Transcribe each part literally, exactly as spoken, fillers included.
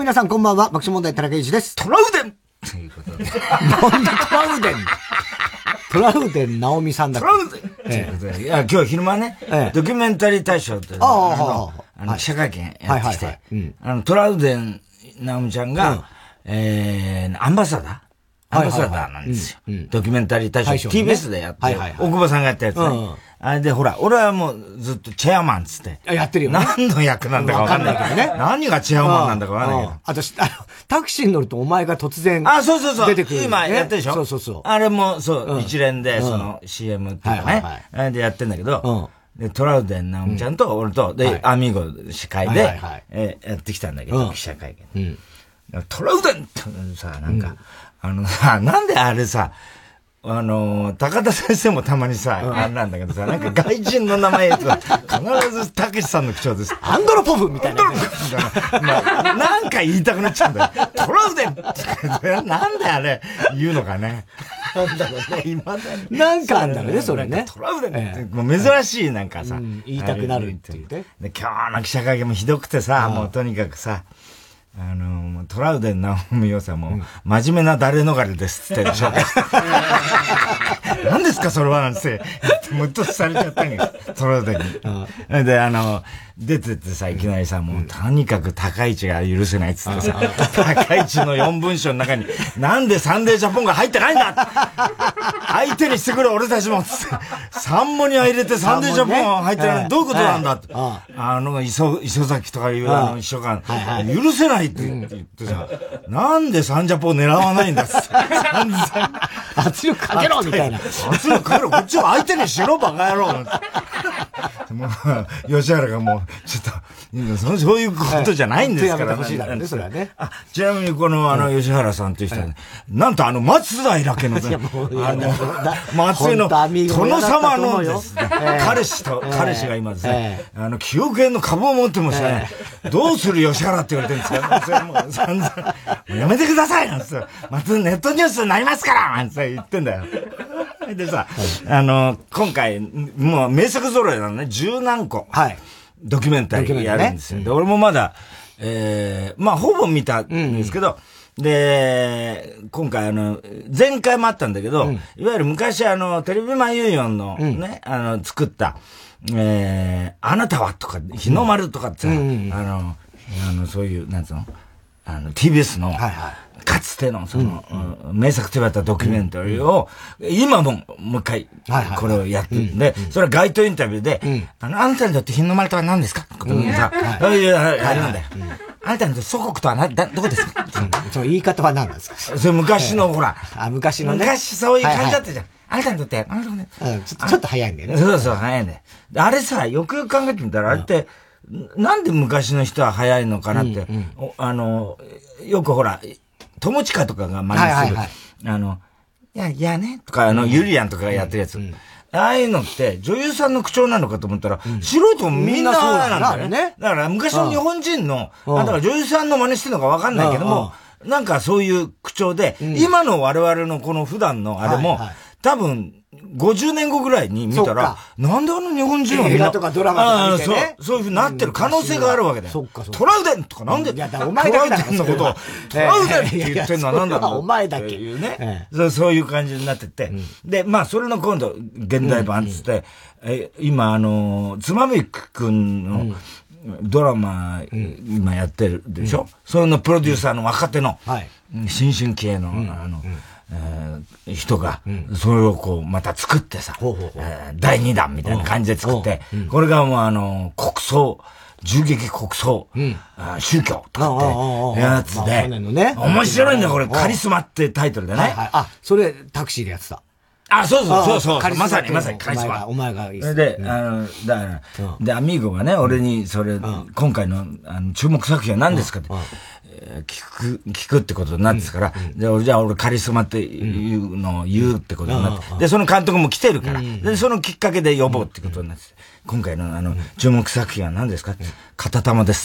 皆さんこんばんは、爆笑問題田中裕二です。 トラウデンということで。 なんでトラウデントラウデン直美さんだっけ。 トラウデン、ええ、ということで。いや、今日昼間ね、ええ、ドキュメンタリー大賞って、あの、あの記者会見やってきて、はいはいはい、うん、あの、トラウデン直美ちゃんが、うん、えー、アンバサダーアンバサダーなんですよ。はいはいはい、ドキュメンタリー大賞、ね、ティービーエス でやって、はいはいはい、大久保さんがやったやつね。うんあれで、ほら、俺はもうずっとチェアマンつって。 やってるよね。 何の役なんだかわかんないけどね。何がチェアマンなんだかわかんないけど。 あと、あの、タクシーに乗るとお前が突然。 あ、そうそうそう。 出てくる。 今やってるでしょ。 そうそうそう。 あれも、そう、一連で、その シーエム っていうかね。あれでやってんだけど、で、トラウデン直美ちゃんと俺と、で、アミーゴ司会で、え、やってきたんだけど、記者会見。トラウデンってさ、なんか、あのさ、なんであれさ、あのー、高田先生もたまにさ、うん、あれなんだけどさ、なんか外人の名前言うと、必ずたけしさんの口調です。 アンドロポフみたいな。 まあ、なんか言いたくなっちゃうんだよ。トラウデンなんであれ言うのかね。なんだろうね、今だに。 なんかあんだろうね、それね。 トラウデンって、ええ、もう珍しいなんかさ、うん。 言いたくなるっていうね。 で、今日の記者会見もひどくてさ、もうとにかくさ、あの、トラウデン直美よさんも、うん、真面目な誰逃れですって紹介して。何ですかそれはなんて、ムッとされちゃったんよ、トラウデンに。で、あの、出てってさ、いきなりさ、もう、とにかく高市が許せないっつってさ、高市のよん文章の中に、なんでサンデージャポンが入ってないんだ相手にしてくる俺たちもつって、サンモニア入れてサンデージャポン入ってないのどういうことなんだって。あの、磯、磯崎とかいうあの秘書官、許せないって言ってさ、なんでサンジャポン狙わないんだっつって。 圧力かけろみたいな。 圧力かけろこっちを相手にしろバカ野郎もう、吉原がもう、ちょっと、そういうことじゃないんですから。 やめてほしいだろうね、それはね。 あ、ちなみにこの、あの、吉原さんという人はね、なんとあの、松平家のね、あの、松江の、殿様のですね、彼氏と、彼氏が今ですね、あの、記憶園の株を持ってましたね、どうする吉原って言われてるんですかそれもう散々、やめてくださいなんつって、またネットニュースになりますからなんつって言ってんだよ。でさ、あの、今回、もう名作揃いなのね、十何個。はい。ドキュメンタリーやるんですよ。で、俺もまだ、えー、まあ、ほぼ見たんですけど、で、今回あの、前回もあったんだけど、いわゆる昔あの、テレビマンユーヨンのね、あの、作った、えー、あなたはとか、日の丸とかってさ、あの、あの、そういう、なんつうのあの、ティービーエス の、はいはいかつての、その、うん、名作と言われたドキュメンタリーを、うん、今も、もう一回、これをやってるんで、はいはい、それは街頭インタビューで、うん、あの、あなたにとって日の丸とは何ですかってことでさ、そういう、あれなんだよ。あなたにとって祖国とはな、だ、どこですか、 うん、その言い方は何なんですかそれ昔の、ほら。 あ、昔のね。 昔そういう感じだったじゃん。あなたにとって、 あなたね。うん、ちょっと、ちょっと早いんだよね。 そうそう、早いんだよ。あれさ、よくよく考えてみたら、あれって、なんで昔の人は早いのかなって、あの、よくほら、友近とかが真似する。はいはいはい、あの、いや、いやね、とか、あの、ユリアンとかがやってるやつ。うんうん、ああいうのって、女優さんの口調なのかと思ったら、うん、素人もみんなそうなんだよね。だから昔の日本人の、あだから女優さんの真似してるのかわかんないけども、なんかそういう口調で、うん、今の我々のこの普段のあれも、はいはい、多分、ごじゅうねんごぐらいに見たら、なんであの日本人は映画とかドラマとか見てね。 そう、そういう風になってる可能性があるわけだよ。そっかそっかトラウデンとかなんで、 いや、お前だけだトラウデンのことを、トラウデンって言ってんのはなんだろう。 お前だけ。 いうね、そう。そういう感じになってて。で、まあ、それの今度、現代版つって、え今、あの、つまみくんの、ドラマ、今やってるでしょ、それのプロデューサーの若手の、新進気鋭の、あの、えー、人が、それをこう、また作ってさ、えー、だいにだんみたいな感じで作って、これがもうあの、国葬、銃撃国葬、うん、宗教とかってやつで、面白いんだよ、これ、カリスマってタイトルでね。はいはい、 あ、それタクシーでやってた。 あ、そうそうそうそう、まさにまさにカリスマ。 お前がいいっす。で、あの、だから、で、アミーゴがね、俺にそれ、今回のあの注目作品は何ですかって、聞く、聞くってことになってたから、で、じゃあ俺カリスマっていうのを言うってことになって、で、その監督も来てるから、で、そのきっかけで呼ぼうってことになって、今回のあの、注目作品は何ですかって、片玉です。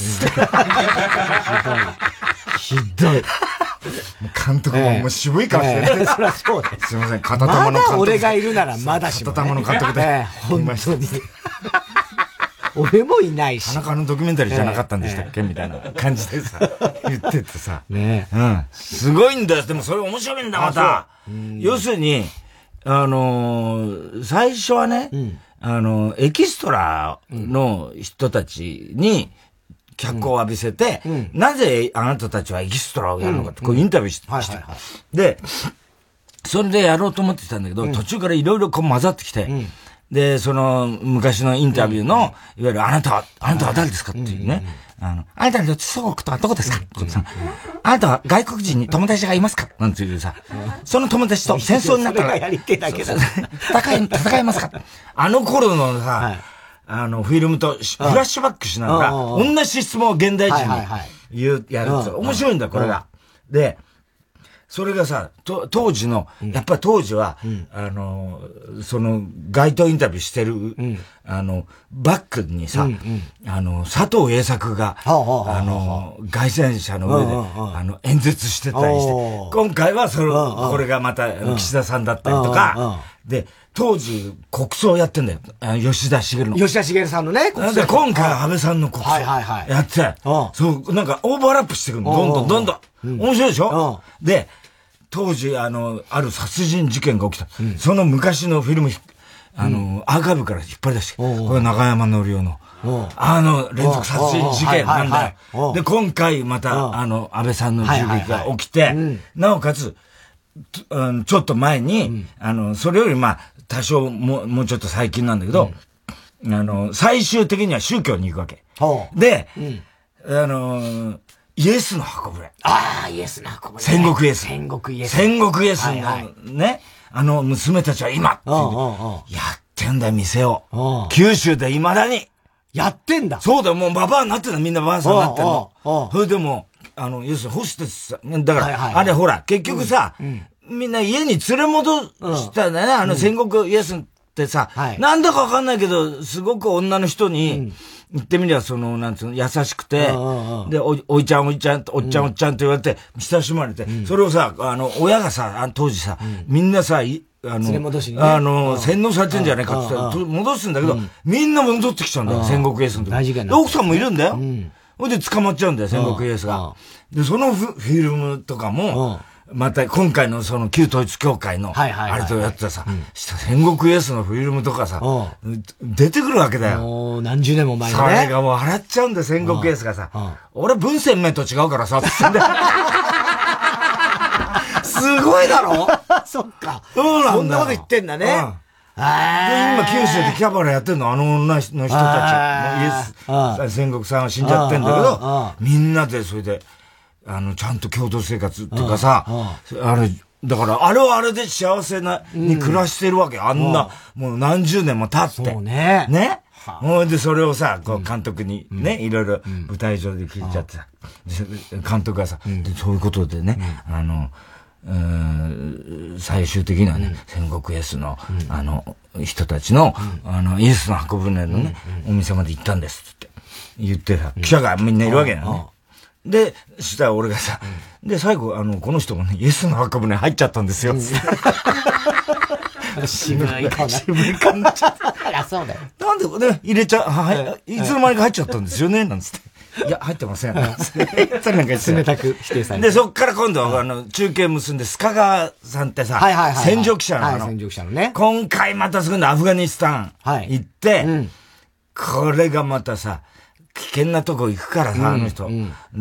ひどい。 監督ももう渋い顔してる。 そりゃそうです。 すいません、片玉の監督。 まだ俺がいるならまだしも。 片玉の監督で。 本当に。 俺もいないし。 田中のドキュメンタリーじゃなかったんでしたっけ、みたいな感じでさ、言っててさ。 ねうん。すごいんだよ。でもそれ面白いんだ、また。要するに、あのー、最初はね、うん、あの、エキストラの人たちに脚光を浴びせて、うん、なぜあなたたちはエキストラをやるのかって、こうインタビューして、はいはいはい、で、それでやろうと思ってたんだけど、うん、途中からいろいろこう混ざってきて、うん、で、その、昔のインタビューの、うん、いわゆるあなたは、あなたは誰ですかっていうね、うん、あの、あなたの祖国とはどこですか、うん、あなたは外国人に友達がいますかなんていうさ、その友達と戦争になったら、 やりてだけだ戦い、戦いますかあの頃のさ、はい、あの、フィルムとフラッシュバックしながら、同じ質問を現代人に言う、やるって面白いんだ、これが。で、それがさ、と、当時の、うん、やっぱり当時は、うん、あの、その、街頭インタビューしてる、うん、あの、バックにさ、うんうん、あの、佐藤栄作が、あの、街宣車の上で、あの、演説してたりして、今回はその、これがまた、岸田さんだったりとか、で、当時、国葬やってんだよ。吉田茂の。 吉田茂さんのね、 国葬。で、今回安倍さんの国葬。やって、そう、なんかオーバーラップしてくるの。どんどんどんどん。面白いでしょで、当時、あの、ある殺人事件が起きた。うん、その昔のフィルム、あの、うん、アーカイブから引っ張り出して、これは中山則夫の、あの、連続殺人事件なんだよ。で、今回また、あの、安倍さんの銃撃が起きて、なおかつ、うん、ちょっと前に、うん、あの、それよりまあ、多少も、もうちょっと最近なんだけど、うん、あの、最終的には宗教に行くわけ。で、うん、あの、イエスの箱舟。 ああ、イエスの箱舟。 戦国イエス。 戦国イエス。 戦国イエスのね、はいはい、あの娘たちは今ってやってんだよ、店を。九州で未だに。 やってんだ。 そうだよ、もうババアになってんだ、みんなババアさんになってんの。それでも、あの、要するにホステスさ、だから、はいはいはい、あれほら、結局さ、うんうん、みんな家に連れ戻したんだよね、あの戦国イエスってさ、うん、なんだかわかんないけど、すごく女の人に、うん言ってみりゃ、その、なんつうの、優しくて、で、お、おいちゃんおいちゃん、おっちゃんおっちゃんと言われて、親しまれて、うん、それをさ、あの、親がさ、あの当時さ、うん、みんなさ、いあの、 連れ戻しにね、あの、洗脳されてんじゃないかって言ったら、戻すんだけど、うん、みんな戻ってきちゃうんだよ、戦国エースの時。大事件だ。奥さんもいるんだよ。ほ、うん、いで捕まっちゃうんだよ、戦国エースが。で、そのフィルムとかも、また今回のその旧統一教会の、あれとやってたさ、戦国エースのフィルムとかさ、出てくるわけだよ。 何十年も前にね。 それがもう笑っちゃうんだよ、戦国エースがさ。俺文鮮明と違うからさ、つってんだよ。すごいだろそっか。 そうなんだ。 そんなこと言ってんだね。で、 今九州でキャバレーやってんの、あの女の人たち。イエス、戦国さんは死んじゃってんだけど、みんなでそれで、あの、ちゃんと共同生活っていうかさ、あれ、だから、あれはあれで幸せな、に暮らしてるわけ。あんな、もう何十年も経って。 そうね。 ね。ほんで、それをさ、こう、監督にね、いろいろ舞台上で聞いちゃってさ、監督がさ、そういうことでね、あの、最終的にはね、戦国イエスの、あの、人たちの、あの、イエスの箱舟のね、お店まで行ったんですって言ってさ、記者がみんないるわけだよね。で、したら俺がさ、うん、で、最後、あの、この人もね、イエスの箱舟入っちゃったんですよ、つって。 渋いかな。 渋いかな。 いや、そうだよ。 なんでね、入れちゃ、はい、いつの間にか入っちゃったんですよね、なんつって。いや、入ってません。それなんか冷たく否定されて。で、そっから今度は、あの、中継結んで、須賀川さんってさ、はいはいはい、戦場記者なの。 戦場記者のね。 今回またすぐのアフガニスタン行って、うん、これがまたさ、危険なとこ行くからさ、あの人。うんうん、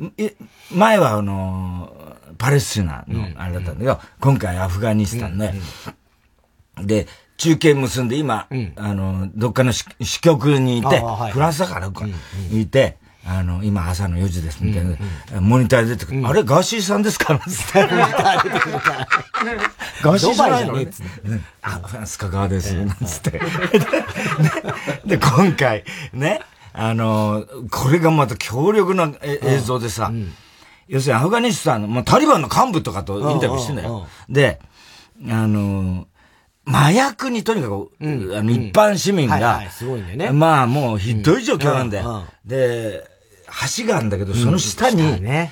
で、前はあの、パレスチナのあれだったんだけど、うん、今回アフガニスタンで、うん、で、中継結んで今、うん、あの、どっかの支局にいて、はい、フランスだから、うん、いて、あの、今朝のよじですみたいな、うんうん、モニターで出てくる。うん、あれガーシーさんですかなんつって。モニター出てくるから。ガーシーじゃないのね。あ、フランスか側です。なんつって。で、今回、ね。あの、これがまた強力な映像でさ、うん、要するにアフガニスタンの、もうタリバンの幹部とかとインタビューしてんだよ。で、あの、麻薬にとにかく、うん、あの一般市民が、はいはい、 すごいんだよね。 まあもうひどい状況なんだよ。うんうん、で、橋があるんだけど、その下に、うんね、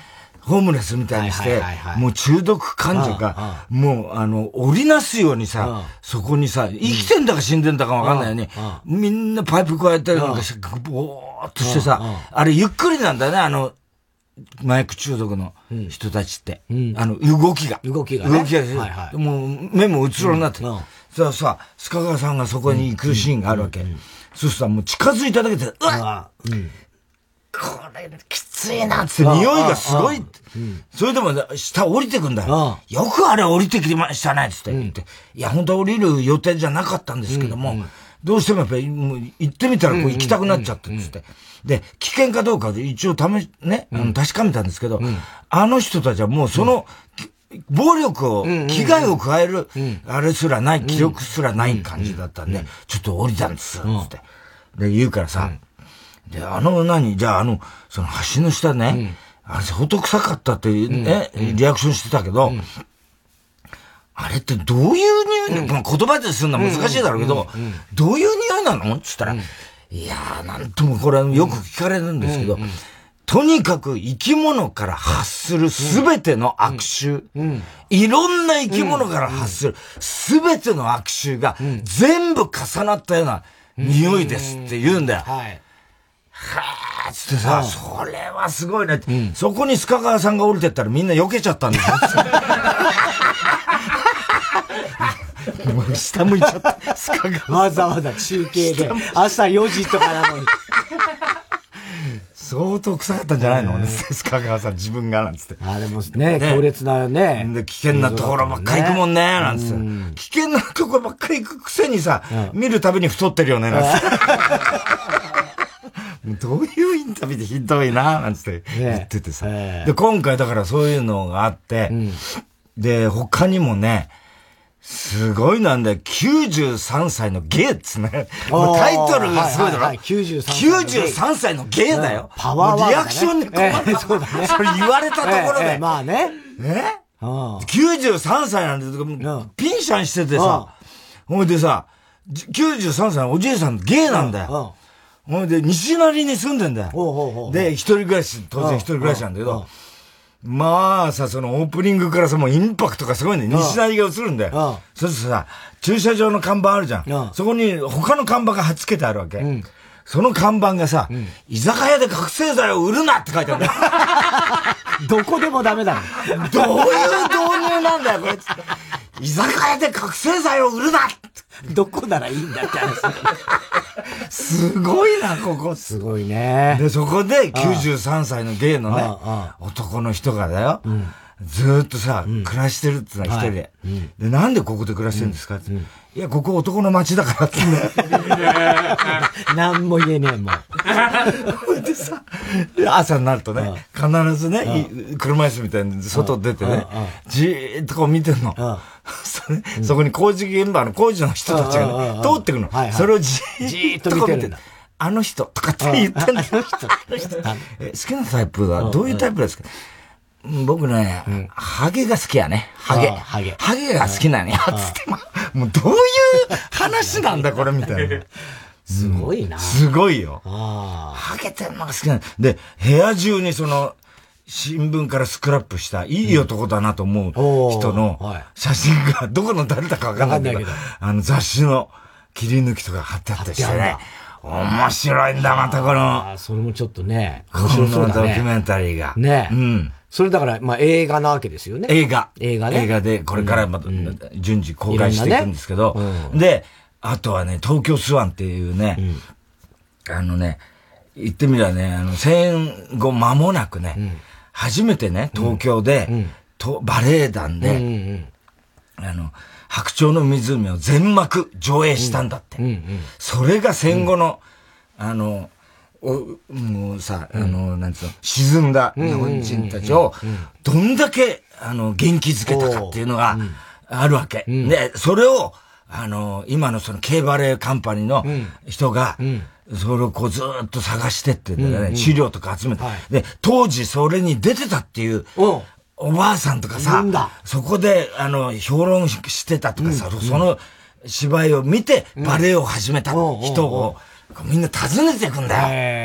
ホームレスみたいにして、もう中毒患者が、もう、あの、織りなすようにさ、そこにさ、生きてんだか死んでんだかわかんないように、みんなパイプ加えたりなんかして、ぼーっとしてさ、あれゆっくりなんだね、あの、麻薬中毒の人たちって。あの、動きが。 動きが。 動きが。もう、目もうつろになって。さあさ、須賀川さんがそこに行くシーンがあるわけ。そうするともう近づいただけで、うわっこれ、きついなって、匂いがすごい。それでも、下降りてくんだよ。よくあれ降りてきましたね、つって言って。いや、本当は降りる予定じゃなかったんですけども、どうしてもやっぱり、行ってみたらこう行きたくなっちゃって、つって。で、危険かどうかで一応試し、ね、確かめたんですけど、あの人たちはもうその、暴力を、危害を加える、あれすらない、記録すらない感じだったんで、ちょっと降りたんです、つって。で、言うからさ、で、あの何、じゃああの、その橋の下ね、あれ相当臭かったってね、リアクションしてたけど、あれってどういう匂い、言葉でするのは難しいだろうけど、どういう匂いなのって言ったら、いやー、なんともこれよく聞かれるんですけど、とにかく生き物から発するすべての悪臭、いろんな生き物から発するすべての悪臭が全部重なったような匂いですって言うんだよ。はいはぁ、つってさ、それはすごいねって、うん、そこに須賀川さんが降りてったらみんな避けちゃったんだよ。もう下向いちゃった。須賀川。 わざわざ中継で、朝よじとかなのに。 相当臭かったんじゃないのね、須賀川さん自分が、なんつって。 あれもね、強烈なね。 で、危険なところばっかり行くもんね、なんつって。危険なところばっかり行くくせにさ、見るたびに太ってるよね、なんつって。どういうインタビューでひどいな、なんつって言っててさ。で、今回だからそういうのがあって、で、他にもね、すごいなんだよ。きゅうじゅうさんさいのゲイっつね。タイトルがすごいだろ。 きゅうじゅうさんさいのゲイだよ。 パワーワード。 リアクションに困った。そうだね。それ言われたところで。 まあね。 え ?きゅうじゅうさんさいなんで、ピンシャンしててさ。ほいでさ、きゅうじゅうさんさいのおじいさんゲイなんだよ。ほいで、西成に住んでんだよ。で、一人暮らし、当然一人暮らしなんだけど、まあさ、そのオープニングからさ、もうインパクトがすごいね。西成が映るんだよ。そうするとさ、駐車場の看板あるじゃん。そこに他の看板が貼っ付けてあるわけ。その看板がさ、居酒屋で覚醒剤を売るなって書いてあるんだよ。 どこでもダメだ。 どういう導入なんだよ、これ。居酒屋で覚醒剤を売るなどこならいいんだって話。 すごいな、ここ。 すごいね。 で、そこできゅうじゅうさんさいのゲイのね、男の人がだよ。ずーっとさ、暮らしてるってのは一人で。で、なんでここで暮らしてるんですかって。いや、ここ男の街だからってね。 なんも言えねえもん。 でさ、朝になるとね、必ずね、車椅子みたいに外出てね、じーっとこう見てんの。そこに工事現場の工事の人たちがね、通ってくるの。それをじーっと見てる。あの人とかって言ってんの。あの人。好きなタイプはどういうタイプですか？僕ね、ハゲが好きやね。ハゲ。ハゲ。ハゲが好きなんや。つって、もうどういう話なんだ、これ、みたいな。 すごいな。 すごいよ。ハゲてんのが好きなんだ。で、部屋中にその、新聞からスクラップしたいい男だなと思う人の写真がどこの誰だかわかんないけど、あの雑誌の切り抜きとか貼ってあったりしてね。面白いんだ、またこの。 それもちょっね、面白そうだね。 ドキュメンタリーが。 ね。うん。それだから、まあ映画なわけですよね。 映画。 映画ね。 映画で、これからまた、順次公開していくんですけど、で、あとはね、東京スワンっていうね、あのね、言ってみればね、あの、戦後間もなくね、初めてね、東京で、バレエ団で、あの、白鳥の湖を全幕上映したんだって。それが戦後の、あの、もうさ、あの、なんつうの、沈んだ日本人たちを、どんだけ、あの、元気づけたかっていうのがあるわけ。で、それを、あの、今のその K バレエカンパニーの人が、それをこうずーっと探してってんだよね、資料とか集めて。で、当時それに出てたっていう、おばあさんとかさ、そこで、あの、評論してたとかさ、その芝居を見て、バレエを始めた人を、みんな訪ねていくんだよ。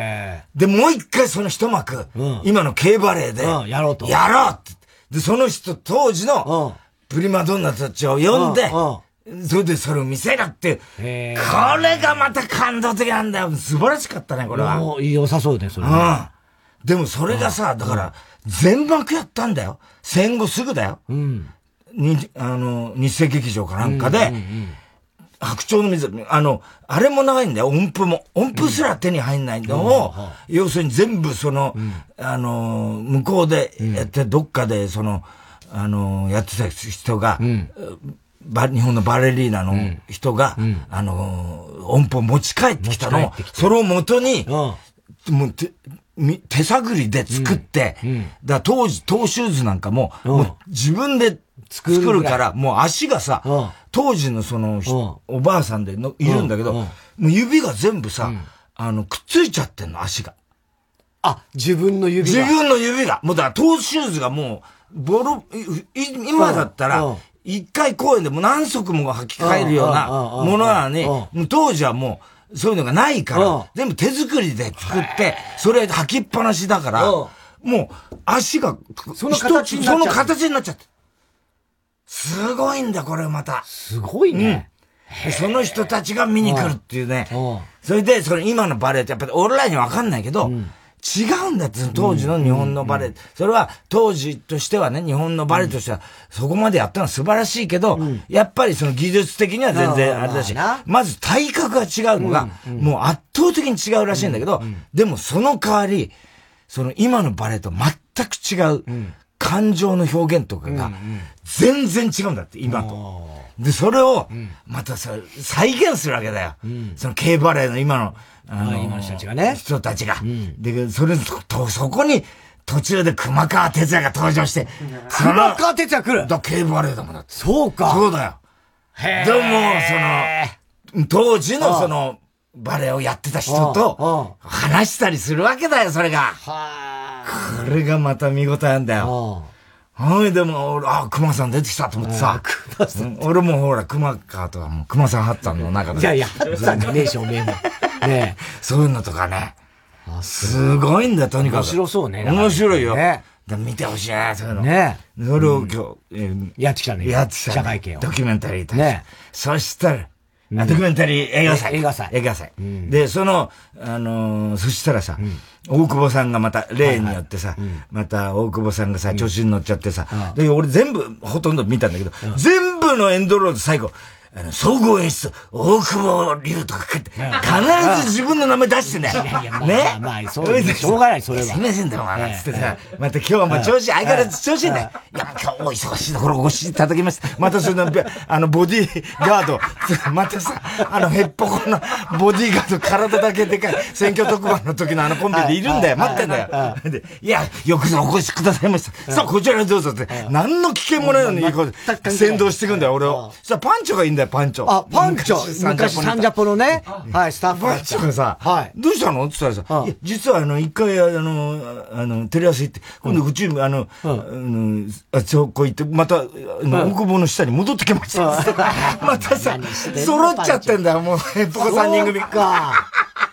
で、もう一回その一幕、うん、今の K バレエで、 うん、やろうと。 やろうって。で、その人、当時の、プリマドンナたちを呼んで、うん、それでそれを見せるっていう。これがまた感動的なんだよ。素晴らしかったね、これは。 良さそうね、それ、ね。 うん。でもそれがさ、だから、全幕やったんだよ。戦後すぐだよ。うん。に、あの、日生劇場かなんかで、うんうんうん、白鳥の水、あの、あれも長いんだよ、音符も。音符すら手に入んないのを、うん、要するに全部その、うん、あの、向こうでやって、どっかでその、あの、やってた人が、うん、日本のバレリーナの人が、うん、あの、音符を持ち帰ってきたのを、それを元に、うん、もう手、手探りで作って、うんうん、だから当時、トーシューズなんかも、うん、もう自分で作るから、もう足がさ、うん、当時のその、うん、おばあさんでのいるんだけど、うんうん、もう指が全部さ、うん、あの、くっついちゃってんの、足が。 あ、自分の指が。 自分の指が。もうだからトーシューズがもう、ボロ、今だったら、一回公演でも何足も履き替えるようなものなのに、当時はもう、そういうのがないから、全部手作りで作って、それ履きっぱなしだから、もう足が、 その形になっちゃその形になっちゃって。すごいんだ、これまた。 すごいね。 うん、その人たちが見に来るっていうね。それで、それ今のバレエってやっぱり俺らにはわかんないけど、うん違うんだって、当時の日本のバレエ。それは当時としてはね、日本のバレエとしては、そこまでやったのは素晴らしいけど、うん、やっぱりその技術的には全然あれだし、まず体格が違うのが、もう圧倒的に違うらしいんだけど、でもその代わり、その今のバレエと全く違う感情の表現とかが、全然違うんだって、今と。で、それを、またさ、再現するわけだよ。その K バレエの今の、 あの、今の人たちがね。 人たちが。うん、で、それと、そこに、途中で熊川哲也が登場して。 熊川哲也来るだ、K バレエだもんだって。 そうか。 そうだよ。へでも、その、当時のその、バレエをやってた人と、話したりするわけだよ、それが。これがまた見応えなんだよ。はい、でも、あ、熊さん出てきたと思ってさ。俺もほら、熊川とはもう、熊さんハッタンの中で。 いやいや、ハッタンじゃねえし、おめえも。ねそういうのとかね。すごいんだよ、とにかく。 面白そうね。 面白いよ。ね。見てほしいね、そういうの。ね。それを今日、やってきたね。 やってきた。 社会系を。 ドキュメンタリーね。そしたら、ドキュメンタリー映画祭。 映画祭。 映画祭。で、その、あの、そしたらさ、大久保さんがまた、例によってさ、また大久保さんがさ、調子に乗っちゃってさ、で、俺全部、ほとんど見たんだけど、全部のエンドロール最後、あの、総合演出、大久保龍とか書いて、必ず自分の名前出してんだよ。ね。 まあ、そう、しょうがない、それは。 すみませんだろ、まあ、つってさ、また今日はもう調子、相変わらず調子いいんだよ。いや、今日お忙しいところお越しいただきました。またその、あの、ボディーガード、またさ、あの、へっぽこのボディーガード、体だけでかい、選挙特番の時のあのコンビでいるんだよ。待ってんだよ。で、いや、よくぞお越しくださいました。さあ、こちらにどうぞって、何の危険もないのに、先導していくんだよ、俺を。そしたらパンチョがいいんだよ、パンチョ。 あ、パンチョ。昔サンジャポのね。はい、スタッフ。 パンチョがさ、はい。どうしたのって言ったらさ、いや、実はあの、一回あの、あの、テレ朝行って、今度うち、あの、あの、あそこ行って、また、あの、大久保の下に戻ってきました。またさ、揃っちゃってんだよ、もう、ヘッポコさんにん組。 か。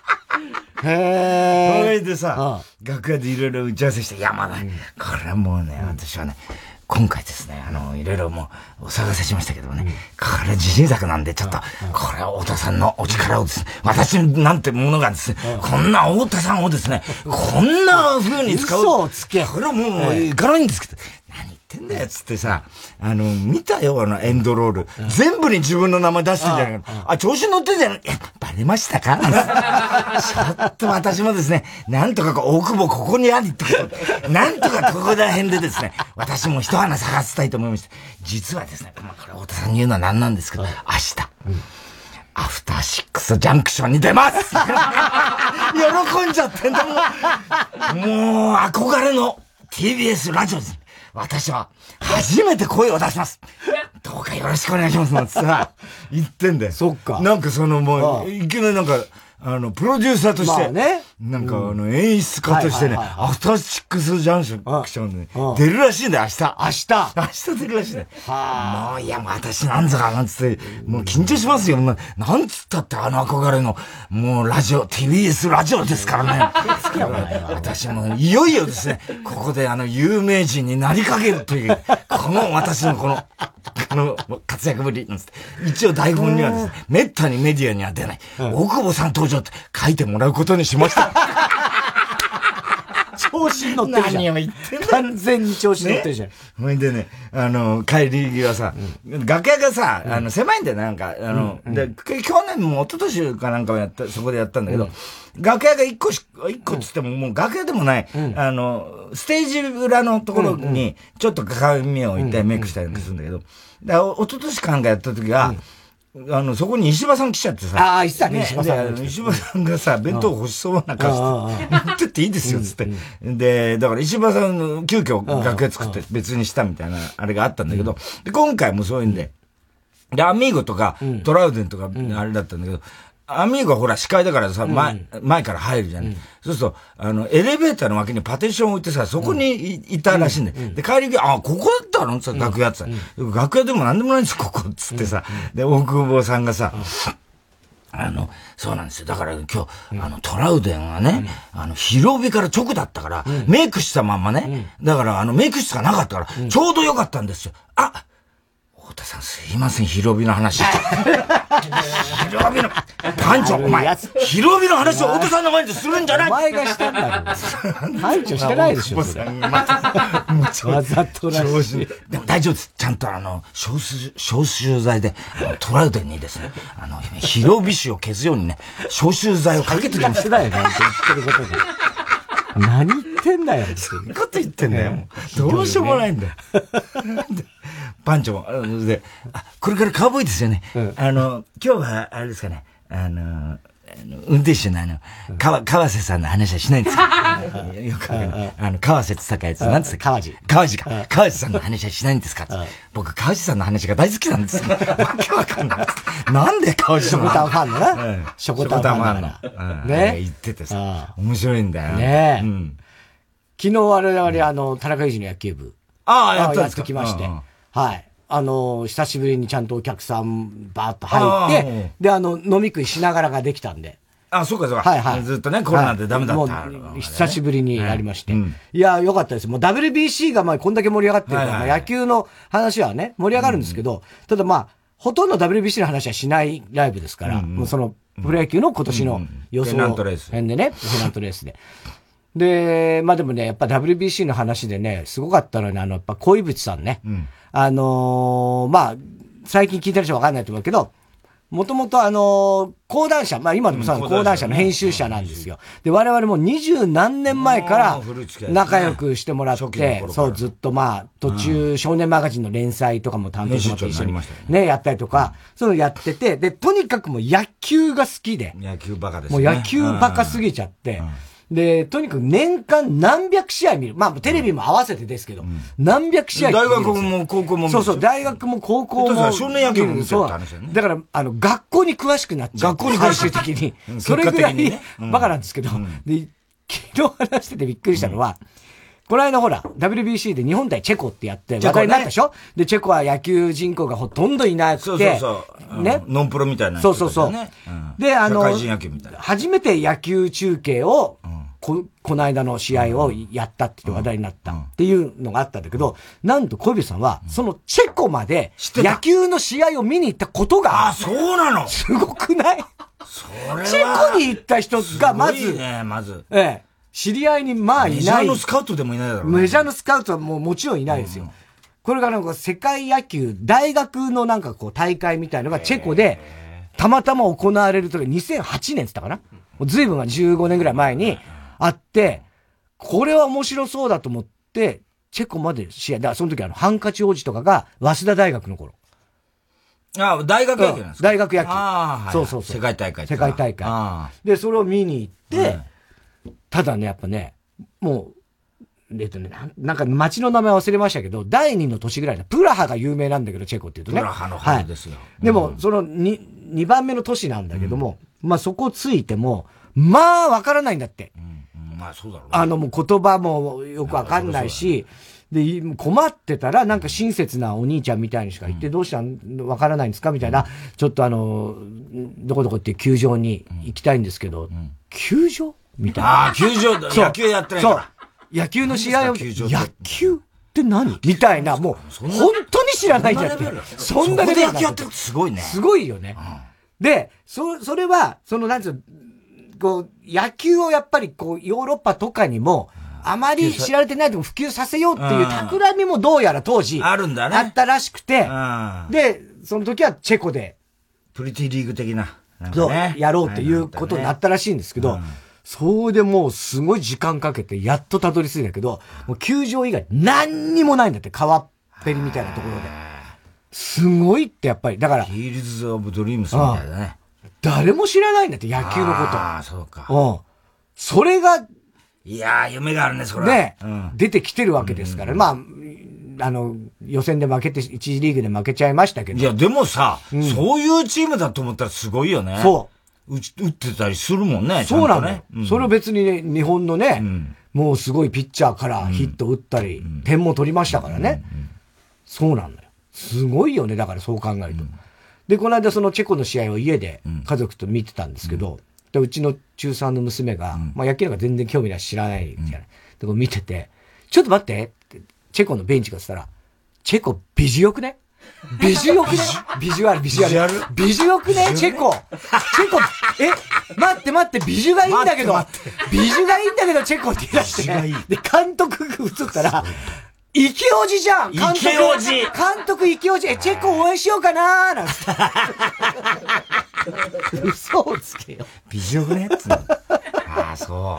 へー。それでさ、楽屋でいろいろ打ち合わせして、いや、まだ、これはもうね、私はね、今回ですね、あの、いろいろもう、お探せしましたけどもね、うん、これ自信作なんで、ちょっと、うん、これは太田さんのお力をですね、うん、私なんてものがですね、うん、こんな太田さんをですね、こんな風に使う。 嘘をつけ。 これはもう、いかないんですけど、何言ってんだよ、つってさ、あの、見たよ、あの、エンドロール。うん、全部に自分の名前出してんじゃないか。あ、調子乗ってんじゃない。いや、バレましたかちょっと私もですね、なんとかこう、大久保ここにありってこと、なんとかここら辺でですね、私も一花探したいと思いました。実はですね、まあ、これ太田さんに言うのは何なんですけど、明日、うん、アフターシックスジャンクションに出ます喜んじゃってんだもん。もう、憧れの ティービーエス ラジオです。私は、初めて声を出します。どうかよろしくお願いします。なんてさ、言ってんだよ。 そっか。 なんかそのもう、いきなりなんか、 あの、プロデューサーとして、まあね、なんかあの、演出家としてね、アフターシックスジャンクションで、ね、出るらしいんだよ、明日。 明日明日出るらしいんだよ。もう、いや、もう私なんぞか、なんつって、もう緊張しますよ。なんつったってあの憧れの、もうラジオ、ティービーエス ラジオですからね。私もいよいよですね、ここであの、有名人になりかけるという、この私のこの、この活躍ぶりなんつって、一応台本にはですね、めったにメディアには出ない、うん、大久保さん登場って書いてもらうことにしました。 調子に乗ってるじゃん。何を言ってんだ。完全に調子に乗ってるじゃん。 ほいでね、あの、帰り際さ、うん、楽屋がさ、あの、狭いんだよ、なんか、あの、うん、で、去年も一昨年かなんかもやった、そこでやったんだけど、うん、楽屋が一個し、一個っつってももう楽屋でもない、うん、あの、ステージ裏のところに、ちょっと鏡を置いてメイクしたりするんだけど、で、一昨年かなんかやった時は、うんあの、そこに石破さん来ちゃってさ。 ああ、いたね、石破さん。 石破さんがさ、弁当欲しそうな顔して、持ってっていいですよ、つって。で、だから石破さんの急遽楽屋作って別にしたみたいな、あれがあったんだけど、で、今回もそういうんで、で、アミーゴとか、トラウデンとか、あれだったんだけど、アミーゴはほら司会だからさ、前、前から入るじゃん。そうすると、あの、エレベーターの脇にパテーションを置いてさ、そこにいたらしいんだよ。で、帰り際、あ、ここだったのってさ、楽屋ってさ、楽屋でもなんでもないんです、ここっつってさ。で、大久保さんがさ、あの、そうなんですよ。だから今日、あの、トラウデンがね、あの、広帯から直だったから、メイクしたまんまね、だからあの、メイク室がなかったから、ちょうどよかったんですよ。あ太田さんすいません、広帯の話。広帯の、班長、お前、広帯の話を太田さんの前でするんじゃない。 お前がしたんだよ。班長してないでしょ。わざとらしい。 でも大丈夫です。ちゃんとあの、消臭、消臭剤で、トラウデンにですね、あの、広帯紙を消すようにね、消臭剤をかけてきました。 言ってることで。何言ってんだよ。 そういうこと言ってんだよ。どうしようもないんだよ。パンチョも、で、あ、これからカウボーイですよね。うん、あの、今日は、あれですかね、あの、運転手のあの、か、川瀬さんの話はしないんですかよくわかんない。あの、川瀬ってさかやつ、なんつって川地。 川地か。川地さんの話はしないんですか僕、川地さんの話が大好きなんですよ。わけわかんない。なんで川地さんのショコタンファンのな。ショコタンファンの。 ね。言っててさ、面白いんだよ。 ねえ。昨日我々、あの、田中裕二の野球部。 ああ、やったんですか。 やってきまして。はい。あの、久しぶりにちゃんとお客さんバーッと入って、で、あの、飲み食いしながらができたんで。 あ、そうかそうか。はいはい。ずっとね、コロナでダメだった。 もう、久しぶりにやりまして。いや、よかったです。もう ダブリュービーシー がまあこんだけ盛り上がってるから、野球の話はね、盛り上がるんですけど、ただまあ、ほとんど ダブリュービーシー の話はしないライブですから、もうその、プロ野球の今年の予想編でね、ペナントレースで。で、まあでもね、やっぱ ダブリュービーシー の話でね、すごかったのはね、あの、やっぱ恋淵さんね。うん、あのー、まあ、最近聞いてる人はわかんないと思うけど、もともとあのー、講談社、まあ今でもさ、講談社の編集者なんですよ。で、我々も二十何年前から仲良くしてもらって、そう、ずっとまあ、途中少年マガジンの連載とかも担当してもらって一緒にね、やったりとか、そういうのやってて、で、とにかくもう野球が好きで。 野球バカですね。 もう野球バカすぎちゃって、で、とにかく年間何百試合見る。まあ、テレビも合わせてですけど、うん、何百試合見る。 大学も高校も見る。 そうそう、大学も高校も。 少年野球も見るって話だよね。 だから、あの、学校に詳しくなっちゃう。 学校に詳しい最終的に。それぐらい、ねうん、バカなんですけど、うん、で、昨日話しててびっくりしたのは、うん、この間ほら、ダブリュービーシー で日本対チェコってやって話題になったでしょ、ね、で、チェコは野球人口がほとんどいなくて。そうそうそう。ね。ノンプロみたいな、ね。 そうそうそう。で、あの、 社会人野球みたいな。 初めて野球中継を、うんこ、この間の試合をやったって話題になったっていうのがあったんだけど、なんと小指さんは、そのチェコまで野球の試合を見に行ったことが、 あ、そうなのすごくないそれはチェコに行った人がまず、 ね、まず。 ええ、知り合いにまあいない。メジャーのスカウトでもいないだろうね。 メジャーのスカウトはもうもちろんいないですよ。うん、これがなんか世界野球、大学のなんかこう大会みたいのがチェコで、たまたま行われるときにせんはちねんって言ったかな、もう随分はじゅうごねんぐらい前に、あって、これは面白そうだと思って、チェコまで試合、だからその時あの、ハンカチ王子とかが、早稲田大学の頃。 ああ、大学野球なんですか、 大学野球。 ああ、はい。 そうそうそう。 世界大会。 世界大会。で、それを見に行って、うん、ただね、やっぱね、もう、えっとね、なんか街の名前忘れましたけど、第二の都市ぐらいの、プラハが有名なんだけど、チェコって言うとね。 プラハの方ですよ。 はい。でも、そのに、二番目の都市なんだけども、うんまあそこついても、まあわからないんだって。 うんうん、まあそうだろうね。 あのもう言葉もよくわかんないし、で、困ってたら、なんか親切なお兄ちゃんみたいにしか言って、どうしたんわからないんですかみたいな、ちょっとあの、どこどこっていう球場に行きたいんですけど、球場みたいな。 ああ、球場、野球やってないから。 そう。野球の試合を、野球って何みたいな、もう、本当に知らないじゃんって。そんなレベル。 そこで野球やってるってすごいね。 すごいよね。で、そ、それは、その、なんつうの、こう、野球をやっぱりこう、ヨーロッパとかにも、あまり知られてないでも普及させようっていう企みもどうやら当時、 あるんだね。 あったらしくて、で、その時はチェコで、 プリティリーグ的な。 そう、やろうっていうことになったらしいんですけど、そうでもうすごい時間かけてやっとたどり着いたけど、もう球場以外何にもないんだって、川っぺりみたいなところで。すごいってやっぱり、だから。 ヒールズ・オブ・ドリームスみたいだね。 誰も知らないんだって、野球のこと。 ああ、そうか。 うん。それが、 いやー、夢があるね、それは。 ね、うん、出てきてるわけですから。まあ、あの、予選で負けて、一次リーグで負けちゃいましたけど。 いや、でもさ、うん、そういうチームだと思ったらすごいよね。 そう。 打打ってたりするもんね、 そうなのね、うん。それを別にね、日本のね、うん、もうすごいピッチャーからヒット打ったり、うん、点も取りましたからね。うん、そうなんだよ。すごいよね、だからそう考えると。うん、で、この間そのチェコの試合を家で家族と見てたんですけど、うんでうちの中さんの娘が、うん、まあ野球なんか全然興味ないし知らないじゃない。うん、でこう見てて、ちょっと待ってってチェコのベンチがしたら、チェコ美女よくね美女よくねビジュアル、ビジュアル。美女よくねチェコ。チェコ、え、待って待って、美女がいいんだけど、美女がいいんだけど、チェコって言い出して、で、監督が映ったら、イケオジじゃん監督イケオジ監督イケオジえ、チェコ応援しようかなーなんて。嘘をつけよ。 美女ねっつうの。ああ、そう。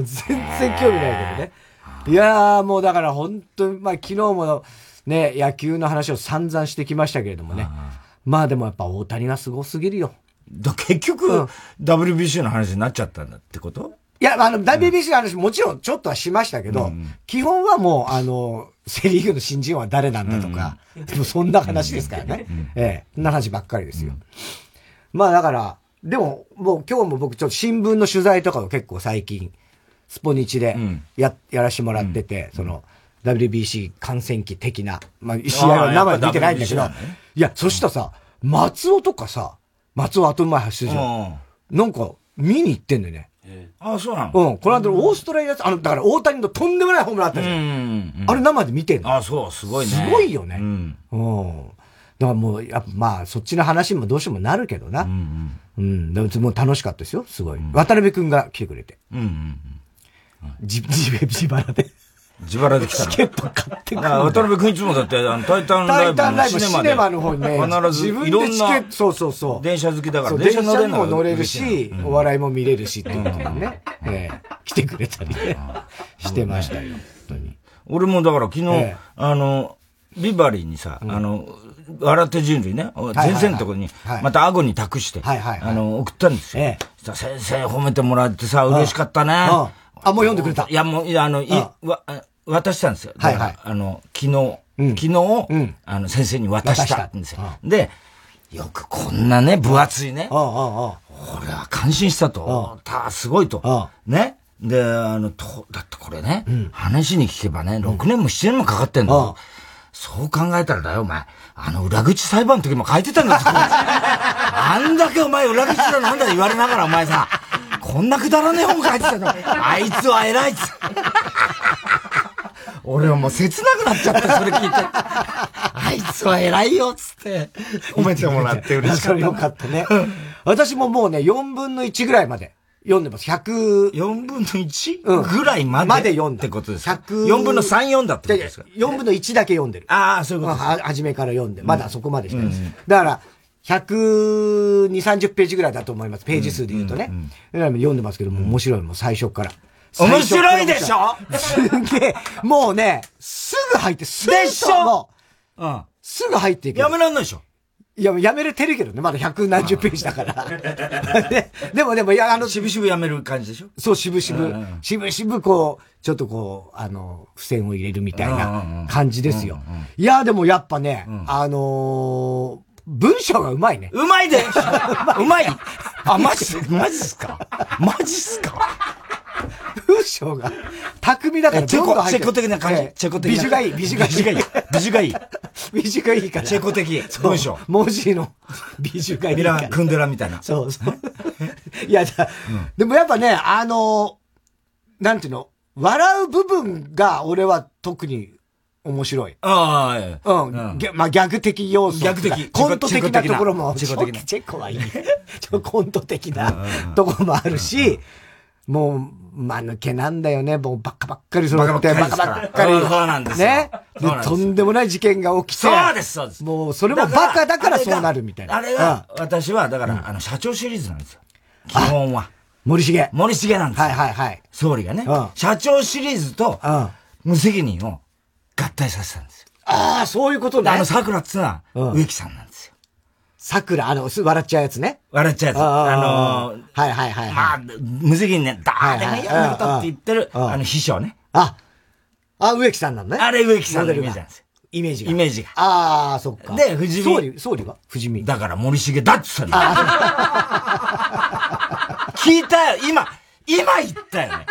全然興味ないけどね。いやーもうだから本当に、まあ昨日もね、野球の話を散々してきましたけれどもね。まあでもやっぱ大谷はすごすぎるよ。 だ結局、うん、ダブリュービーシー の話になっちゃったんだってこと？ いや、あの、ダブリュービーシー の話もちろんちょっとはしましたけど、うん、基本はもう、あの、セリーグの新人王は誰なんだとか、うん、でもそんな話ですからね。うん、ええ、そんな話ばっかりですよ。うん、まあだから、でも、もう今日も僕ちょっと新聞の取材とかを結構最近、スポニチでや、やらしてもらってて、うん、その、ダブリュービーシー 観戦記的な、まあ、試合は生で見てないんだけど、ね、いや、そしたらさ、松尾とかさ、松尾後前走るじゃん。なんか、見に行ってんだよね。 ああ、そうなの？ うん。この間オーストラリア、あの、だから大谷のとんでもないホームランあったじゃん。うんうんうん、あれ生で見てんの？ ああ、そう、すごいね。 すごいよね。うん。うん。だからもう、やっぱまあ、そっちの話もどうしてもなるけどな。うん、うん。うん。でももう楽しかったですよ、すごい。うん、渡辺くんが来てくれて。うんうんうん。じ、じ、自腹で。 自腹で来たの。 チケット買ってくる。 渡辺くんいつもだって、あの、タイタンライブのタイタンライブシネマの方にね、 必ずいろんな、 そうそうそう。 電車好きだから、 電車にも乗れるし、お笑いも見れるしっていうのね、ええ、来てくれたりね、してましたよ、本当に。 俺もだから昨日、あの、ビバリーにさ、あの、笑って人類ね、先生のところに、また顎に託して、あの、送ったんですよ。先生褒めてもらってさ、嬉しかったね。 あ、もう読んでくれた？ いや、もう、いや、あの、い、わ、渡したんですよ。はいはい。あの、昨日、昨日、あの、先生に渡したんですよ。で、よくこんなね、分厚いね。俺は感心したと。た、すごいと。ね。で、あの、と、だってこれね、話に聞けばね、ろくねんもななねんもかかってんの。そう考えたらだよ、お前。あの、裏口裁判の時も書いてたんだよ、あんだけお前裏口だなんだ言われながらお前さ、こんなくだらねえ本書いてたの。あいつは偉いっつ。俺はもう切なくなっちゃった、それ聞いて。あいつは偉いよ、つって。褒めてもらって嬉しかった。 よかったね。私ももうね、よんぶんのいちぐらいまで読んでます。ひゃく。 よんぶんのいち? ぐらいまで、 まで読んだ。 ってことですか？よんぶんのさん、よんだってことですか？ よんぶんのいちだけ読んでる。 ああ、そういうことです。 はじめから読んで。まだそこまでしてる。だから、ひゃくにじゅう、さんじゅうページぐらいだと思います。ページ数で言うとね。読んでますけども、面白いもん、最初から。 面白いでしょ？ すげえ、もうね、すぐ入ってすぐでしょ？うん。すぐ入っていく。 やめらんないでしょ？ いや、やめれてるけどね。まだ百何十ページだから。で, でもでも、いや、あの、 しぶしぶやめる感じでしょ？ そう、しぶしぶ。しぶしぶこう、ちょっとこう、あの、付箋を入れるみたいな感じですよ。いや、でもやっぱね、うん、あのー、文章がうまいね。 うまいでうまいあ、マジ、マジっすかマジっすか風将が、巧だからチェコ、チェコ的な感じ。チェコ的な。 美女がいい、美女がいい。 美女がいい。美女がいい。 美女がいいから。 チェコ的。文章。 文字の美女がいい。 ミラン、クンデラみたいな。 そうそう。いや、でもやっぱね、あの、なんていうの、笑う部分が俺は特に面白い。 ああ、うん。まあ、逆的要素。 逆的。 コント的なところも。 チェコ的な。 チェコはいい。ちょ、コント的なところもあるし、もう、間抜けなんだよね。もうバカばっかりするって、バカばっかり。 そうなんですよ。 ね。で、とんでもない事件が起きて。 そうです、そうです。 もう、それもバカだからそうなるみたいな。 あれが、私は、だから、あの、社長シリーズなんですよ。基本は。 森重。 森重なんですよ。 はいはいはい。 総理がね。社長シリーズと、無責任を合体させたんですよ。 ああ、そういうことね。 あの、桜ってのは、植木さんなんですよ。 桜、あの、笑っちゃうやつね。 笑っちゃうやつ。あのー、はいはいはい。 まあ、無責任ね、誰がやんなことって言ってる、あの、秘書ね。 あ、あ、植木さんなのね。 あれ植木さんのイメージなんですよ。 イメージが。 イメージが。 ああ、そっか。 で、藤見。 総理、総理は藤見。 だから森重だって言ったの。聞いたよ、今、今言ったよね。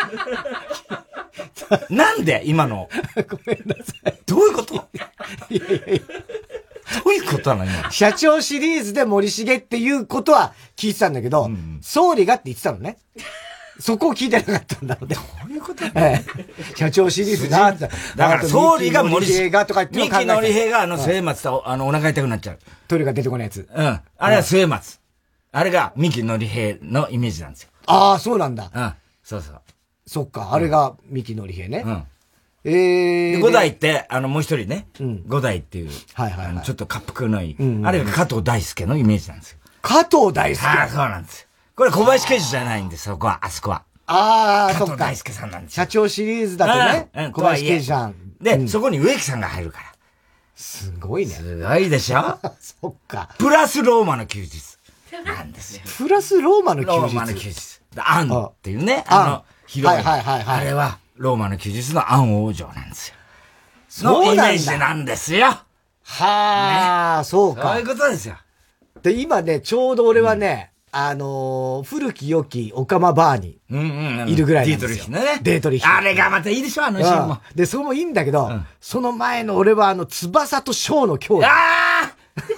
なんで今の。 ごめんなさい。 どういうこといやいやいや。どういうことなの今。 社長シリーズで森重っていうことは聞いてたんだけど、うん、総理がって言ってたのね。そこを聞いてなかったんだろうね。 どういうこと、 ええ、社長シリーズだって。 だから総理が森重がとか言って三木のり平があの末松と、あのお腹痛くなっちゃう。 トイレが出てこないやつ。 うん。あれは末松。あれが三木のり平のイメージなんですよ。 ああ、そうなんだ。 うん。そうそう。 そっか、あれが三木のり平ね。 うん。 ええー。 五代って、あの、もう一人ね。 うん。 五代っていう。 はいはいはい。 ちょっと滑覆のいい。 うんうん、 あれが加藤大輔のイメージなんですよ。 加藤大輔ああ、そうなんですよ。これ小林刑事じゃないんです、そこは、あそこは。 ああ、そっか。 加藤大輔さんなんですよ。 社長シリーズだとね。うん。小林刑事さん。 で、うん、そこに植木さんが入るから。 すごいね。 すごいでしょそっか。 プラスローマの休日。なんですよ。 プラスローマの休日。 ローマの休日。アンっていうね。あの、広い。 はいはいはい。 あれは、ローマの休日のアン王女なんですよ。そうなんだ。のイメージなんですよ。 はあ、ね、そうか。 そういうことですよ。 で、今ね、ちょうど俺はね、うん、あのー、古き良きオカマバーにいるぐらいなんですよ。デートリヒのね。デートリヒ。 あれがまたいいでしょ、あのシーンも。 で、それもいいんだけど、うん、その前の俺はあの、翼とショーの兄弟。ああ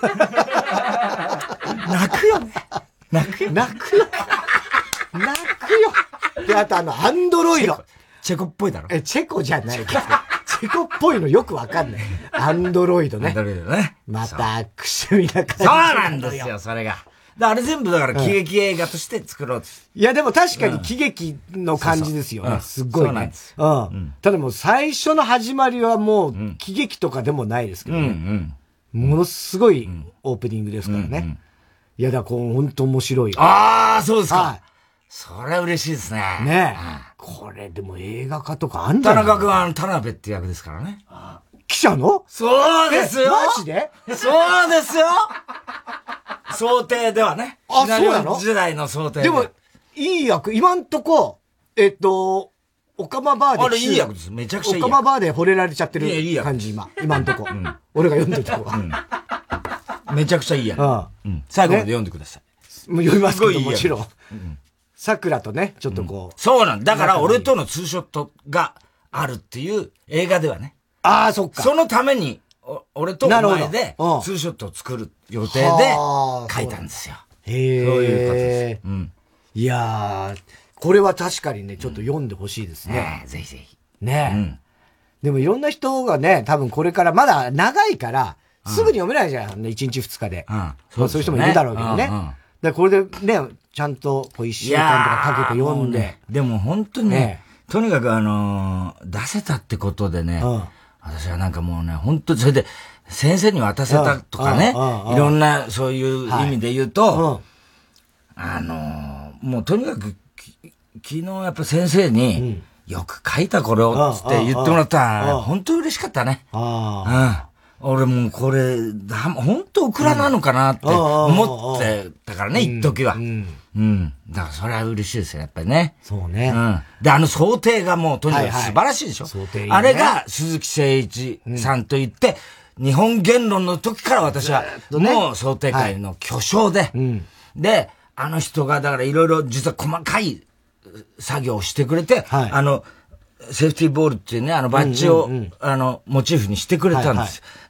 泣くよね。泣くよ。 泣くよ。泣くよ。で、あとあの、アンドロイド。 チェコっぽいだろ。 え、チェコじゃないけど。チェコっぽいのよくわかんない。アンドロイドね。 アンドロイドね。 また、くしゅみな感じ。 そうなんですよ、それが。あれ全部だから喜劇映画として作ろうと。 いや、でも確かに喜劇の感じですよね。すごいね。そうなんです。うん。ただもう最初の始まりはもう喜劇とかでもないですけどね。ものすごいオープニングですからね。いや、だからこう、ほんと面白い。 ああ、そうですか。はい。それは嬉しいですね。 ねえ。これでも映画化とかあんじゃない？ 田中君はあの、田辺って役ですからね。 記者の？ そうですよ。 マジで？ そうですよ。想定ではね。 あ、そうなの？ 時代の想定でも、いい役、今んとこ、えっと、オカマバーで。 あれいい役です。めちゃくちゃいい役。 オカマバーで惚れられちゃってる感じ、今。今んとこ。俺が読んでるとこは。めちゃくちゃいい役。最後まで読んでください。 もう読みますけど、もちろん。桜とね、ちょっとこう。 そうなんだから俺とのツーショットがあるっていう映画ではね。 ああ、そっか。 そのために、俺とお前で、ツーショットを作る予定で書いたんですよ。 へえ。 そういうことです。うん。 いやー、これは確かにね、ちょっと読んでほしいですね。 ぜひぜひ。 ねえ。うん。でもいろんな人がね、多分これからまだ長いから、すぐに読めないじゃん、いちにちふつかで。うん。そういう人もいるだろうけどね。で、これでね、ちゃんとこういっしゅうかんとかかけて読んで。 でも本当にね、とにかくあの、出せたってことでね、私はなんかもうね、本当それで、先生に渡せたとかね、いろんなそういう意味で言うと、あの、もうとにかく、昨日やっぱ先生に、よく書いたこれを、つって言ってもらったら、本当嬉しかったね。俺もうこれ、本当オクラなのかなって思ってたからね、一時は。うん。だからそれは嬉しいですよ、やっぱりね。 そうね。 うん。で、あの想定がもうとにかく素晴らしいでしょ。想定いいね。あれが鈴木誠一さんと言って、日本言論の時から私は、もう想定会の巨匠で、で、 あの人が、だからいろいろ実は細かい作業をしてくれて、はい、あの、セーフティーボールっていうね、あのバッジを、うんうんうん、あの、モチーフにしてくれたんですよ。はいはい、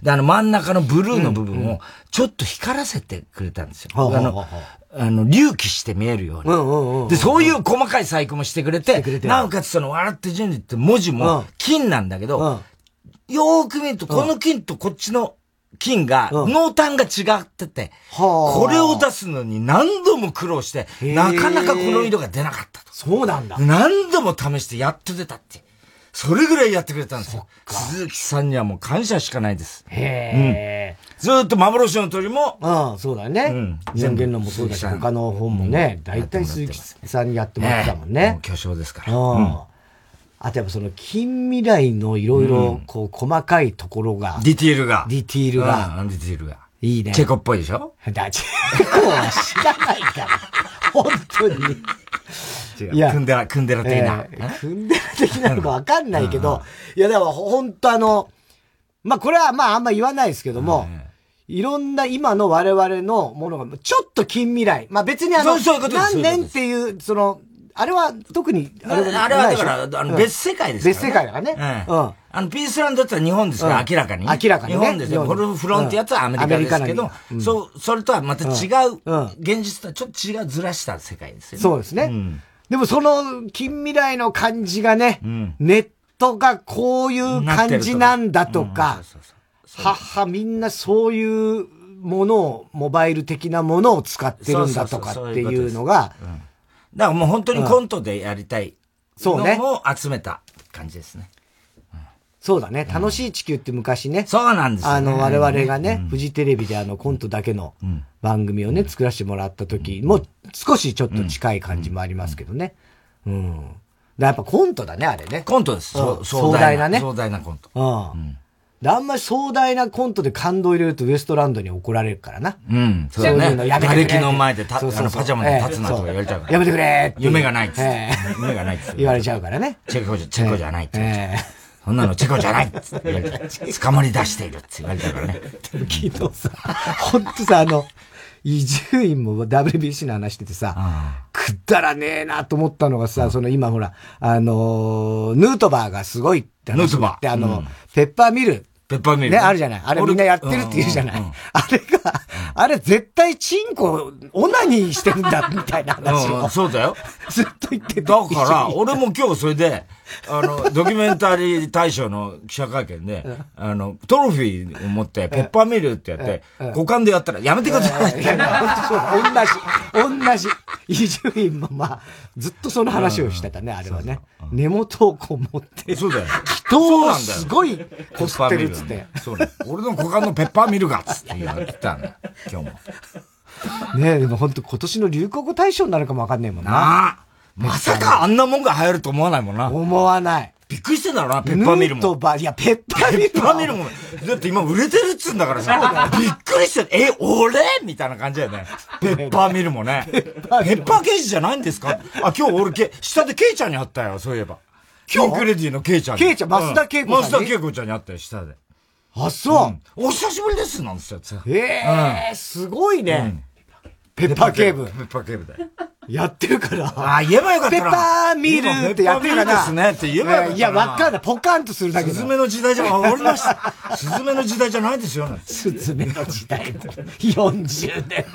で、あの真ん中のブルーの部分を、ちょっと光らせてくれたんですよ。うんうん、あの、あの、隆起して見えるように。うんうんうん、で、そういう細かい細工もしてくれて、てなおかつその、笑って人類って文字も金なんだけど、うん、よーく見ると、この金とこっちの金が、濃淡が違ってて、うん、これを出すのに何度も苦労して、なかなかこの色が出なかったと。 そうなんだ。 何度も試してやっと出たって。それぐらいやってくれたんですよ。鈴木さんにはもう感謝しかないです。へー。うん、ずーっと幻の鳥も。 ああ、そうだね。うん。全言論もそうだし、他の本もね、大体鈴木さんにやってもらったもんね。 巨匠ですから。 うん。あとやっぱその近未来のいろいろ、こう、細かいところが。 ディティールが。 ディティールが。 うん、ディティールが。 いいね。 チェコっぽいでしょ？ だ、チェコは知らないから。本当に。 いや、クンデラ、クンデラ的な。 えー、クンデラ的なのかわかんないけど、いや、でも本当あの、まあ、これはまああんま言わないですけども、いろんな今の我々のものが、ちょっと近未来。まあ、別にあの、何年っていう、その、あれは特に、 あれは、あれはだから、あの、別世界ですから。 別世界だからね。うん。 あの、ピースランドだったら日本ですから、明らかに。 明らかに。 日本ですよ。フロンってやつはアメリカですけど、そう、それとはまた違う、現実とはちょっと違うずらした世界ですよね。 そうですね。でもその近未来の感じがね、ネットがこういう感じなんだとか、はは、みんなそういうものを、モバイル的なものを使ってるんだとかっていうのが、 だからもう本当にコントでやりたいのを集めた感じですね。 そうだね。楽しい地球って昔ね。 そうなんですよ。 あの、我々がね、フジテレビであの、コントだけの番組をね、作らせてもらった時も、少しちょっと近い感じもありますけどね。うん。やっぱコントだね、あれね。 コントです。 壮大なね。 壮大なコント。 うん。あんまり壮大なコントで感動を入れるとウエストランドに怒られるからな。 うん。そうだね。そういうのやめてくれ。瓦礫の前でた、あの、パジャマで立つなとか言われちゃうから。 やめてくれー夢がないっつって。夢がないっつって。 言われちゃうからね。 チェコじゃ、チェコじゃないって。そんなのチェコじゃないっつって言われて。捕まり出しているって言われちゃうからね。 でも昨日さ、ほんとさ、あの、伊集院も ダブリュービーシー の話しててさ、くだらねえなと思ったのがさ、その今ほら、あの、ヌートバーがすごいって話があって、あの、ペッパーミル。 ペッパーミル。 ね、あるじゃない。あれみんなやってるって言うじゃない。あれが、あれ絶対チンコ、オナニーしてるんだ、みたいな話を。 そうだよ。 ずっと言ってた。だから、俺も今日それで、あの、ドキュメンタリー大賞の記者会見で、あの、トロフィーを持って、ペッパーミルってやって、股間でやったら、やめてください。 いや、本当そう。同じ、同じ。伊集院もまあ、ずっとその話をしてたね、あれはね。根元をこう持って。 そうだよ。 人をすごいこすってるっつって。 そうだよ。俺の股間のペッパーミルがつって言ったんだよ、今日も。 ねえ、でも本当今年の流行語大賞になるかもわかんねえもんな。 なあ。まさかあんなもんが流行ると思わないもんな。 思わない。 びっくりしてんだろうな、ペッパーミルも。 ヌートバー、いや、ペッパーミル。 ペッパーミルも。だって今売れてるっつうんだからさ。びっくりして、え、俺みたいな感じだよね。ペッパーミルもね。ペッパー刑事じゃないんですか？あ、今日俺、け、下でケイちゃんに会ったよ、そういえば。ピンクレディのケイちゃんに。 ケイちゃん、増田ケイ子ちゃん。増田ケイ子ちゃんに会ったよ、下で。 あ、そう。 お久しぶりですなんつってええ、すごいね。ペッパー警部。 ペッパー警部だよ。 やってるから。 ああ、言えばよかったな。 ペッパーミルってやってるから。 ペッパーミルですねって言えばよかったな。 いや、わかんない。ポカンとするだけスズメの時代じゃ、俺の、スズメの時代じゃないですよ。 スズメの時代。よんじゅうねんまえ。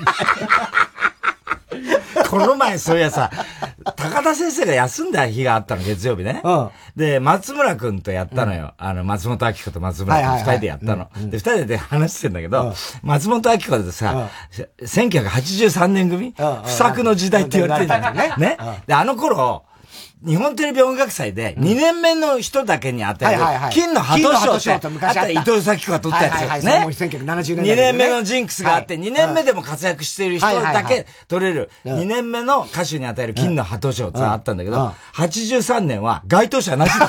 この前、そういやさ、高田先生が休んだ日があったの、月曜日ね。うん、で、松村くんとやったのよ。うん、あの、松本明子と松村くん二人でやったの。で、二人で話してんだけど、うん、松本明子でさ、うん、せんきゅうひゃくはちじゅうさんねん組、うん、不作の時代って言われてるじゃん。ね。ね。で、あの頃、日本テレビ音楽祭でにねんめの人だけに与える金の鳩賞ってあった伊藤咲子が取ったやつね。にねんめのジンクスがあってにねんめでも活躍している人だけ取れるにねんめの歌手に与える金の鳩賞ってあったんだけど、はちじゅうさんねんは該当者なしだった。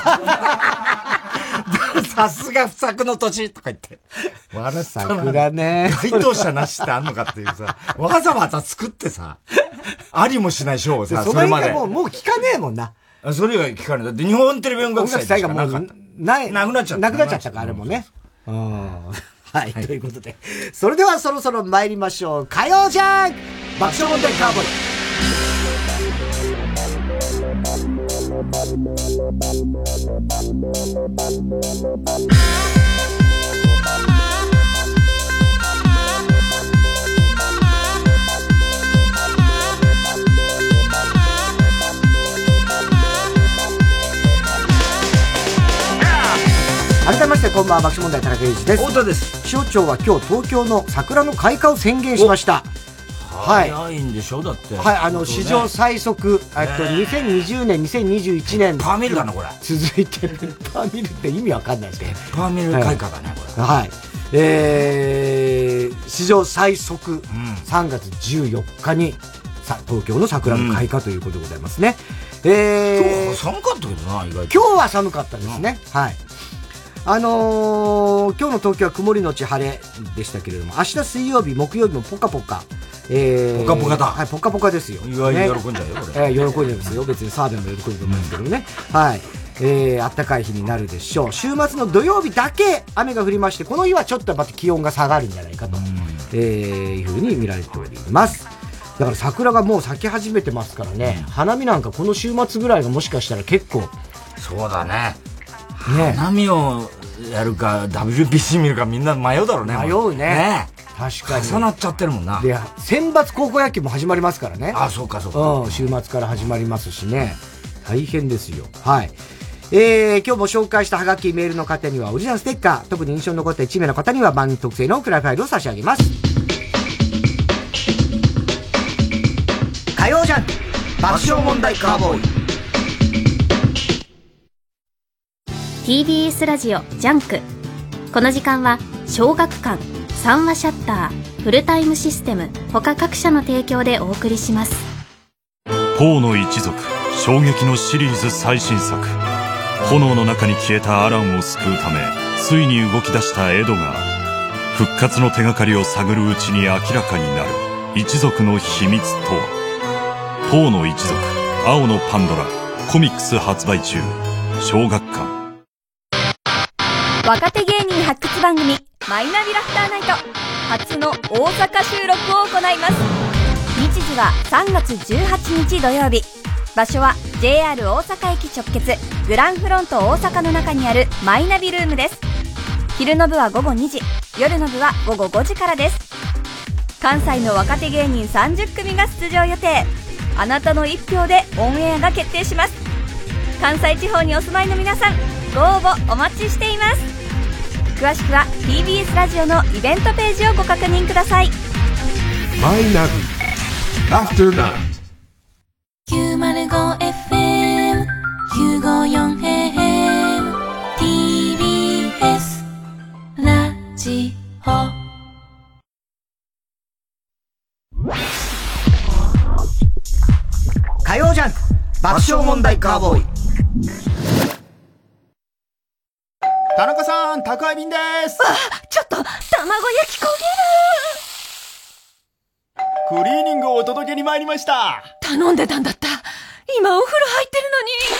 さすが不作の年とか言って。 笑った桜ね。 該当者なしってあんのかっていうさ、わざわざ作ってさ、ありもしない賞をさ、 それまで。もう、もう聞かねえもんな。 それが聞かない。だって日本テレビ音楽祭がもう、 ない。 なくなっちゃった。 なくなっちゃったから、あれもね。うん。はい、ということで。それではそろそろ参りましょう。火曜ジャンク爆笑問題カーボーイ。 改めましてこんばんは、爆笑問題田中裕二です。 太田です。 気象庁は今日東京の桜の開花を宣言しました。 はい。早いんでしょだって。 はい、あの、史上最速、えっと、にせんにじゅうねん、にせんにじゅういちねん。 パーミルだな、これ。 続いてる。パーミルって意味わかんないですけど。 パーミル開花だね、これ。 はい。えー、史上最速、さんがつじゅうよっかに、さ、東京の桜の開花ということでございますね。えー。今日寒かったけどな、意外と。 今日は寒かったですね。はい。あのー、今日の東京は曇りのち晴れでしたけれども、明日水曜日、木曜日もポカポカ。 えー、ポカポカだ。 はい、ポカポカですよ。 意外に喜んじゃうよ、これ。 えー、喜んじゃいますよ。別に澤部も喜んでると思うんですけどね。はい。えー、暖かい日になるでしょう。週末の土曜日だけ雨が降りまして、この日はちょっとまた気温が下がるんじゃないかと、えー、いうふうに見られております。だから桜がもう咲き始めてますからね、うん、花見なんかこの週末ぐらいがもしかしたら結構。 そうだね。ね、花見をやるか ダブリュービーシー 見るかみんな迷うだろうね。 迷うね。 ね、 確かに重なっちゃってるもんな。 で、選抜高校野球も始まりますからね。 あ、そうかそうか。 うん、週末から始まりますしね。大変ですよ。はい。えー、今日も紹介したハガキメールの方にはオリジナルステッカー、特に印象に残ったいち名の方には番組特製のクラファイルを差し上げます。火曜ジャン爆笑問題カーボーイ。 ティービーエス ラジオジャンク。この時間は小学館、三話シャッター、フルタイムシステム他各社の提供でお送りします。 ポーの一族、衝撃のシリーズ最新作。炎の中に消えたアランを救うためついに動き出したエドが、復活の手がかりを探るうちに明らかになる一族の秘密とは。ポーの一族、青のパンドラ、コミックス発売中。小学館。 若手芸人発掘番組マイナビラフターナイト初の大阪収録を行います。日時はさんがつじゅうはちにち土曜日。場所は ジェイアール 大阪駅直結グランフロント大阪の中にあるマイナビルームです。昼の部はごごにじ、夜の部はごごごじからです。関西の若手芸人さんじゅっくみが出場予定。あなたの一票でオンエアが決定します。関西地方にお住まいの皆さん、ご応募お待ちしています。詳しくは ティービーエス ラジオのイベントページをご確認ください。 マイナビアフターナイトきゅうまるごエフエム きゅうごよんエフエム ティービーエス ラジオ。 火曜ジャンク爆笑問題カーボーイ。 田中さん、宅配便です。 あ、ちょっと卵焼き焦げる。クリーニングをお届けに参りました。 頼んでたんだった。今お風呂入ってる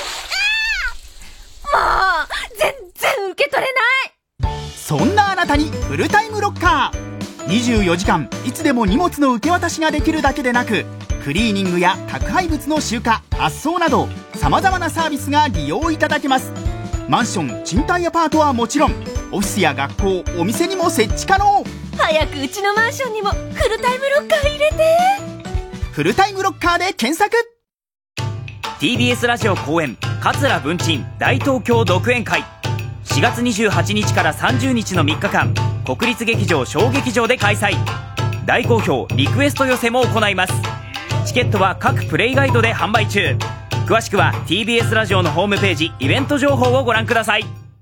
のに。もう全然受け取れない。 そんなあなたにフルタイムロッカー。にじゅうよじかんいつでも荷物の受け渡しができるだけでなく、クリーニングや宅配物の集荷、発送など様々なサービスが利用いただけます。マンション、賃貸アパートはもちろん、オフィスや学校、お店にも設置可能。 早くうちのマンションにもフルタイムロッカー入れて。 フルタイムロッカーで検索。 ティービーエス ラジオ公演桂文鎮大東京独演会、しがつにじゅうはちにちからさんじゅうにちのみっかかん、国立劇場小劇場で開催。大好評リクエスト寄せも行います。チケットは各プレイガイドで販売中。詳しくは ティービーエス ラジオのホームページイベント情報をご覧ください。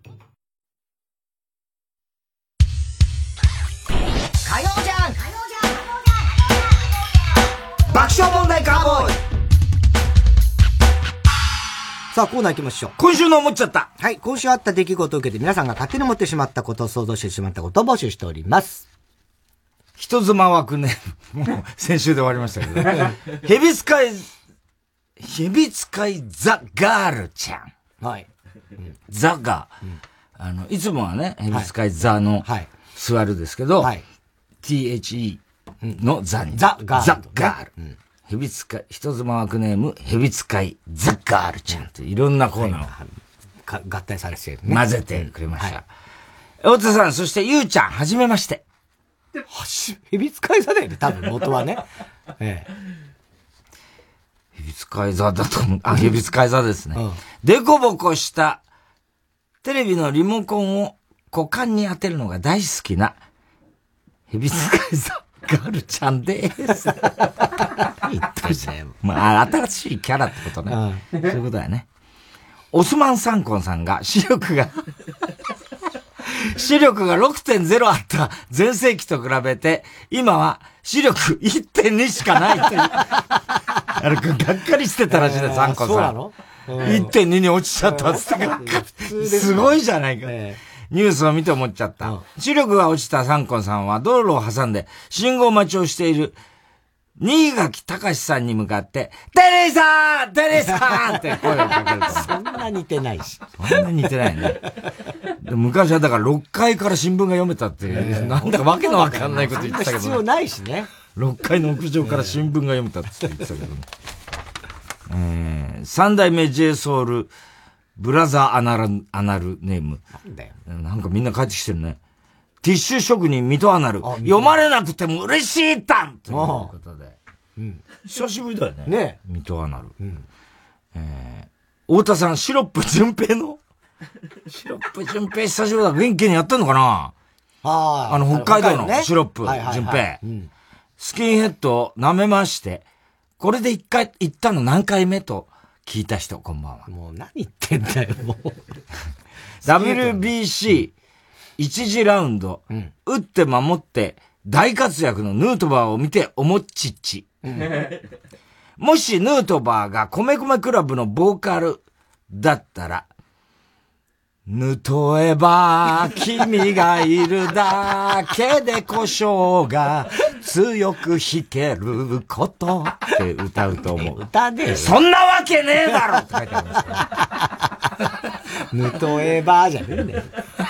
火曜ジャン爆笑問題カーボーイ。さあコーナー行きましょう。 今週の思っちゃった。 はい、今週あった出来事を受けて皆さんが勝手に思ってしまったことを想像してしまったことを募集しております。 人妻枠ね、もう先週で終わりましたけどヘビ使い蛇使いザ・ガールちゃん。 はい。 うん、ザが、うん、あの、いつもはね、蛇使いザの、はい、座るですけど、はい、ティーエイチイー のザに、 ザ・ガール、 ザ・ガール。うん、 蛇使い、人妻枠ネーム、蛇使い、ザッガールちゃんといろんなコーナーを、はいか合体されてるね。 混ぜてくれました。大津さん、そしてゆうちゃん、はじめまして。 はし、蛇使い座だよね、多分元はね。ええ。 蛇使い座だと思う。あ、蛇使い座ですね。うん。デコボコした、テレビのリモコンを股間に当てるのが大好きな、蛇使い座、ガールちゃんでーす。言ってたよ。まあ、新しいキャラってことね。うん、そういうことだよね。オスマンサンコンさんが視力が視力が ろくてんゼロ あった前世紀と比べて、今は視力 いってんに しかないという。あれ、がっかりしてたらしいです、サンコンさん。そうなの、うん、いってんに に落ちちゃったっつってがっかり。すごいじゃないか。えー、ニュースを見て思っちゃった。うん、視力が落ちたサンコンさんは道路を挟んで信号待ちをしている新垣隆さんに向かって、テリーさんテリーさんって声をかけると。 そんな似てないし。 そんな似てないね。昔はだからろっかいから新聞が読めたっていう、えー、なんだかわけのわかんないこと言ってたけど、ね。 必要ないしね。 ろっかいの屋上から新聞が読めたって言ってたけどね。えー、三代目 J ソウルブラザーアナル、アナルネーム。なんだよ。なんかみんな帰ってきてるね。ティッシュ職人水戸アナル。読まれなくても嬉しいたんということで。うん、久しぶりだよね。 ね水戸アナル。うん、えー、太田さん、シロップ純平のシロップ純平久しぶりだ。元気にやってんのかなああ。あの、北海道のシロップ純平。スキンヘッドを舐めまして、これで一回、行ったの何回目と聞いた人、こんばんは。 もう何言ってんだよ、もう。 ダブリュービーシー一次ラウンド、うん、打って守って大活躍のヌートバーを見て思っちっち。うん、もしヌートバーが米米クラブのボーカルだったら、ぬとえば君がいるだけで故障が強く弾けることって歌うと思う。 歌ねえ。 そんなわけねえだろって書いてありますよ。ぬとえばじゃねえんだよ。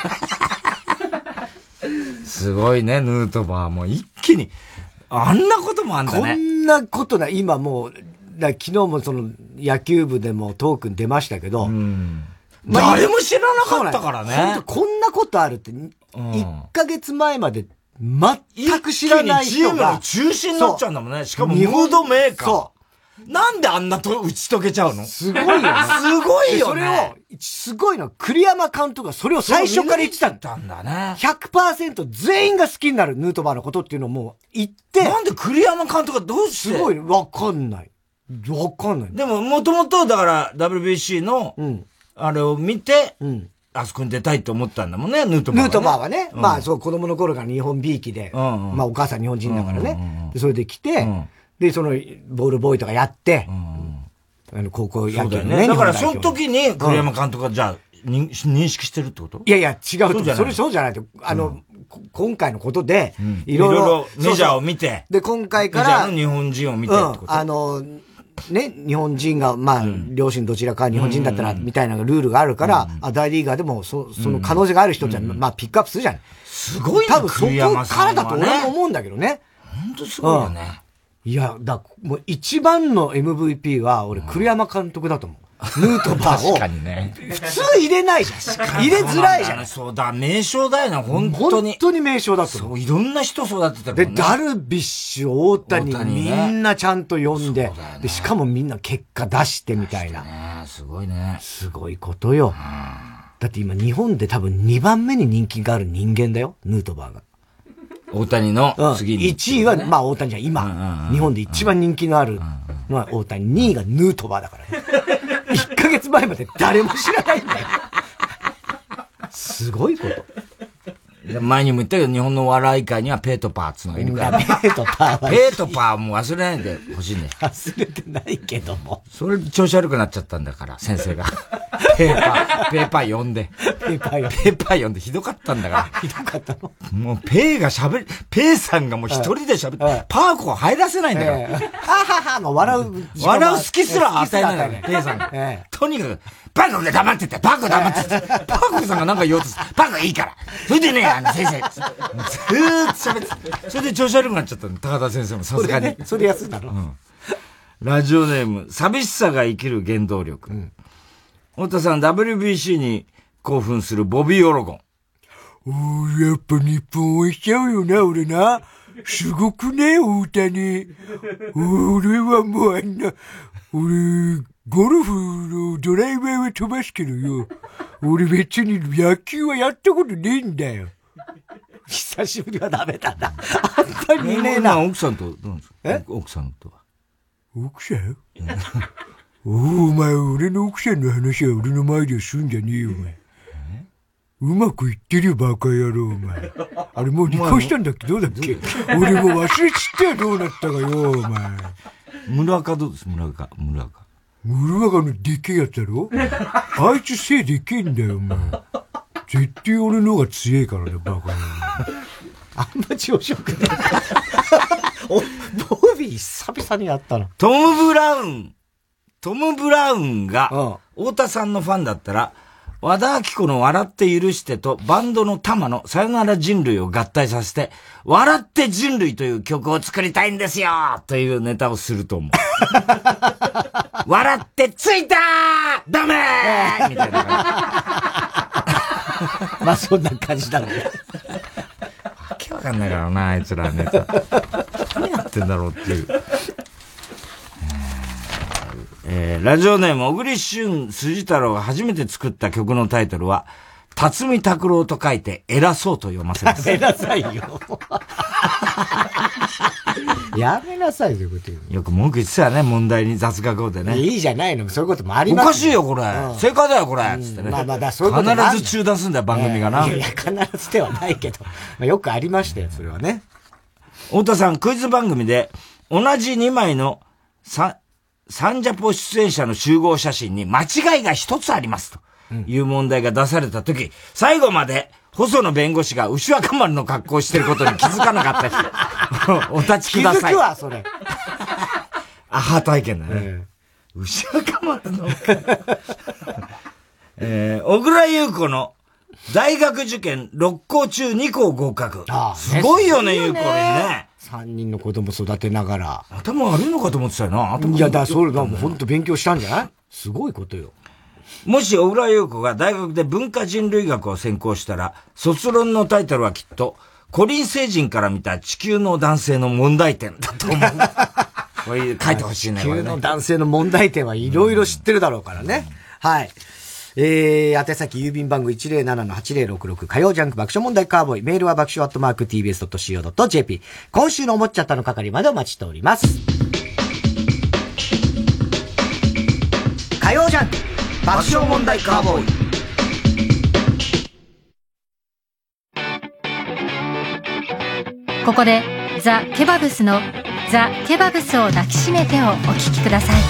すごいね、ヌートバーも一気に、あんなこともあんだね。 こんなことな、今もう、だ昨日もその野球部でもトークに出ましたけど、うんまあ、誰も知らなかったからね。 本当こんなことあるって、うん、いっかげつまえまで全く知らない人が。チームの中心になっちゃうんだもんね。しかもムードメーカー。そう。なんであんなと打ち解けちゃうの？ すごいよね。 すごいよね。 それを、すごいの、栗山監督がそれを最初から言ってたんだね。 ひゃくパーセント 全員が好きになるヌートバーのことっていうのをもう言って。 なんで栗山監督がどうして？ すごい、わかんない。わかんない。 でも、もともと、だから、ダブリュービーシー の、うん、あれを見て、うん、あそこに出たいと思ったんだもんね、ヌートバーは、ね。 ヌートバーはね。うん、まあ、そう、子供の頃から日本びいきで、うんうん、まあ、お母さん日本人だからね。うんうん、でそれで来て、うん、で、その、ボールボーイとかやって、うん、あの、高校野球のね。 ねだから、その時に、栗山監督が、じゃあ、認識してるってこと？ いやいや、違うと。それそうじゃないと。あの、うん、今回のことで、 いろいろメジャーを見て、 で、今回から、 メジャーの日本人を見てってこと、 うん、あの、ね、日本人が、まあ、うん、両親どちらか日本人だったら、みたいなルールがあるから、うん、あ、大リーガーでも、そ、その可能性がある人じゃ、うん、まあ、ピックアップするじゃない。 すごいね。 多分そこからだと俺も思うんだけどね。 ほんとすごいよね。 うん、いや、だ、もう一番の エムブイピー は、俺、栗山監督だと思う。ヌートバーを。 確かにね。 普通入れないじゃん。入れづらいじゃん。 そうだ、名称だよな、本当に。 本当に名称だと思う。そう、いろんな人育ててるもんね。で、ダルビッシュ、大谷、大谷ね、みんなちゃんと呼んで、ね、で、しかもみんな結果出してみたいな。 ね、すごいね。 すごいことよ。だって今日本で多分にばんめに人気がある人間だよ、ヌートバーが。 大谷の次に、 うん。いちいは、まあ大谷じゃん、今、日本で一番人気のあるのは大谷、にいがヌートバーだからね。いっかげつまえまで誰も知らないんだよ。すごいこと。 前にも言ったけど、日本の笑い界にはペートパーっつうのがいるから。 ペートパーは。 ペートパーも忘れないでほしいね。 忘れてないけども。 それ調子悪くなっちゃったんだから、先生が。ペーパー、ペーパー呼んで。 ペーパー呼んで。 ペーパー呼んでひどかったんだから。 ひどかったのもうペーが喋り、ペーさんがもう一人で喋って、パーコを入らせないんだから。 ははは、もう笑う。 笑う好きすら与えないんだよ、ペーさんが。とにかく、パーコが黙ってて、パーコ黙ってて。パーコさんがなんか言おうとする。パーコいいから。それでね、あの先生。ずーっと喋って。それで調子悪くなっちゃったの、高田先生もさすがに。 それで休んだの、うん、 ラジオネーム、寂しさが生きる原動力。うん、太田さん、ダブリュービーシー に興奮するボビー・オロゴン。 おー、やっぱ日本応援しちゃうよな、俺な。すごくね、大谷。俺はもうあんな、俺、ゴルフのドライバーは飛ばすけどよ。俺別に野球はやったことねえんだよ。 久しぶりはダメだな。あんまりねえな。 奥さんと、どうですか？え？奥さんとは。 奥さんおお、お前、俺の奥さんの話は俺の前ですんじゃねえよ、お前。うまくいってるよ、バカ野郎、お前。あれもう離婚したんだっけ？どうだっけ？俺も忘れちったよ、どうなったかよ、お前。 村岡どうです？村岡、村岡。 村岡のでっけえやつだろ？あいつ背でっけえんだよ、お前。絶対俺の方が強えからね、バカ野郎。 あんま調子よくねえ。お、ボビー久々にやったの。 トム・ブラウン、トム・ブラウンが、太田さんのファンだったら、和田アキ子の笑って許してとバンドのタマのさよなら人類を合体させて、笑って人類という曲を作りたいんですよというネタをすると思う。笑ってついたーダメーみたいな感じ。まあそんな感じだね。 わけわかんないからな、あいつらネタ。何やってんだろうっていう。えー、ラジオネーム、小栗旬辻太郎が初めて作った曲のタイトルは、辰巳拓郎と書いて、偉そうと読ませます。 やめなさいよ。やめなさいよ、ことよく文句言ってたよね、問題に雑学をでね。 いいじゃないの、そういうこともありますよ。 おかしいよ、これ。うん、正解だよ、これ。つってね。 まあまあだ、そういうこと必ず中断すんだよ、番組がな。 いやいや、必ずではないけど。まあ、よくありましたよ、それはね。 太田さん、クイズ番組で、同じにまいの、さ、サンジャポ出演者の集合写真に間違いが一つありますという問題が出されたとき、うん、最後まで細野弁護士が牛若丸の格好をしていることに気づかなかった人、お立ちください。 気づくわ、それ。 アハ体験だね。えー、牛若丸の、えー、小倉優子の大学受験ろっ校中に校合格。ああすごいよね、優子にね。 三人の子供育てながら。 頭悪いのかと思ってたよな。 いや、だ、そうだ、もう本当勉強したんじゃない？すごいことよ。 もし小倉優子が大学で文化人類学を専攻したら、卒論のタイトルはきっと、コリン星人から見た地球の男性の問題点だと思う。これ書いてほしいね、 地球の男性の問題点はいろいろ知ってるだろうからね。うん、はい。えー、宛先郵便番号 いちまるななのはちまるろくろく 火曜ジャンク爆笑問題カーボーイ。メールは爆笑アットマーク ティービーエスドットシーオードットジェーピー。今週の思っちゃったの係までお待ちしております。火曜ジャンク爆笑問題カーボーイ。 ここでザ・ケバブスのザ・ケバブスを抱きしめてをお聞きください。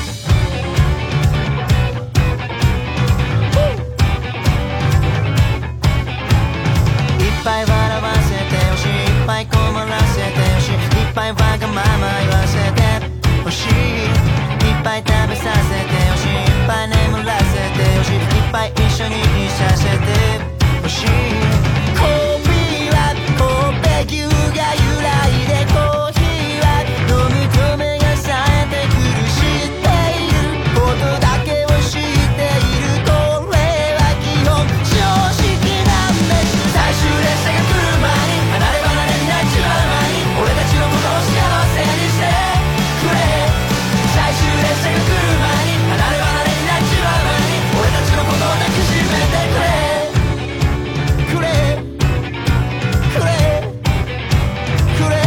いっぱい笑わせてよし、いっぱい困らせてよし、いっぱいわがまま言わせてほしい、いっぱい食べさせてよし、いっぱい眠らせてよし、いっぱい一緒にいさせてほしい。コーヒーは神戸牛が由来で、コーヒーは飲むと目が冴えてくる、知っていることだけを知っている、これは基本常識なんです。最終列車が来る前に離れ離れになっちまう前に、俺たちのことを幸せにしてくれ。最終列車が来る前に離れ離れになっちまう前に、俺たちのことを抱きしめてくれくれくれくれ。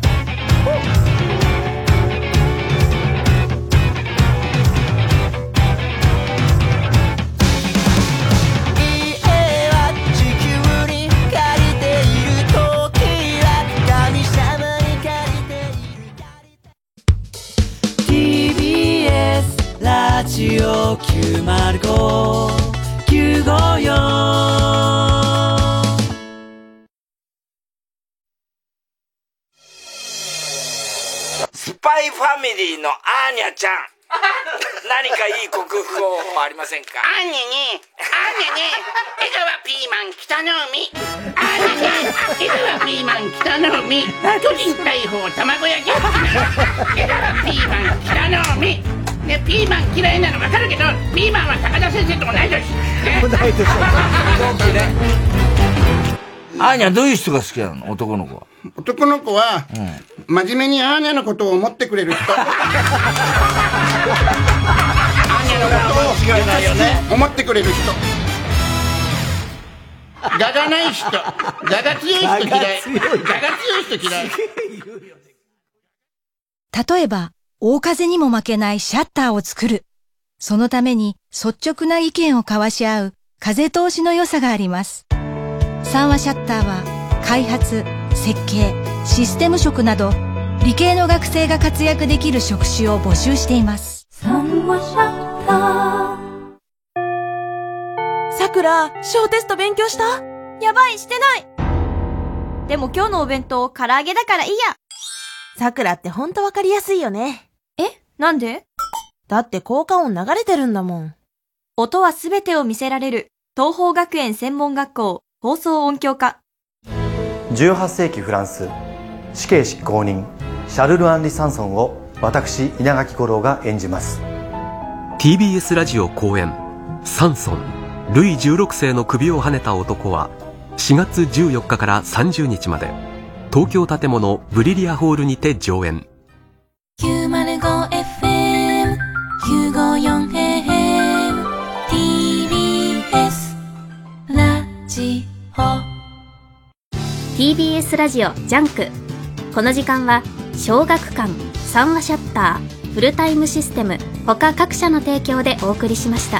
家は地球に借りている、時は神様に借りている。 ティービーエス ラジオきゅうまるご きゅうごよん。 スパイファミリーのアーニャちゃん。何何かいい克服方法ありませんか？ あんねね、あんねね、江川ピーマン北の海。あんねね、江川ピーマン北の海。巨人大砲卵焼き。江川ピーマン北の海。ね、ピーマン嫌いなの分かるけど、ピーマンは高田先生と同い年。ね、 同い年。アーニャどういう人が好きなの？男の子は。 男の子は、うん、真面目にアーニャのことを思ってくれる人。アーニャのことを違いないよね。思ってくれる人。我がない人。我が強い人嫌い。我が強い人嫌い。 例えば、大風にも負けないシャッターを作る。そのために率直な意見を交わし合う風通しの良さがあります。三和シャッターは開発、設計、システム職など理系の学生が活躍できる職種を募集しています。 三和シャッター。さくら、小テスト勉強した？やばい、してない。でも今日のお弁当唐揚げだからいいや。 さくらってほんとわかりやすいよね。 え？なんで？ だって効果音流れてるんだもん。 音はすべてを見せられる東邦学園専門学校放送音響科。 じゅうはっせいきフランス死刑執行人シャルル・アンリ・サンソンを私稲垣吾郎が演じます。 ティービーエス ラジオ公演サンソンルイじゅうろくせいの首をはねた男はしがつじゅうよっかからさんじゅうにちまで東京建物ブリリアホールにて上演。 きゅうまるごエフエムきゅうごよんエーエム ティービーエス ラジオティービーエス ラジオジャンク。この時間は小学館、三話シャッター、フルタイムシステム他各社の提供でお送りしました。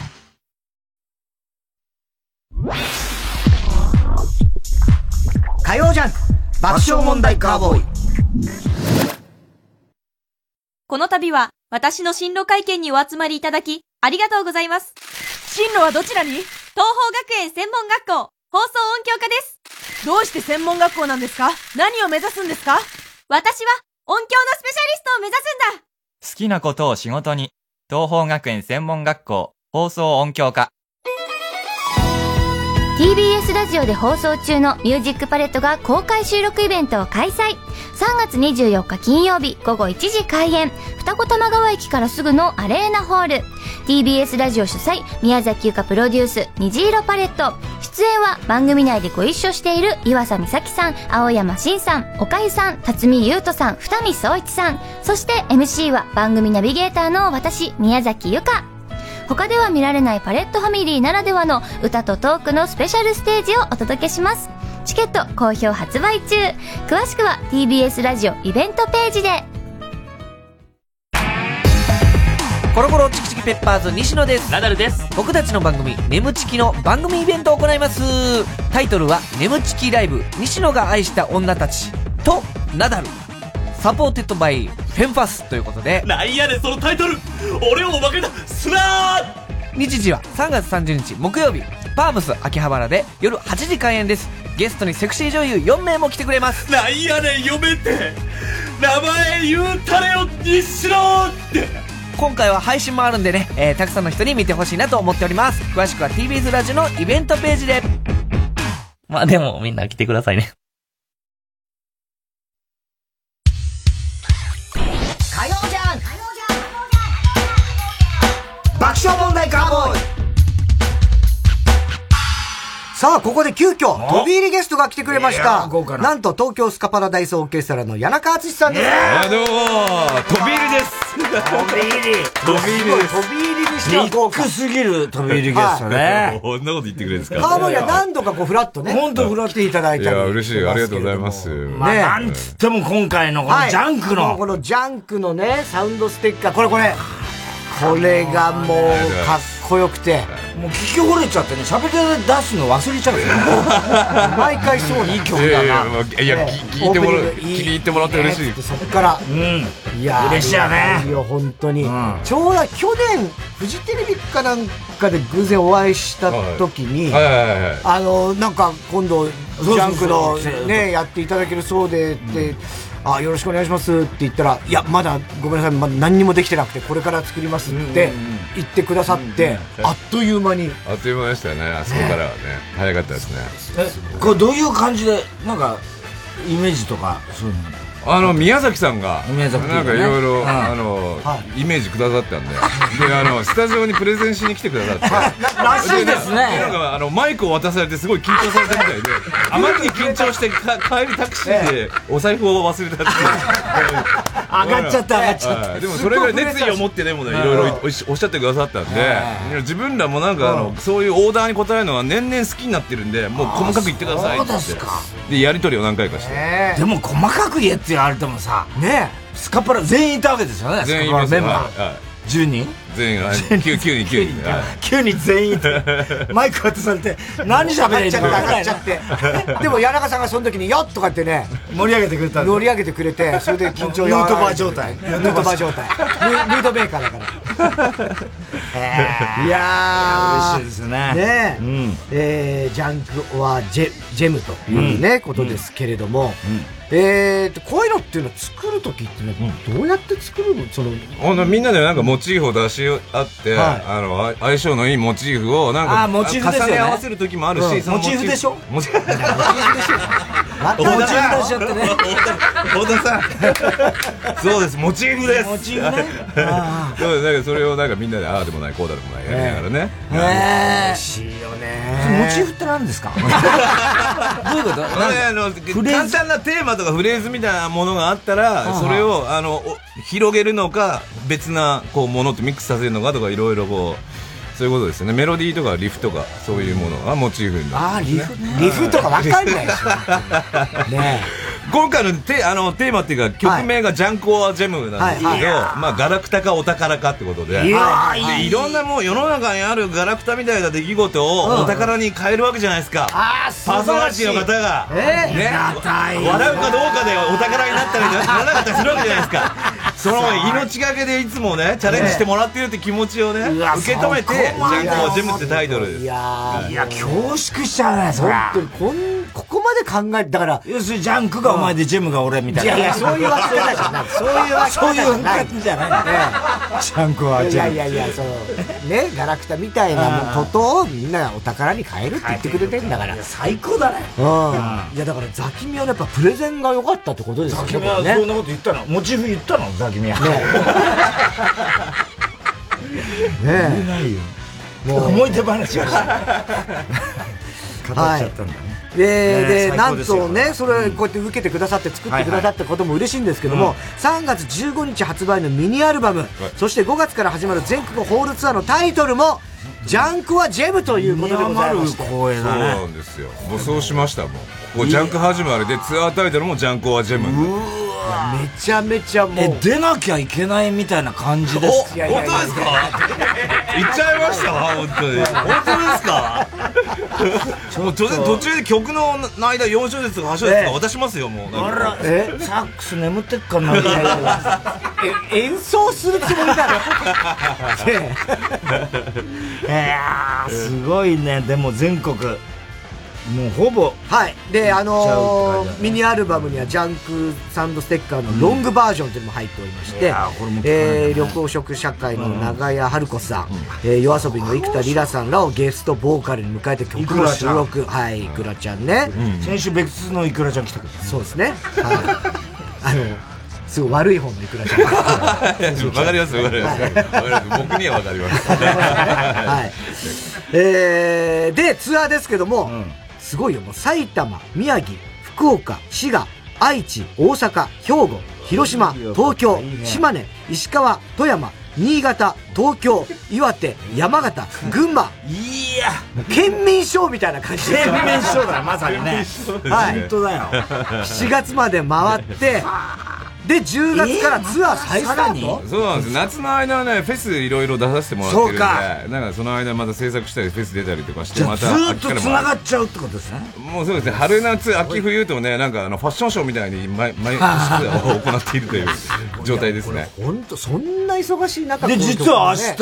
火曜ジャンク爆笑問題カーボーイ。 この度は私の進路会見にお集まりいただきありがとうございます。 進路はどちらに？ 東邦学園専門学校放送音響科です。 どうして専門学校なんですか？何を目指すんですか？ 私は音響のスペシャリストを目指すんだ。 好きなことを仕事に。東邦学園専門学校放送音響科。 ティービーエス ラジオで放送中のミュージックパレットが公開収録イベントを開催。さんがつにじゅうよっか金曜日ごごいちじ開演。二子玉川駅からすぐのアレーナホール。ティービーエス ラジオ主催宮崎由香プロデュース虹色パレット。出演は番組内でご一緒している岩佐美咲さん、青山真さん、岡井さん、辰巳優斗さん、二見総一さん。そして エムシー は番組ナビゲーターの私宮崎由香。他では見られないパレットファミリーならではの歌とトークのスペシャルステージをお届けします。チケット好評発売中。詳しくは ティービーエス ラジオイベントページで。 コロコロチキチキペッパーズ西野です。 ナダルです。 僕たちの番組眠チキの番組イベントを行います。タイトルは眠チキライブ西野が愛した女たちとナダルサポーテッドバイフェンファスということで。 なんやねんそのタイトル、俺を負けたすなー。 日時はさんがつさんじゅうにち木曜日、パームス秋葉原で夜はちじ開演です。ゲストにセクシー女優よんめいも来てくれます。 なんやねん嫁って名前言うたれよ西野って。 今回は配信もあるんでね、えー、たくさんの人に見てほしいなと思っております。詳しくは ティービーエス ラジオのイベントページで。 まあでもみんな来てくださいね。 火曜じゃん爆笑問題カーボーイ。さあここで急遽飛び入りゲストが来てくれました。なんと東京スカパラダイスオーケストラの谷中敦さんです。 どうも飛び入りです。 飛び入り飛び入りです。 飛び入りにしては豪華すぎる飛び入りゲストね。 こんなこと言ってくれるんですか。 カーボーイは何度かこうフラッとね、 本当フラッと来ていただいたり。 いや嬉しい、ありがとうございます。 まあなんつっても今回のこのジャンクの、 このジャンクのねサウンドステッカー、これこれこれがもうかっこよくて、 もう聞き惚れちゃってね、喋って出すの忘れちゃうんですよ。 毎回そういい曲だな。 いや聞いてもらう、気に入ってもらって嬉しい。 そっからいや嬉しいよね。 いや本当にちょうど去年フジテレビかなんかで偶然お会いした時に、あのなんか今度ジャンクのねやっていただけるそうでってあ、よろしくお願いしますって言ったら、いや、まだごめんなさい、まだ何にもできてなくて、これから作りますって言ってくださって、あっという間に。 あっという間でしたよね、あそこからはね。早かったですね。 これどういう感じで、なんか、イメージとか、そういうのあの宮崎さんが宮崎なんかいろいろあのイメージくださったんで、であのスタジオにプレゼンしに来てくださって、 らしいですね。 なんかあのマイクを渡されてすごい緊張されたみたいで、あまりに緊張してか帰りタクシーでお財布を忘れたっていう。 上がっちゃった上がっちゃった。 でもそれぐらい熱意を持ってでもねいろいろおっしゃってくださったんで、自分らもなんかあのそういうオーダーに応えるのが年々好きになってるんで、もう細かく言ってくださいって。でやり取りを何回かして。 でも細かく言えって言われてもさ、ねえ、スカパラ全員いたわけですよね。 全員メンバーじゅうにん全員きゅうにんきゅうにんきゅうにん全員マイク渡されて何喋ればいいのか分からない。 でも谷中さんがその時に「よっ!」とかってね盛り上げてくれた。 盛り上げてくれて、それで緊張ヌートバー状態。 ヌートバー状態。ヌートメーカーだから。いやー嬉しいですね。 ねえ、ジャンクはジェムというねことですけれども、えーとこういうのっていうのは作るときってね、どうやって作るの？そのほんとみんなでなんかモチーフを出し合って、あの相性のいいモチーフをなんか重ね合わせるときもあるし、 モチーフでしょ？ モチーフでしょ？ またモチーフ出しちゃってね。 太田さん、そうです、モチーフです。 モチーフね。 そうなんかそれをなんかみんなでああでもないこうだでもないやりながらね。 ね嬉しいよね。 モチーフって何ですか？どういうこと？ あの簡単なテーマとかフレーズみたいなものがあったら、それをあの広げるのか別なこうものとミックスさせるのかとかいろいろこうそういうことですよね。メロディーとかリフとかそういうものがモチーフになるんですね。 ああリフリフとかわかんないでしょ。ねえ。 今回のテあのテーマっていうか曲名がジャンクオアジェムなんですけど、まあガラクタかお宝かってことで、でいろんなもう世の中にあるガラクタみたいな出来事をお宝に変えるわけじゃないですか。パーソナリティの方がね、笑うかどうかでお宝になったりならなかったりするわけじゃないですか。その命がけでいつもねチャレンジしてもらってるって気持ちをね受け止めてジャンクオアジェムってタイトルです。 いやいや恐縮しちゃうねそれ。 本当にこんここまで考えてだから要するにジャンクがお前でジェムが俺みたいな。 いやいやそういうわけじゃない。そういうわけそういうわけじゃないね。ジャンクはジェム。 いやいやいやそうねガラクタみたいなことをみんなお宝に変えるって言ってくれてんだから最高だね。 うん。いやだからザキミはやっぱプレゼンが良かったってことですよね。 ザキミはそんなこと言ったの？モチーフ言ったの？ザキミは。ねえ。ねえ。ないよ。もう思い出話がした。語っちゃったんだね。 で、で、なんとね、それ、こうやって受けてくださって作ってくださったことも嬉しいんですけども、さんがつじゅうごにち発売のミニアルバム、そしてごがつから始まる全国ホールツアーのタイトルも、ジャンクはジェムということでございまして。 そうなんですよ。もうそうしましたもん。こうジャンク始まりでツアータイトルもジャンクはジェム。 めちゃめちゃもう。 え、出なきゃいけないみたいな感じです。 本当ですか？言っちゃいました本当に。本当ですか？もう途中で曲の間よんしょうぜつとかはちしょうぜつとか渡しますよもう。 あら、え、サックス眠ってっかな。 演奏するつもりだろ。 いやーすごいね。でも全国もうほぼはいであのー、ミニアルバムにはジャンクサンドステッカーのロングバージョンというのも入っておりまして、うんえー、緑黄色社会の長谷春子さん、うんえー、夜遊びの生田リラさんらをゲストボーカルに迎えて曲の収録はいいくらちゃんね、 うん、先週別のいくらちゃん来たけどそうですねはいあのすごい悪い方のいくらちゃんわかりますわかります、はい、僕にはわかりますはいえー、でツアーですけども、うんすごいよもう埼玉、宮城、福岡、滋賀、愛知、大阪、兵庫、広島、東京、いいね、島根、石川、富山、新潟、東京、岩手、山形、群馬いや県民賞みたいな感じで県民賞だまさにねはい本当だよしちがつまで回ってでじゅうがつからツアー再スタート、 えー、そうなんです夏の間はねフェスいろいろ出させてもらってるんでなんかその間また制作したりフェス出たりとかしてまたずっとつながっちゃうってことですねもうそうですね春夏秋冬とねなんかあのファッションショーみたいに毎毎年行っているという状態ですね本当そんな忙しい中で実は明日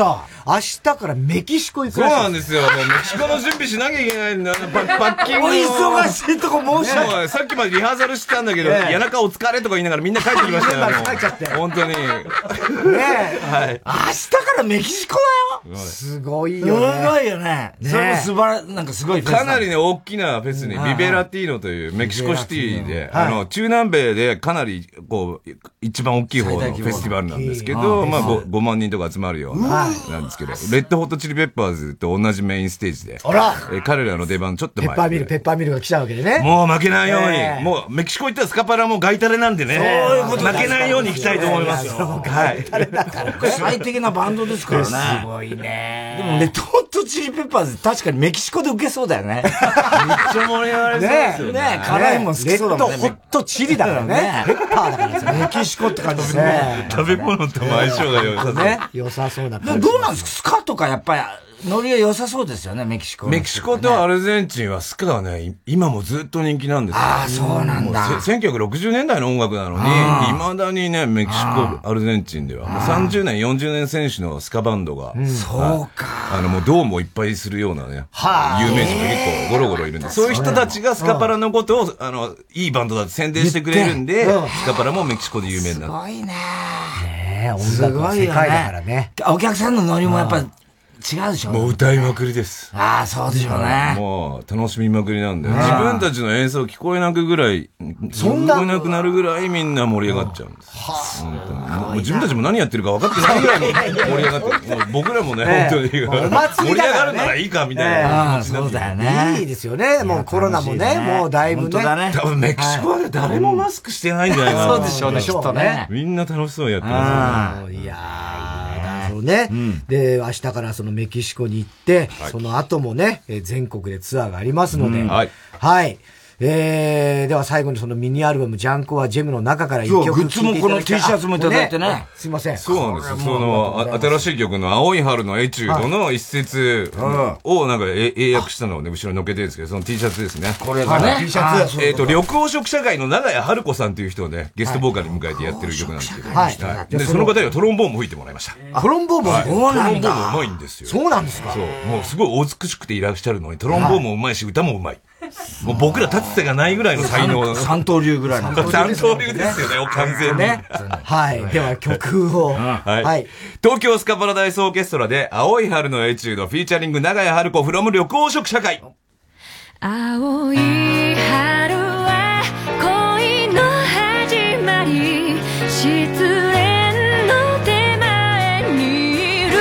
明日からメキシコ行くそうらしい。 なんですよ。もうメキシコの準備しなきゃいけないんだ。パッキングお忙しいとこ申し訳ない。 さっきまでリハーサルしてたんだけど、 ええ谷中お疲れとか言いながらみんな帰ってきましたよ。 帰っちゃって。 本当に。ねえ。はい。明日からメキシコだよ。 すごいよね。 すごいよね。それも素晴ら、なんかすごいフェス。 かなりね、大きなフェスに、ビベラティーノというメキシコシティで、あの、中南米でかなり、こう、一番大きい方のフェスティバルなんですけど、まあごまんにんとか集まるような、なんですけど、レッドホットチリペッパーズと同じメインステージで、 あら彼らの出番ちょっと前。 ペッパーミル、ペッパーミルが来ちゃうわけでね。 もう負けないように、もうメキシコ行ったらスカパラもガイタレなんでね、そういうこと負けないように行きたいと思いますよ。 はい。国際的なバンドですからね。 すごいね。 でもレッドホットチリペッパーズ確かにメキシコで受けそうだよね。めっちゃ盛り上がりそうですよね。 ね辛いもん好きそうだもんね。 レッドホットチリだからね。ペッパーだからですよ。 メキシコって感じですね。 食べ物とも相性が良さそう。 ね。良さそうだ。 どうなんですかスカとかやっぱり、ノリが良さそうですよね、メキシコ。 メキシコとアルゼンチンはスカはね、今もずっと人気なんですよ。 ああ、そうなんだ。 せんきゅうひゃくろくじゅうねんだいの音楽なのに、未だにね、メキシコ、アルゼンチンでは、もうさんじゅうねん、よんじゅうねん選手のスカバンドが、 そうか。 あの、もうドームをいっぱいするようなね、有名人が結構ゴロゴロいるんで、そういう人たちがスカパラのことを、あの、いいバンドだって宣伝してくれるんで、スカパラもメキシコで有名になる。 すごいね。 ね音楽の世界だからね。 お客さんのノリもやっぱ、違うでしょ。 もう歌いまくりです。 ああ、そうでしょうね。 もう、楽しみまくりなんで。自分たちの演奏聞こえなくぐらい、そんな聞こえなくなるぐらいみんな盛り上がっちゃうんです。はあ。自分たちも何やってるか分かってないぐらい盛り上がってる。もう僕らもね、本当に。盛り上がるならいいかみたいな気持ちになって。そうだよね。 いいですよね。もうコロナもね、もうだいぶね。 多分メキシコはね、誰もマスクしてないんじゃないかな。 そうでしょうね、きっとね。 みんな楽しそうにやってますね。いやー、ね。で、明日からそのメキシコに行って、その後もね、全国でツアーがありますので、はい。はい。えー、では最後にそのミニアルバム、ジャンコはジェムの中から一曲聴いていただきたい。 グッズもこの T シャツもいただいてね。 すいません。 そうなんですよ。その、新しい曲の青い春のエチュードの一節をなんか英訳したのをね、後ろに乗っけてるんですけど、その T シャツですね。 これがね。 T シャツ。えっと、緑黄色社会の長屋春子さんという人をね、ゲストボーカルに迎えてやってる曲なんですけど。はい。で、その方にはトロンボーンも吹いてもらいました。 トロンボーンもそうなんだ。トロンボーンもうまいんですよ。 そうなんですか。 そう。もうすごいお美しくていらっしゃるのに、トロンボーンもうまいし、歌もうまい。もう僕ら立つ瀬がないぐらいの才能。 三刀流ぐらいの。 三刀流ですよね、完全に。ね。 はい。では曲を。 はい。東京スカパラダイスオーケストラで、青い春のエチュード、フィーチャリング長屋春子 from 緑黄色社会。 青い春は恋の始まり、失恋の手前にいる。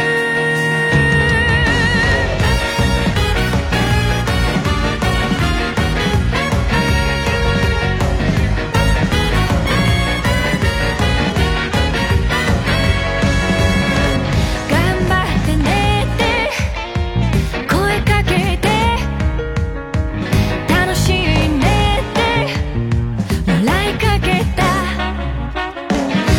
頑張ってねって声かけて、楽しいねって笑いかけた。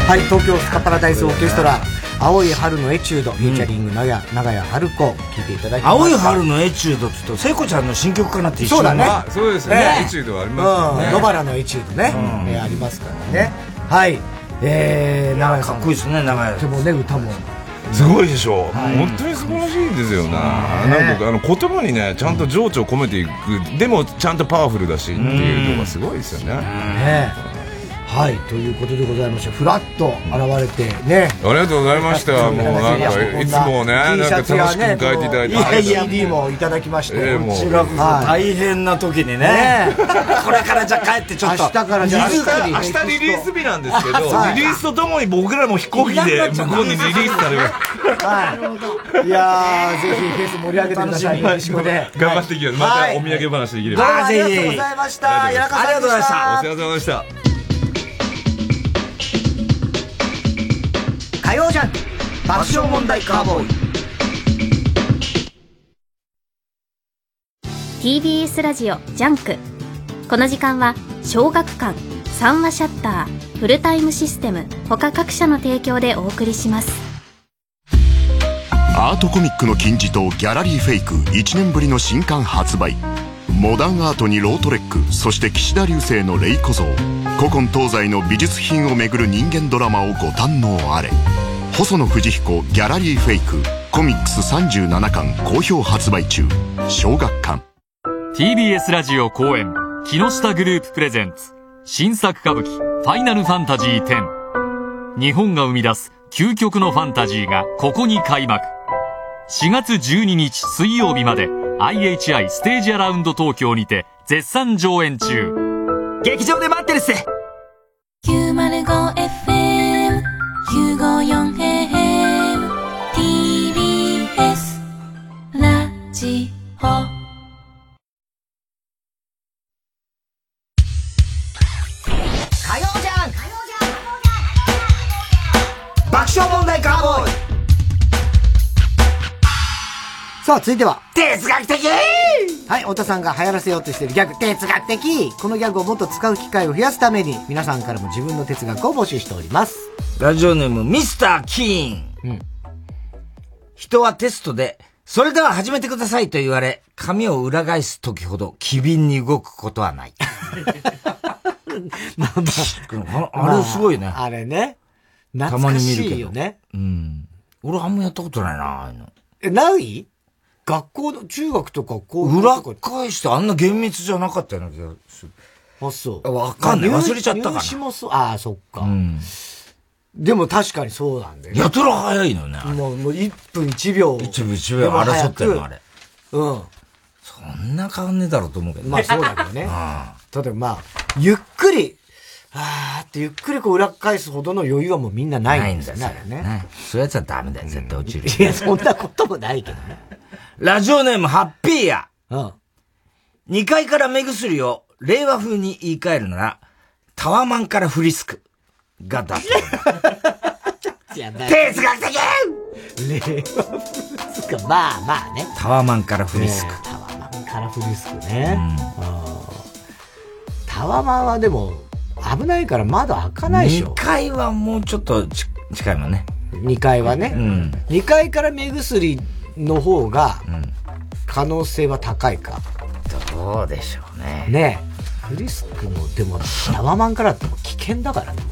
はい、東京スカパラダイスオーケストラ、青い春のエチュード、フューチャリング長屋、長屋春子、聴いていただきました。 青い春のエチュードって言うと、聖子ちゃんの新曲かなって一緒そうだね。 そうですね。エチュードはありますよね。 野原のエチュードね。えありますからね。はい。えー、長屋さん。 かっこいいですね、長屋。 でもね、歌も。 すごいでしょ、はい、本当に素晴らしいですよね、なんかあの言葉にねちゃんと情緒を込めていく、でもちゃんとパワフルだしっていうのがすごいですよね。 ねはい、ということでございまして、フラッと現れてね。 ありがとうございました。もうなんかいつもね、なんか楽しく書いていただいて、 いやいや シーディー もいただきまして、 えー、もうこちらこそ大変な時にね。これからじゃ帰ってちょっと明日からじゃ明日明日リリース日なんですけど、リリースとともに僕らも飛行機で向こうにリリースされる。 はい。いやーぜひフェス盛り上げてください。楽しみで頑張っていきます。またお土産話できれば。 ありがとうございました。ありがとうございました。 お世話様でした。 火曜ジャンク爆笑問題カーボーイティービーエス ラジオジャンク。この時間は小学館、三話シャッター、フルタイムシステム他各社の提供でお送りします。 アートコミックの金字塔ギャラリーフェイクいちねんぶりの新刊発売。モダンアートにロートレック、そして岸田流星のレイ小僧、古今東西の美術品をめぐる人間ドラマをご堪能あれ。細野藤彦ギャラリーフェイクコミックスさんじゅうななかん好評発売中。小学館。 ティービーエス ラジオ公演木下グループプレゼンツ新作歌舞伎ファイナルファンタジーテン。日本が生み出す究極のファンタジーがここに開幕。しがつじゅうににち水曜日まで アイエイチアイ ステージアラウンド東京にて絶賛上演中。 劇場で待ってるっす。 きゅうまるごエフエムきゅうごよんエーエム ティービーエス ラジオ。 火曜じゃん爆笑問題カーボーイ。さあ続いては哲学的。はい、太田さんが流行らせようとしているギャグ、哲学的。このギャグをもっと使う機会を増やすために皆さんからも自分の哲学を募集しております。 ラジオネームミスターキーン、うん、人はテストでそれでは始めてくださいと言われ紙を裏返す時ほど機敏に動くことはない。 まあまああれすごいね、 まあ、あれね懐かしいよね。 うん、俺あんまやったことないな。ああいうのえない学校の中学とか高校裏返してあんな厳密じゃなかったような気がする。 あ、そう。 わかんない。忘れちゃったかな。 入試もそう。ああ、そっか。うん。でも確かにそうなんだよね。 やたら早いのね。 もう、もういっぷんいちびょう。 いっぷんいちびょう争ってるの、あれ。 うん。 そんな変わんねえだろうと思うけど。 まあそうだけどね。例えばまあ、ゆっくり、あーってゆっくりこう裏返すほどの余裕はもうみんなないんですよね。ないんだよね。 そういうやつはダメだよ。絶対落ちる。 いや、そんなこともないけどね。 ラジオネームハッピーや。うん。にかいから目薬を令和風に言い換えるなら、タワマンからフリスクがだと。哲学的。 令和風か。まあまあね。 タワマンからフリスク。 タワマンからフリスクね。うん、タワマンはでも危ないから窓開かないでしょ。 にかいはもうちょっとち近いもんね。 にかいはね。うん、にかいから目薬の方が可能性は高いか。 うん、どうでしょうね。 ねえ。フリスクもでもタワマンからっても危険だからね。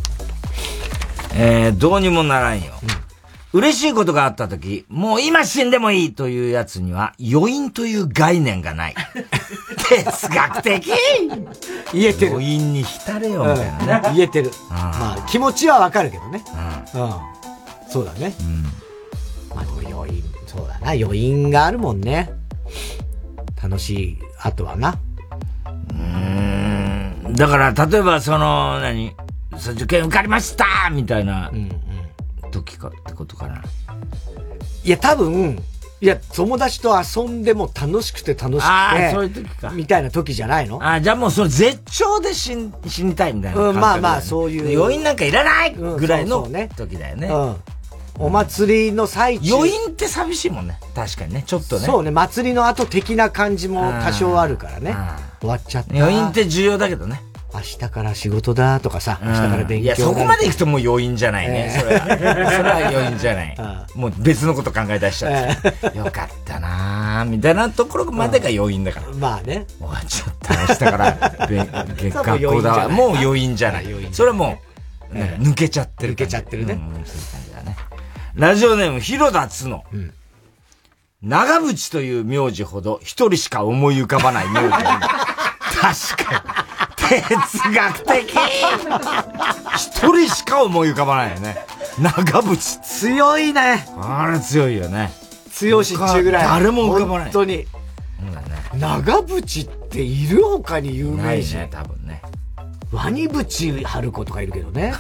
えー、どうにもならんよ。うん、嬉しいことがあったとき、もう今死んでもいいというやつには余韻という概念がない。哲学的。 言えてる。 余韻に浸れよみたいなね。 うん、言えてる。まあ気持ちはわかるけどね。うん。うん、そうだね。うん、まあでも余韻、そうだな。余韻があるもんね。楽しい後はな。 うーん。だから例えばその何受験受かりましたみたいな時かってことかな。 いや多分いや友達と遊んでも楽しくて楽しくてあそういう時かみたいな時じゃないの。 あじゃあもうその絶頂で死ん死にたいみたいな、 うん、まあまあそういう余韻なんかいらないぐらいの時だよね。うんお祭りの最中余韻って寂しいもんね。確かにねちょっとね。 そうね祭りの後的な感じも多少あるからね。終わっちゃった。 余韻って重要だけどね。 明日から仕事だとかさ、明日から勉強だ、うん、いや、 そこまで行くともう余韻じゃないね。えー、それは。それは余韻じゃない。もう別のこと考え出しちゃって。えー、よかったなぁ、みたいなところまでが余韻だから。 まあね。 終わっちゃった。明日から月学校だわ。もう余韻じゃない。それはもう、ね、抜けちゃってる。 抜けちゃってるね。うん、 そういう感じだね。ラジオネーム、広田つの。うん、長渕という名字ほど一人しか思い浮かばない名字。確かに。哲学的一人しか思い浮かばないよね。長渕。 強いね。 あれ強いよね。 強しっちゅうぐらい。 誰も浮かばない。 本当に。 そうだね。 長渕っている他に有名人。 ないね、多分ね。 ワニブチ春子とかいるけどね。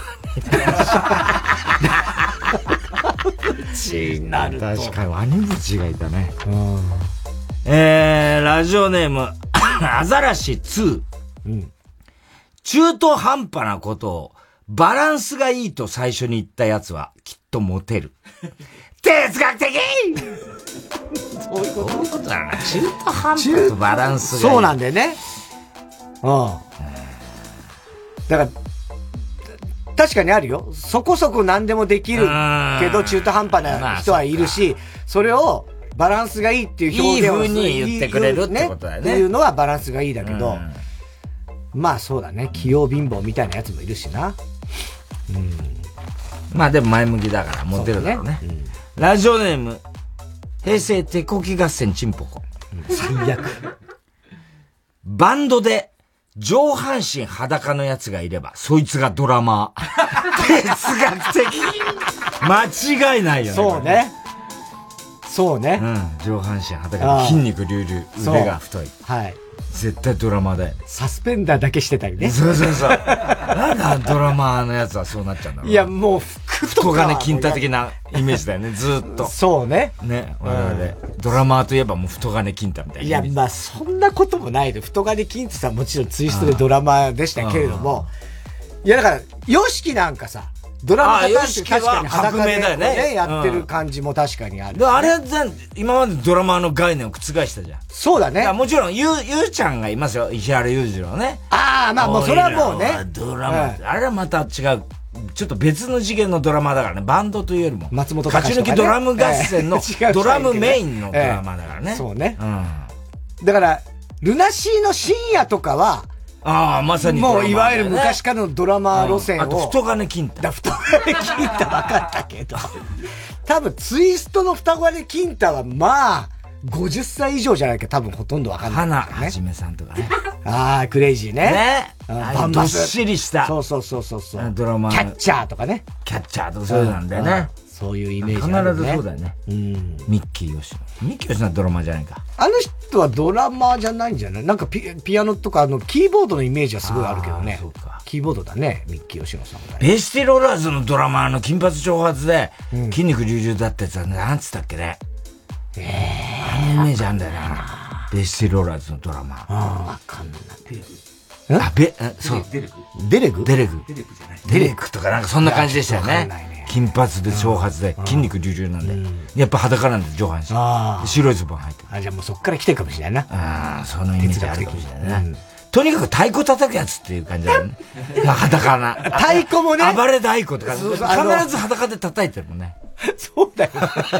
ブチになると。 確かにワニブチがいたね。うん、えー、ラジオネーム、アザラシツー。うん、中途半端なことをバランスがいいと最初に言ったやつはきっとモテる。哲学的そういうこと。 そういうことだな。中途半端とバランスがいい。 そうなんだよね。うん。だから、確かにあるよ。そこそこ何でもできるけど中途半端な人はいるし、それをバランスがいいっていう表現をいい風に言ってくれるってことだよね。 っていうのはバランスがいいだけど、まあそうだね。器用貧乏みたいなやつもいるしな。 うん。まあでも前向きだからモテるだろうね。うねうん、ラジオネーム、平成手こき合戦チンポコ。 最悪。 バンドで上半身裸のやつがいれば、そいつがドラマー。哲学的間違いないよね。 そうね。そうね。 うん。上半身裸で筋肉隆々、腕が太い。はい。絶対ドラマーだよね。 サスペンダーだけしてたりね。 そうそうそう。なんだドラマーのやつはそうなっちゃうんだろう。 いや、もう服とか。 太金金太的なイメージだよね、ずーっと。 そうね。 ね、我々、うん、ドラマーといえばもう太金金太みたいな。 いや、まあそんなこともないで、太金金太さんもちろんツイストでドラマーでしたけれども、いやだから、ヨシキなんかさ、ドラマーって確かに裸で、ねね、やってる感じも確かにある、ね。 であれは今までドラマーの概念を覆したじゃん。 そうだね。 もちろん、ゆう、ゆうちゃんがいますよ。石原裕次郎ね。 ああ、まあもうそれはもうね。 ドラマ、うん、あれはまた違う。ちょっと別の次元のドラマだからね。バンドというよりも。 松本隆とか、ね、勝ち抜きドラム合戦のドラムメインのドラマだからね。 ええ、そうね。うん。だから、ルナシーの深夜とかは、 ああ、まさに、 ね。もう、いわゆる昔からのドラマ路線を。 あと、太金金太。 太金金太分かったけど。多分、ツイストの太金金太は、まあ、ごじゅっさい以上じゃないか多分ほとんど分かんない、 ね。花はじめさんとかね。 ああ、クレイジーね。 ね。バンバス。どっしりした。 そうそうそうそうそう。 ドラマ。 キャッチャーとかね。 キャッチャーとかそうなんだよね。 そういうイメージあるね。 必ずそうだよね。うん。ミッキー吉野。ミッキー吉野はドラマじゃないか。 あの人はドラマじゃないんじゃないなんかピ、ピアノとかあの、キーボードのイメージはすごいあるけどね。そうか。キーボードだね、ミッキー吉野さんが、ね。 ベスティローラーズのドラマーの金髪長髪で、筋肉隆々だったやつはなんつったっけね。ええー。あのイメージあるんだよな。ベスティローラーズのドラマー。 ああ、わかんない。 あ、べ、そう。 デレグデレグデレグ。 デレグじゃない。 デレグとかなんかそんな感じでしたよね。金髪で長髪で筋肉隆々なんで。やっぱ裸なんで上半身。白いズボン入ってる。 あ、じゃあもうそっから来てるかもしれないな。 ああ、そのイメージあるかもしれないな。とにかく太鼓叩くやつっていう感じだよね。裸な。 太鼓もね。 暴れ太鼓とか。必ず裸で叩いてるもんね。 そうだよ。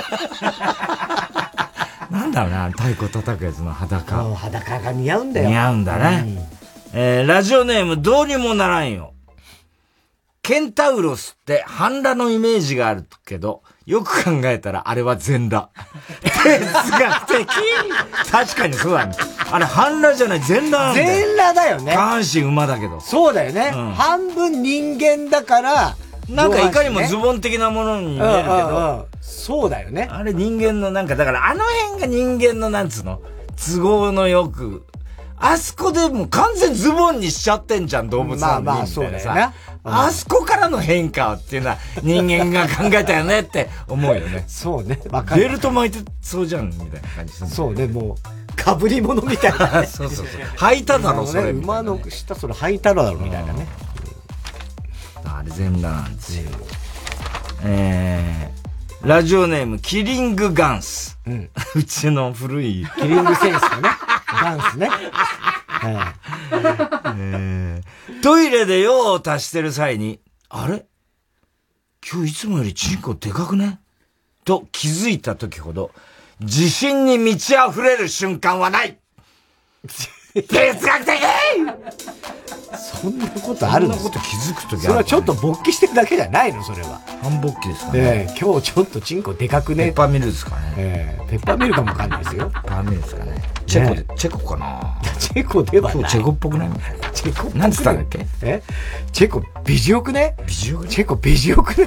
なんだろうな、太鼓叩くやつの裸。 裸が似合うんだよ。 似合うんだね。えー、ラジオネームどうにもならんよ。ケンタウロスって半裸のイメージがあるけど、よく考えたらあれは全裸。哲学的確かにそうだね。あれ半裸じゃない全裸なんだよ。 全裸だよね。 下半身馬だけど。 そうだよね。うん、半分人間だから、 なんかいかにもズボン的なものに見えるけど、うんうんうん、 そうだよね。 あれ人間のなんか、だからあの辺が人間のなんつうの都合のよく、あそこでもう完全ズボンにしちゃってんじゃん、動物なのに。まあまあ、そうだよね。あそこからの変化っていうのは人間が考えたよねって思うよね。 そうね。わかる。 ベルト巻いてそうじゃん、みたいな感じする。 そうね、もう、被り物みたいな、ね。 そうそうそう。履いただろ、それ、ね。 馬の下、それ履いただろ、みたいなね。 あれ全裸なんですよ。えー、ラジオネーム、キリングガンス。うん。うちの古い。 キリングセンスのね。ガンスね。 えー、トイレで用を足してる際に、あれ今日いつもよりチンコでかくねと気づいた時ほど、自信に満ち溢れる瞬間はない哲学的そんなことあるの？ そんなこと気づくときある、ね、 それはちょっと勃起してるだけじゃないのそれは。 半勃起ですかね。 ええー、今日ちょっとチンコでかくね。 ペッパーミルですかね。 ええー、ペッパーミルかもわかんないですよ。 ペッパーミルですかね。チェコで、ね、チェコかなチェコではない。 今日チェコっぽくないチェコっぽくない。 なんつったんだっけえチェコ、美女くね美女くねチェコ、美女くね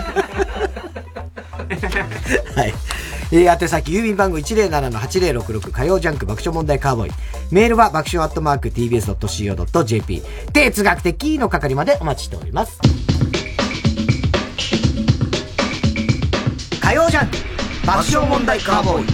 はい。えー、宛先、郵便番号 いちまるななのはちまるろくろく 火曜ジャンク爆笑問題カーボーイ。メールは爆笑アットマーク ティービーエスドットシーオードットジェーピー。哲学的の係までお待ちしております。火曜ジャンク爆笑問題カーボーイ。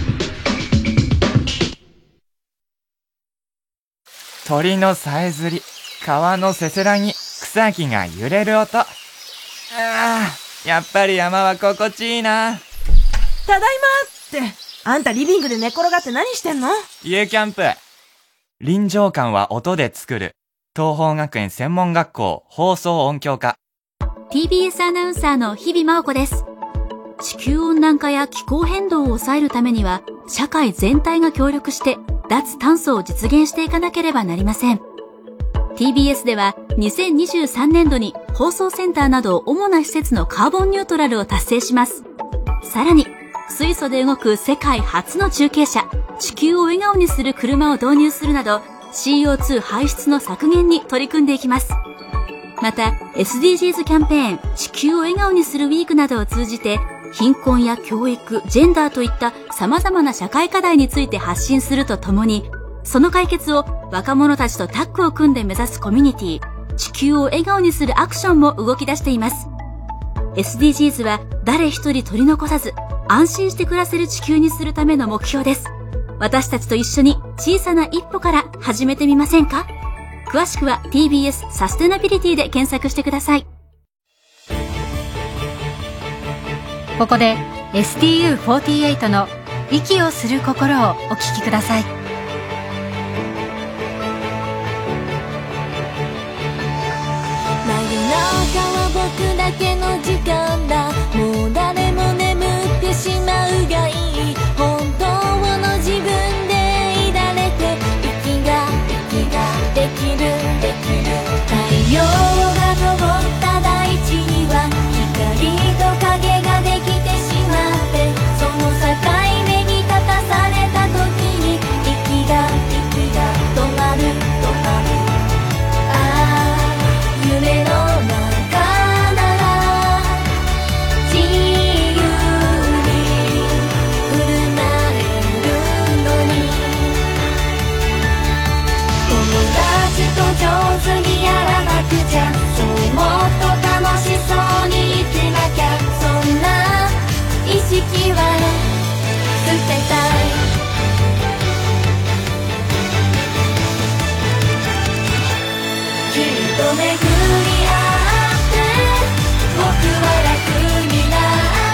鳥のさえずり、川のせせらぎ、草木が揺れる音。ああ、やっぱり山は心地いいな。 ただいまって、あんたリビングで寝転がって何してんの？ 家キャンプ。臨場感は音で作る。東邦学園専門学校放送音響科。 ティービーエス アナウンサーの日々真央子です。地球温暖化や気候変動を抑えるためには、社会全体が協力して脱炭素を実現していかなければなりません。ティービーエス ではにせんにじゅうさんねんどに放送センターなど主な施設のカーボンニュートラルを達成します。さらに、水素で動く世界初の中継車、地球を笑顔にする車を導入するなど シーオーツー 排出の削減に取り組んでいきます。また エスディージーズ キャンペーン地球を笑顔にするウィークなどを通じて貧困や教育、ジェンダーといった様々な社会課題について発信するとともに、その解決を若者たちとタッグを組んで目指すコミュニティ、地球を笑顔にするアクションも動き出しています。エスディージーズ は誰一人取り残さず安心して暮らせる地球にするための目標です。私たちと一緒に小さな一歩から始めてみませんか？詳しくは ティービーエス サステナビリティで検索してください。 ここで エスティーユーフォーティーエイト の息をする心をお聴きください。 僕だけの時間だ、もう誰も眠ってしまうがいい。本当の自分でいられて息が息ができるできる。太陽が昇った大地には光と影ができてしまって、その境目に立たされた時に息が息が止まる止まる。ああ夢の上手にやらなくちゃ、そうもっと楽しそうに生きなきゃ、そんな意識は捨てたい。君と巡り合って僕は楽にな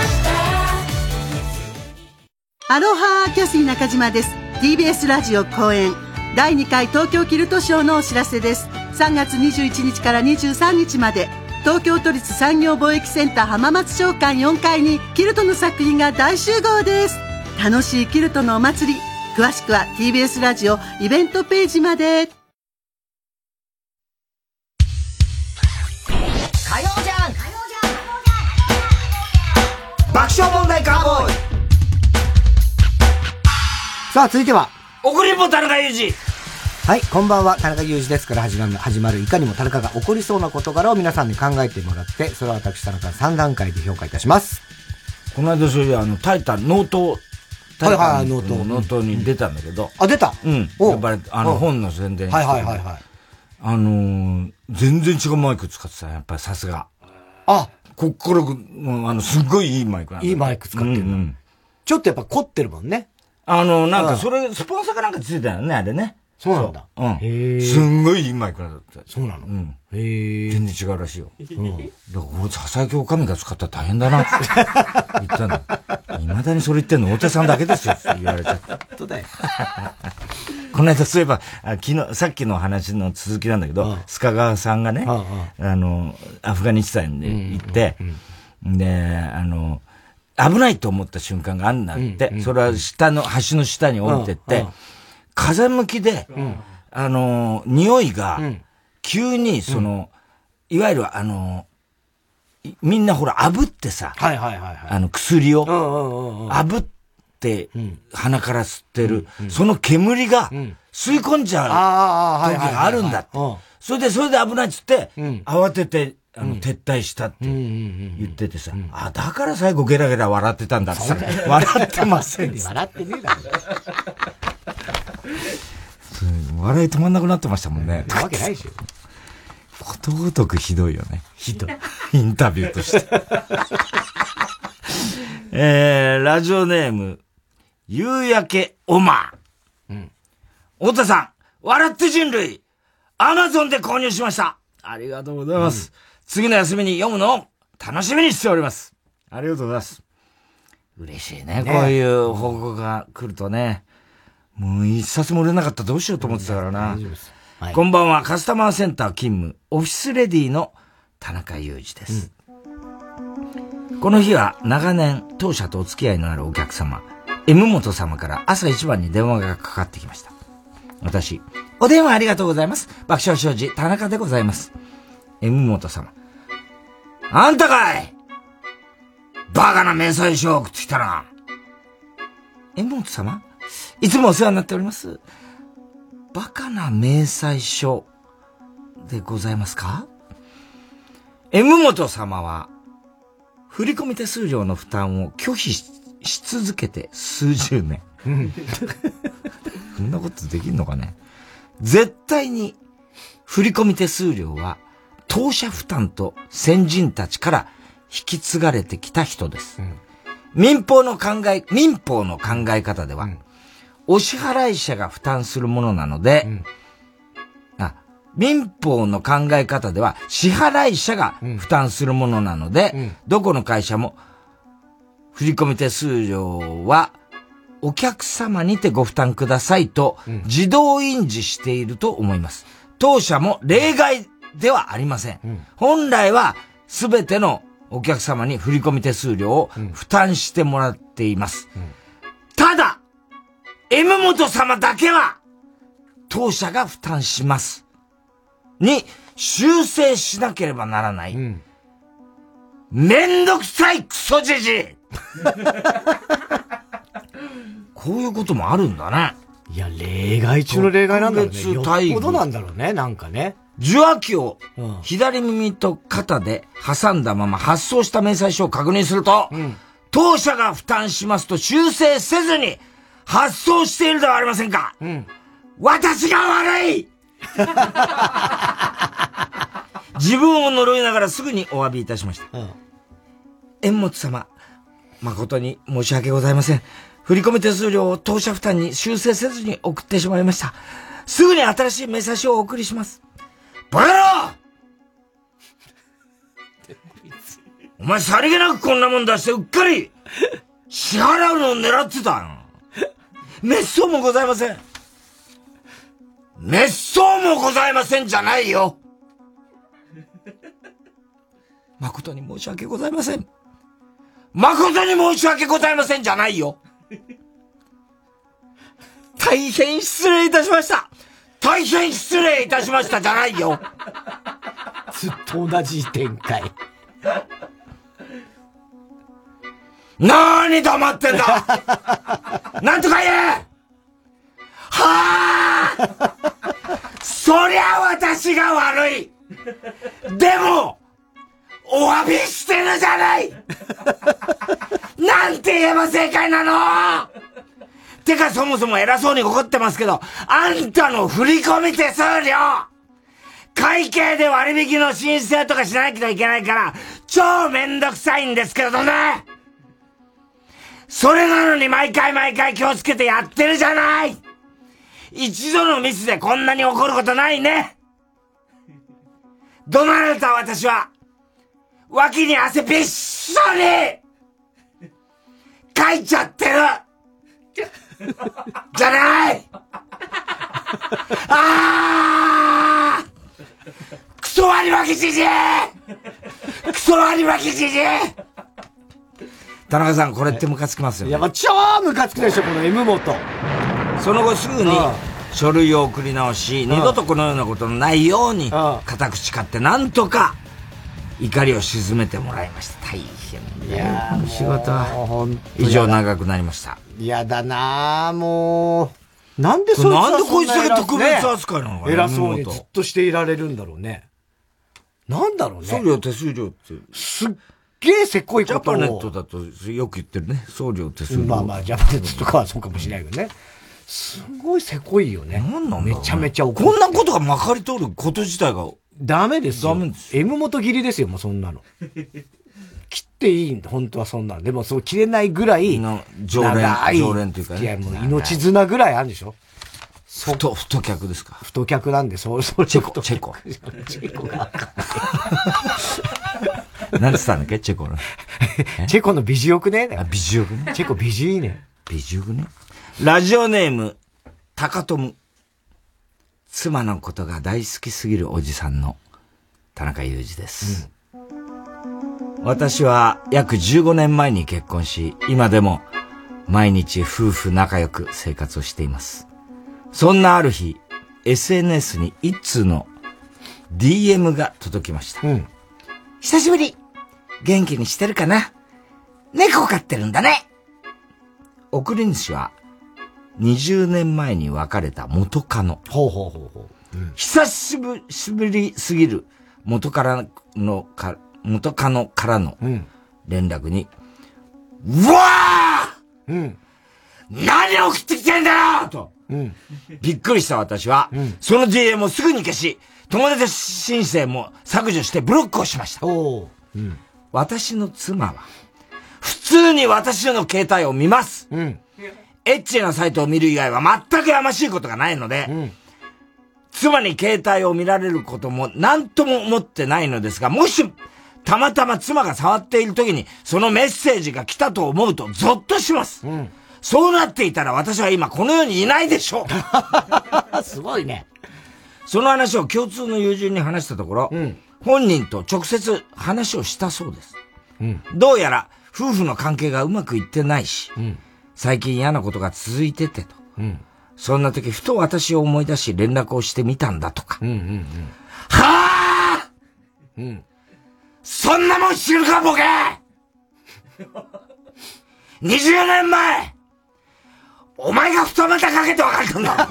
った。 アロハキャシー中島です。 ティービーエス ラジオ公演だいにかい東京キルトショーのお知らせです。さんがつにじゅういちにちからにじゅうさんにちまで東京都立産業貿易センター浜松商館よんかいにキルトの作品が大集合です。楽しいキルトのお祭り、詳しくは ティービーエス ラジオイベントページまで。火曜じゃん爆笑問題カーボーイ。さあ続いては怒りんぼ田中裕二。 はい、こんばんは、田中裕二ですから始まる、始まるいかにも田中が起こりそうな事柄を皆さんに考えてもらって、それは私田中さんだんかいで評価いたします。 この間それであの、タイタン、ノート、 はいはい、ノート。 ノートに出たんだけど。 あ、出たうん。やっぱり、あの、本の宣伝して。 はいはいはいはい。 あのー、全然違うマイク使ってた、やっぱりさすが。 あこっから、あの、すっごいいいマイクなんだ。 いいマイク使ってるの。うんうん、ちょっとやっぱ凝ってるもんね。 あの、なんかそれ、スポンサーかなんかついてたよね、あれね。 そうなんだ。 うん。へすんごいいいマイクだった。 そうなの？ うん。 へ全然違うらしいよ。うん。だから俺、笹焼きおかみが使ったら大変だなって言ったんだ。未だにそれ言ってんの、大手さんだけですよって言われちゃった。 本当だよ。 この間そういえば、昨日、さっきの話の続きなんだけど、須賀川さんがね、あの、アフガニスタンで行って、で、あの、危ないと思った瞬間があるんだって、それは下の、橋の下に降りてって、風向きで、あの、匂いが、急に、その、いわゆるあの、みんなほら、炙ってさ、あの、薬を、炙って、鼻から吸ってる、その煙が、吸い込んじゃう時があるんだって。それで、それで危ないっつって、慌てて、あの、撤退したって言っててさ、あ、だから最後ゲラゲラ笑ってたんだってさ、笑ってません。 笑ってねえだろ。 笑い止まんなくなってましたもんね。 なわけないでしょ。 ことごとくひどいよね。 ひどい。 インタビューとして。えー、ラジオネーム、夕焼けオマー。うん。太田さん、笑って人類、アマゾンで購入しました。ありがとうございます。うん、次の休みに読むのを楽しみにしております。ありがとうございます。嬉しいね。ね、こういう報告が来るとね。もう一冊も売れなかったらどうしようと思ってたからな。大丈夫です。はい、こんばんは、カスタマーセンター勤務、オフィスレディの田中裕二です。うん、この日は長年当社とお付き合いのあるお客様、M 本様から朝一番に電話がかかってきました。私、お電話ありがとうございます。爆笑商事、田中でございます。M 本様。あんたかいバカな明細書を送ってきたな。M 本様いつもお世話になっております。バカな明細書でございますか？ M 本様は、振込手数料の負担を拒否 し, し続けて数十年。そんなことできんのかね。絶対に振込手数料は当社負担と先人たちから引き継がれてきた人です。うん、民法の考え、民法の考え方では、うん、お支払い者が負担するものなので、うん、あ、民法の考え方では支払い者が負担するものなので、うん、どこの会社も振込手数料はお客様にてご負担くださいと自動印字していると思います。当社も例外ではありません。うん、本来はすべてのお客様に振込手数料を負担してもらっています。うんうん、ただ、M 本様だけは当社が負担します。に修正しなければならない。うん、めんどくさいクソじじいこういうこともあるんだね。 いや、例外中の例外なんだろうね。よっぽどなんだろうね、なんかね。 受話器を左耳と肩で挟んだまま発送した明細書を確認すると、うん、当社が負担しますと修正せずに発送しているではありませんか。うん、私が悪い自分を呪いながらすぐにお詫びいたしました。うん、縁本様、誠に申し訳ございません。振込手数料を当社負担に修正せずに送ってしまいました。すぐに新しい明細書をお送りします。バカ野郎お前さりげなくこんなもん出してうっかり支払うのを狙ってたよ。滅相もございません。滅相もございませんじゃないよ。誠に申し訳ございません。誠に申し訳ございませんじゃないよ。大変失礼いたしました。大変失礼いたしましたじゃないよ。 ずっと同じ展開。 なーに黙ってんだなんとか言えはぁそりゃ私が悪いでもお詫びしてるじゃないなんて言えば正解なのてかそもそも偉そうに怒ってますけど、あんたの振り込み手数料会計で割引の申請とかしなきゃいけないから超めんどくさいんですけどね。それなのに毎回毎回気をつけてやってるじゃない。 一度のミスでこんなに怒ることないね。怒鳴られた私は、脇に汗びっしょりかいちゃってるじゃないあークソ割り巻きじじいクソ割り巻きじじい田中さん、これってムカつきますよね。 いや、まあ、超ムカつくでしょ、この M 元。 その後すぐに書類を送り直し、二度とこのようなことのないように、固口買ってなんとか怒りを鎮めてもらいました。大変。いやー、仕事は以上長くなりました。 嫌だなぁ、もう。なんでそいつなんでこいつだけ特別扱いなのかね。 偉そうにずっとしていられるんだろうね。なんだろうね。 送料手数料って。 すっげえせっこいことを。 ジャパネットだとよく言ってるね。送料手数料。 まあまあ、ジャパネットとかはそうかもしれないけどね。すごいせこいよね。 なんなんだろうね。 めちゃめちゃ怒る。こんなことがまかり通ること自体が。 ダメですよ。 ダメです。 M 元切りですよ、もうそんなの。切っていいんだ、本当はそんなの。でもそう切れないぐらい、 常連、常連というかね。 いや、もう命綱ぐらいあるんでしょ。 太、太客ですか。 太客なんで、そう、そう、 チェコ、チェコ。 チェコが。 何つったんだっけチェコの。 チェコの美女よくねあ、美女よくね。 チェコ美女いいね。 美女よくね。ラジオネーム、高友。妻のことが大好きすぎるおじさんの田中裕二です。うん、私は約じゅうごねんまえに結婚し、今でも毎日夫婦仲良く生活をしています。そんなある日、エスエヌエス に一通の ディーエム が届きました。うん、久しぶり元気にしてるかな猫を飼ってるんだね送り主はにじゅうねんまえに別れた元カノ。 ほうほうほうほう。うん、 久しぶりすぎる元からのか、元カノからの連絡に、うん、うわー、うん、何を送ってきてんだよと、うん、びっくりした私は、うん、その ディーエム をすぐに消し、友達申請も削除してブロックをしました。おうん、私の妻は、普通に私の携帯を見ます。うんエッチなサイトを見る以外は全くやましいことがないので、うん、妻に携帯を見られることも何とも思ってないのですが、もし、たまたま妻が触っている時にそのメッセージが来たと思うとゾッとします。うん、そうなっていたら私は今この世にいないでしょう。すごいね。 その話を共通の友人に話したところ、うん、本人と直接話をしたそうです。うん、どうやら夫婦の関係がうまくいってないし、うん最近嫌なことが続いててと。うん、そんな時、ふと私を思い出し連絡をしてみたんだとか。うんうんうん、はぁ、うん、そんなもん知るか、ボケにじゅうねんまえお前が二股かけて別れたんだ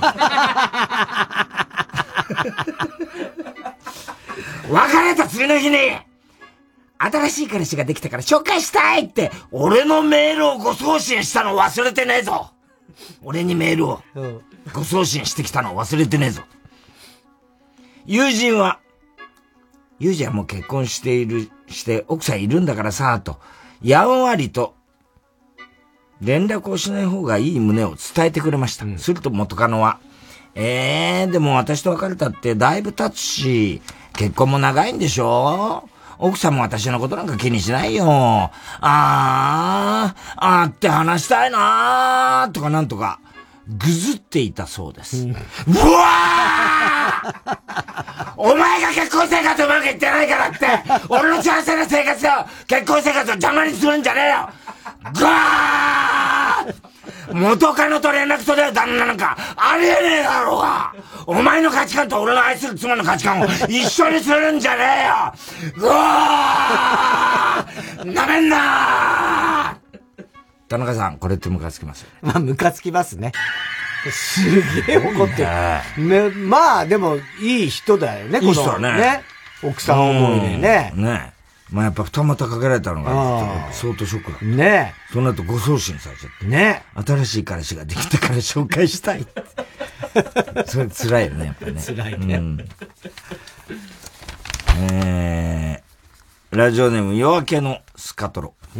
別れた次の日に、新しい彼氏ができたから紹介したいって、俺のメールをご送信したの忘れてねえぞ。俺にメールをご送信してきたの忘れてねえぞ。友人は、友人はもう結婚している、して奥さんいるんだからさ、と、やんわりと、連絡をしない方がいい旨を伝えてくれました。うん、すると元カノは、えー、でも私と別れたってだいぶ経つし、結婚も長いんでしょ奥さんも私のことなんか気にしないよ。あー、あーって話したいなーとかなんとか、ぐずっていたそうです。うん、うわーお前が結婚生活うまくいってないからって、俺の幸せな生活を、結婚生活を邪魔にするんじゃねえよぐわー元カノと連絡取れる旦那なんかありえねえだろうがお前の価値観と俺の愛する妻の価値観を一緒にするんじゃねえよぐわーなめんなー田中さん、これってムカつきますよ。 まあ、ムカつきますね。すげえ怒ってる。ね、まあ、でも、いい人だよね、 いい人だね。ね。 奥さん思いでね。 ね。まあやっぱ二股かけられたのが相当ショックだ。 ねえ。その後ご送信されちゃって。 ねえ。新しい彼氏ができたから紹介したい。それ辛いよね、やっぱりね。 辛いね。うん、 えー、ラジオネーム夜明けのスカトロ。うん、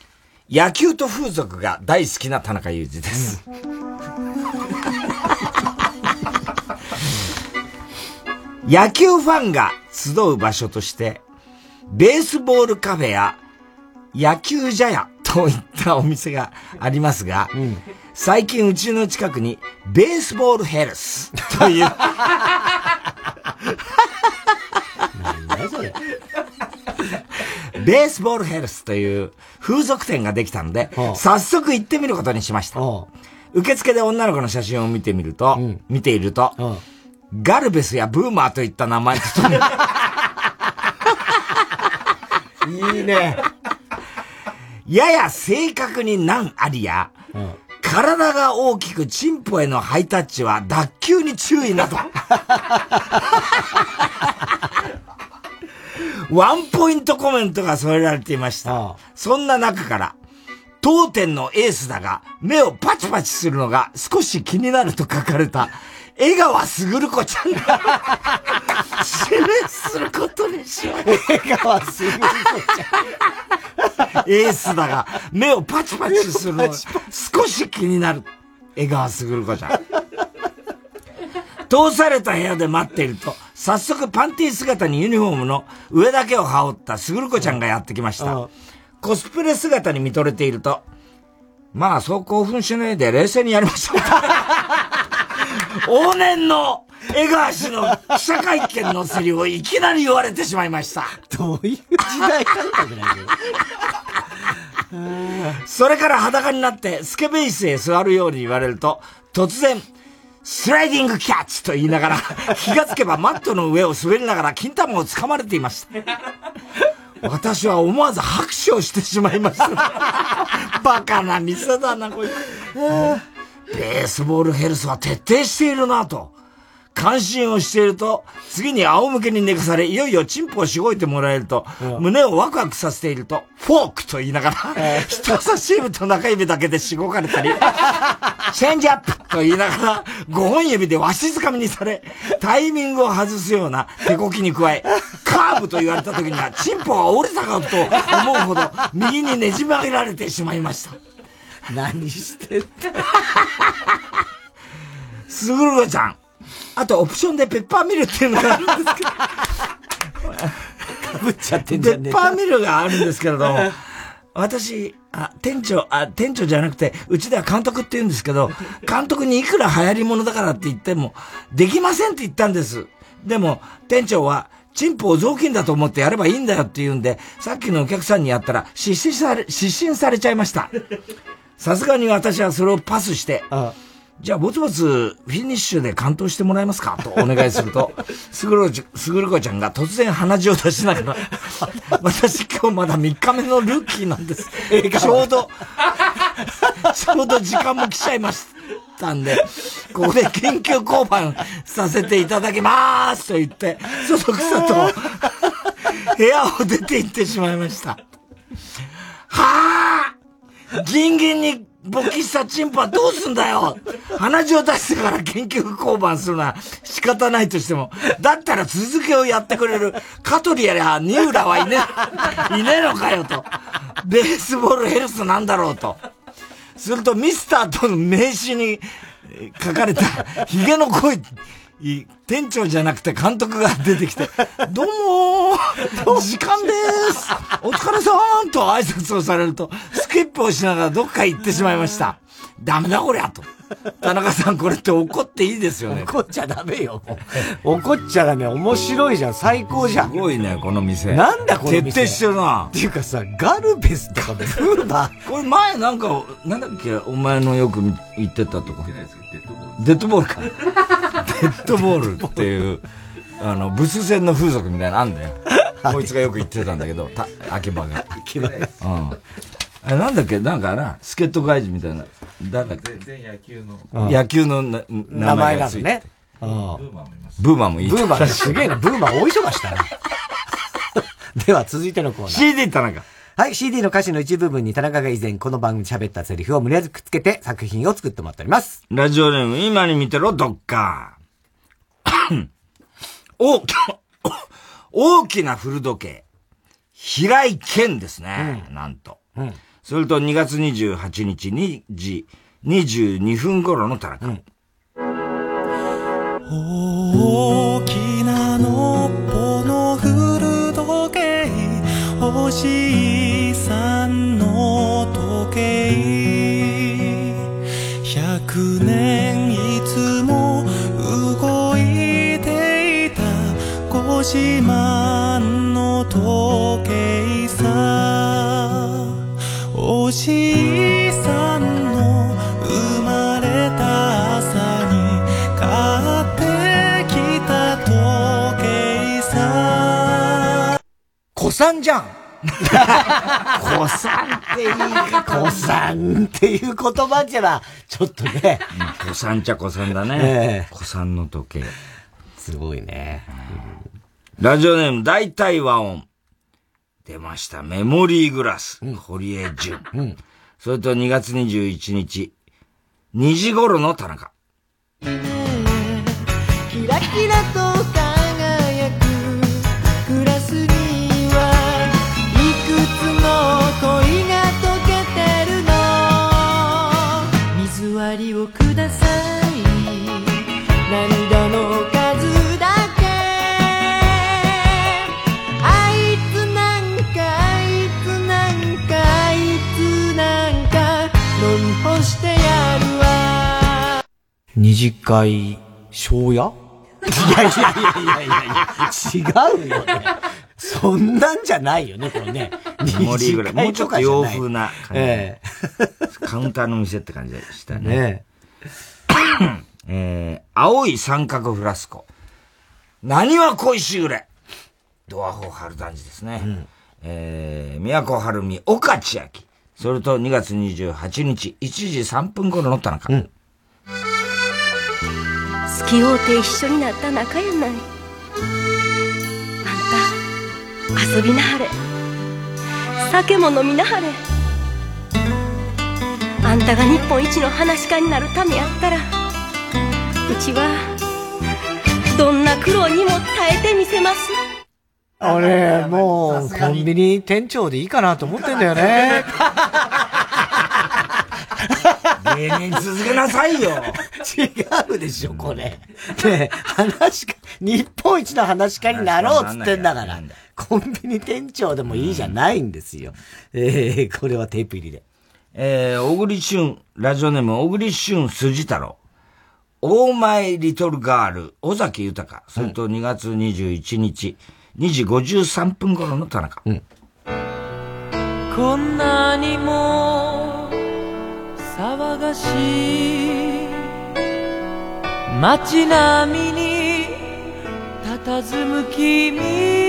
野球と風俗が大好きな田中裕二です。うん野球ファンが集う場所として、ベースボールカフェや野球茶屋といったお店がありますが、うん、最近うちの近くにベースボールヘルスという何だよそれベースボールヘルスという風俗店ができたので、早速行ってみることにしました。受付で女の子の写真を見てみると、うん、見ていると、ガルベスやブーマーといった名前とともにいいね。 やや正確に難ありや、うん、体が大きくチンポへのハイタッチは脱臼に注意などワンポイントコメントが添えられていました。ああ、そんな中から当店のエースだが目をパチパチするのが少し気になると書かれた江川卓子ちゃんが指名することにしました。 江川卓子ちゃんエースだが目をパチパチするのが少し気になる江川卓子ちゃん。通された部屋で待っていると早速パンティー姿にユニフォームの上だけを羽織った卓子ちゃんがやってきました。コスプレ姿に見とれていると、まあそう興奮しないで冷静にやりましょうか。往年の江川氏の記者会見のセリをいきなり言われてしまいました。 どういう時代感覚なんだよ。 それから裸になってスケベイスへ座るように言われると、突然スライディングキャッチと言いながら気がつけばマットの上を滑りながら金玉を掴まれていました。私は思わず拍手をしてしまいました。バカな店だなこいつ。ベースボールヘルスは徹底しているなと感心をしていると、次に仰向けに寝かされいよいよチンポをしごいてもらえると、うん、胸をワクワクさせているとフォークと言いながら、えー、人差し指と中指だけでしごかれたりチェンジアップと言いながらごほん指でわしづかみにされタイミングを外すような手こきに加え、カーブと言われた時にはチンポが折れたかと思うほど右にねじ曲げられてしまいました。 何してんだすぐるごちゃん、あとオプションでペッパーミルっていうのがあるんですけどかぶっちゃってんじゃねえか。 ペッパーミルがあるんですけれども、私あ店長あ店長じゃなくてうちでは監督って言うんですけど、監督にいくら流行り物だからって言ってもできませんって言ったんです。でも店長はチンポを雑巾だと思ってやればいいんだよって言うんで、さっきのお客さんにやったら失神され失神されちゃいました。さすがに私はそれをパスして、ああじゃあぼつぼつフィニッシュで完登してもらえますかとお願いすると、すぐるすぐるこちゃんが突然鼻血を出しながら私今日まだみっかめのルーキーなんです。ちょうどちょうど時間も来ちゃいましたんで、ここで緊急降板させていただきまーすと言ってそそくさと部屋を出て行ってしまいました。はぁギンギンに勃起したチンポはどうすんだよ。鼻血を出してから緊急降板するのは仕方ないとしても、だったら続きをやってくれるカトリアやニウラはいねいねえのかよと。ベースボールヘルスなんだろうと。するとミスターとの名刺に書かれたヒゲの濃い店長じゃなくて監督が出てきて、どうもー時間でーすお疲れさーんと挨拶をされるとスキップをしながらどっか行ってしまいました。ダメだこりゃと。田中さんこれって怒っていいですよね。 怒っちゃダメよ。怒っちゃダメ。面白いじゃん。最高じゃん。 すごいねこの店。 なんだこの店。 徹底してるな。 っていうかさ、ガルベスとかブーバー。これ前なんかなんだっけお前のよく言ってたとこ。デッドボールか。デッドボールっていうあのブス戦の風俗みたいなのあんだよ。こいつがよく言ってたんだけど、た秋葉が。 秋葉が。 うん。あれなんだっけなんかな助っ人外人みたいな。誰だっけ全然野球の野球のな名前がついてて。 ブーマーもいます。ブーマーもいい。 ブーマーすげえな。ブーマー大忙しだな。では続いてのコーナー。 シーディー 田中。 はい、シーディー の歌詞の一部分に田中が以前この番組で喋ったセリフを無理やりくっつけて作品を作ってもらっております。 ラジオネーム、今に見てろ、どっか。大き、大きな古時計。平井堅ですね。うん、なんと。うん、それとにがつにじゅうはちにちにじにじゅうにふん頃の田中。うん、 大きなしいさんの時計百年いつも動いていたごじまんの時計さおじいさんの生まれた朝に買ってきた時計さ古参じゃん古参っていい古参っていう言葉じゃなちょっとね、 うん、古参っちゃ古参だね、えー、古参の時計すごいね、 うん、ラジオネーム大体和音出ましたメモリーグラス、うん、堀江純、うん、それとにがつにじゅういちにちにじ頃の田中キラキラと輝くグラスにはいくつの恋が溶けてるの水割りをください涙の数だけあいつなんかあいつなんかあいつなんか飲み干してやるわ二次会庄屋いやいやいやいやいやいや違うよねそんなんじゃないよねこれねメモリーぐらいもうちょっと洋風な感じ、えー、カウンターの店って感じでしたねねえー、青い三角フラスコ何は恋しぐれドアホ春団治ですね、うん、えー、宮古晴美岡千秋それとにがつにじゅうはちにちいちじさんぷん頃の田中、うん、 好き合うて一緒になった仲やない。あんた遊びなはれ酒も飲みなはれあんたが日本一の話し家になるためやったらうちはどんな苦労にも耐えてみせます。 俺もうコンビニ店長でいいかなと思ってんだよね芸人続けなさいよ違うでしょこれね話し家日本一の話し家になろうっつってんだからコンビニ店長でもいいじゃないんですよ、うん、えー、これはテープ入りでえー、小栗旬ラジオネーム小栗旬筋太郎オーマイリトルガール尾崎豊それとにがつにじゅういちにち、うん、にじごじゅうさんぷん頃の田中、うん、 こんなにも騒がしい街並みに佇む君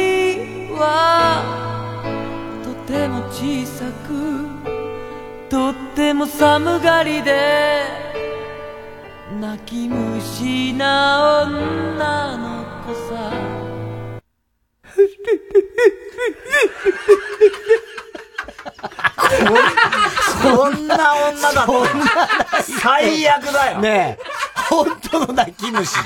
はとても小さくとっても寒がりで泣き虫な女の子さそんな女だった最悪だよねえ本当の泣き虫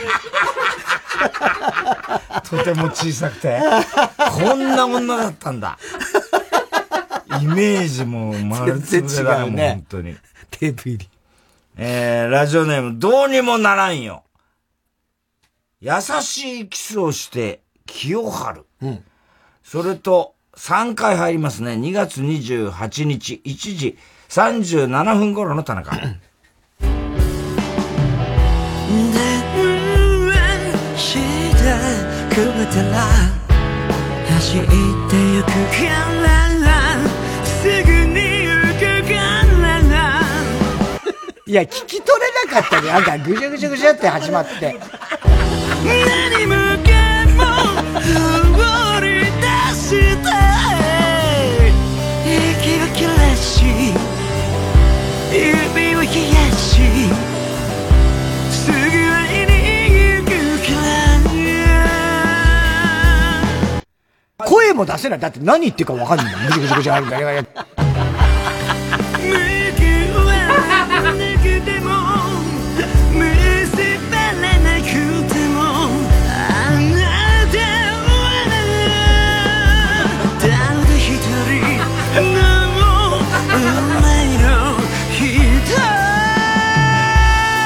とても小さくてこんな女だったんだイメージも丸つぶれだね、本当に。 テープ入り。 えー、ラジオネーム、どうにもならんよ。優しいキスをして、清春。うん。それと、さんかい入りますね。にがつにじゅうはちにち、いちじさんじゅうななふん頃の田中。電話してくれたら、走ってゆくからすぐに行くからいや聞き取れなかったねなんかぐじゅぐじゅぐじゅって始まって何もかも放り出して息を切らし指を冷やしすぐ会いに行くから声も出せないだって何言ってるか分かんないもんぐじゅぐじゅぐじゅあるんだよ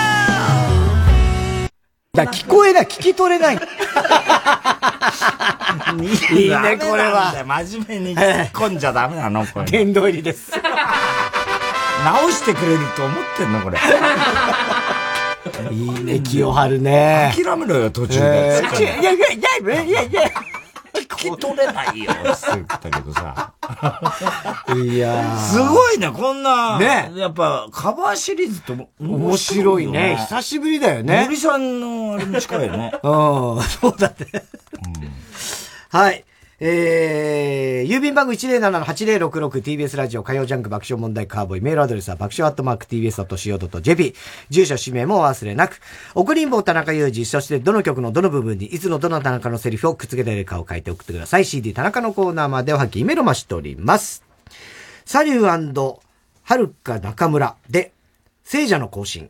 だ聞こえない聞き取れないいいね、これは。 真面目に突っ込んじゃダメなのこれ。 殿堂入りです。 直してくれると思ってんのこれ。 いいね、清春ね。 諦めろよ、途中で。 いやいやいやいやいやいや。 聞き取れないよ、って言ったけどさ。 いやすごいね、こんな。 ね。 やっぱ、カバーシリーズって面白いね。久しぶりだよね。 森さんのあれも近いよね。 うん、そうだね。はい。えー、郵便番号 いちゼロななのはちゼロろくろく ティービーエス ラジオ火曜ジャンク爆笑問題カーボーイ。メールアドレスは爆笑アットマーク ティービーエスドットシーオードットジェーピー。住所氏名もお忘れなく。送りんぼ田中裕二、そしてどの曲のどの部分にいつのどの田中のセリフをくっつけられるかを書いて送ってください。シーディー 田中のコーナーまでおはぎメロマしております。サリュー&はるか中村で聖者の行進。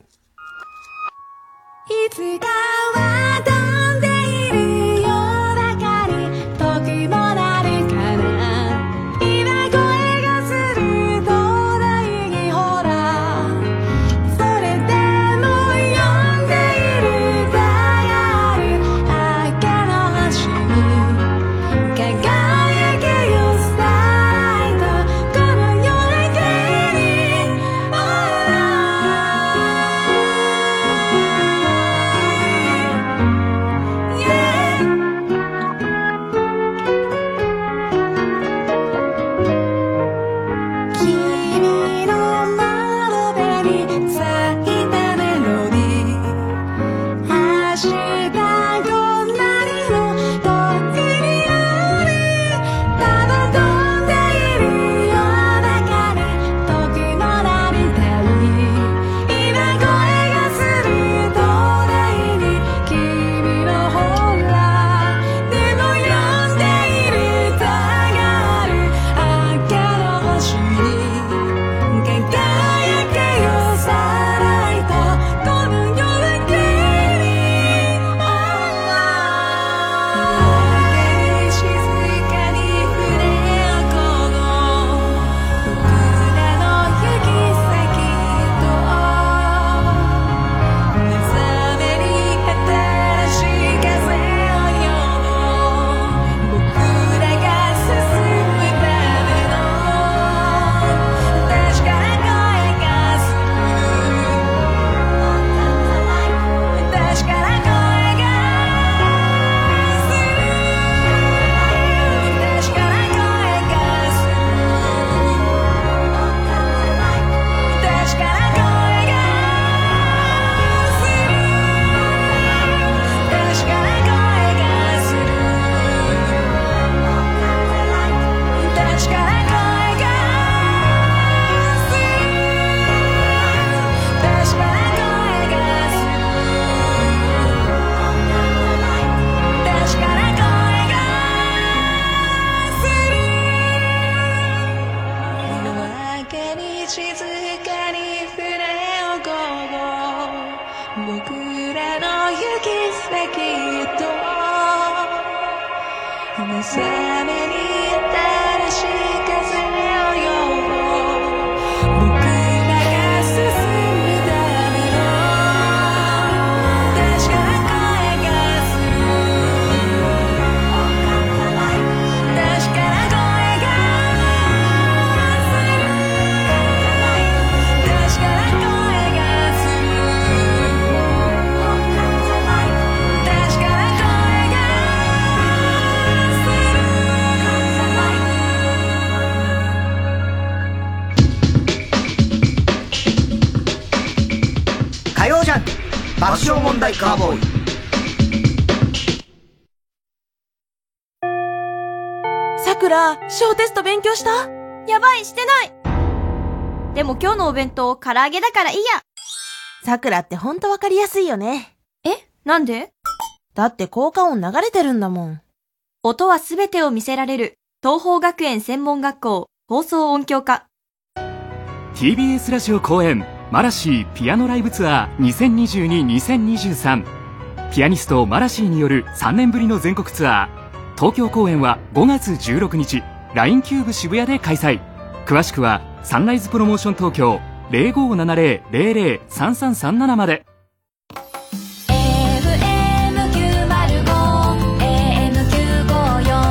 いつかは飛んでいるよだかり時もなるから今声がする東大にほらそれでも呼んでいるだがある赤の橋に輝けよスタイトこの夜明けに爆笑問題カーボーイ。 さくら、小テスト勉強した？ やばい、してない。でも今日のお弁当、唐揚げだからいいや。 さくらってほんとわかりやすいよね。 え？なんで？ だって効果音流れてるんだもん。 音はすべてを見せられる、東邦学園専門学校、放送音響科。 ティービーエス ラジオ公演マラシーピアノライブツアーにせんにじゅうに にせんにじゅうさん。ピアニストマラシーによるさんねんぶりの全国ツアー。東京公演はごがつじゅうろくにち、ライン キューブ渋谷で開催。詳しくはサンライズプロモーション東京 ゼロごーななゼロ ゼロゼロ さんさんさんなな まで。 エフエムきゅうまるご エーエムきゅうごよん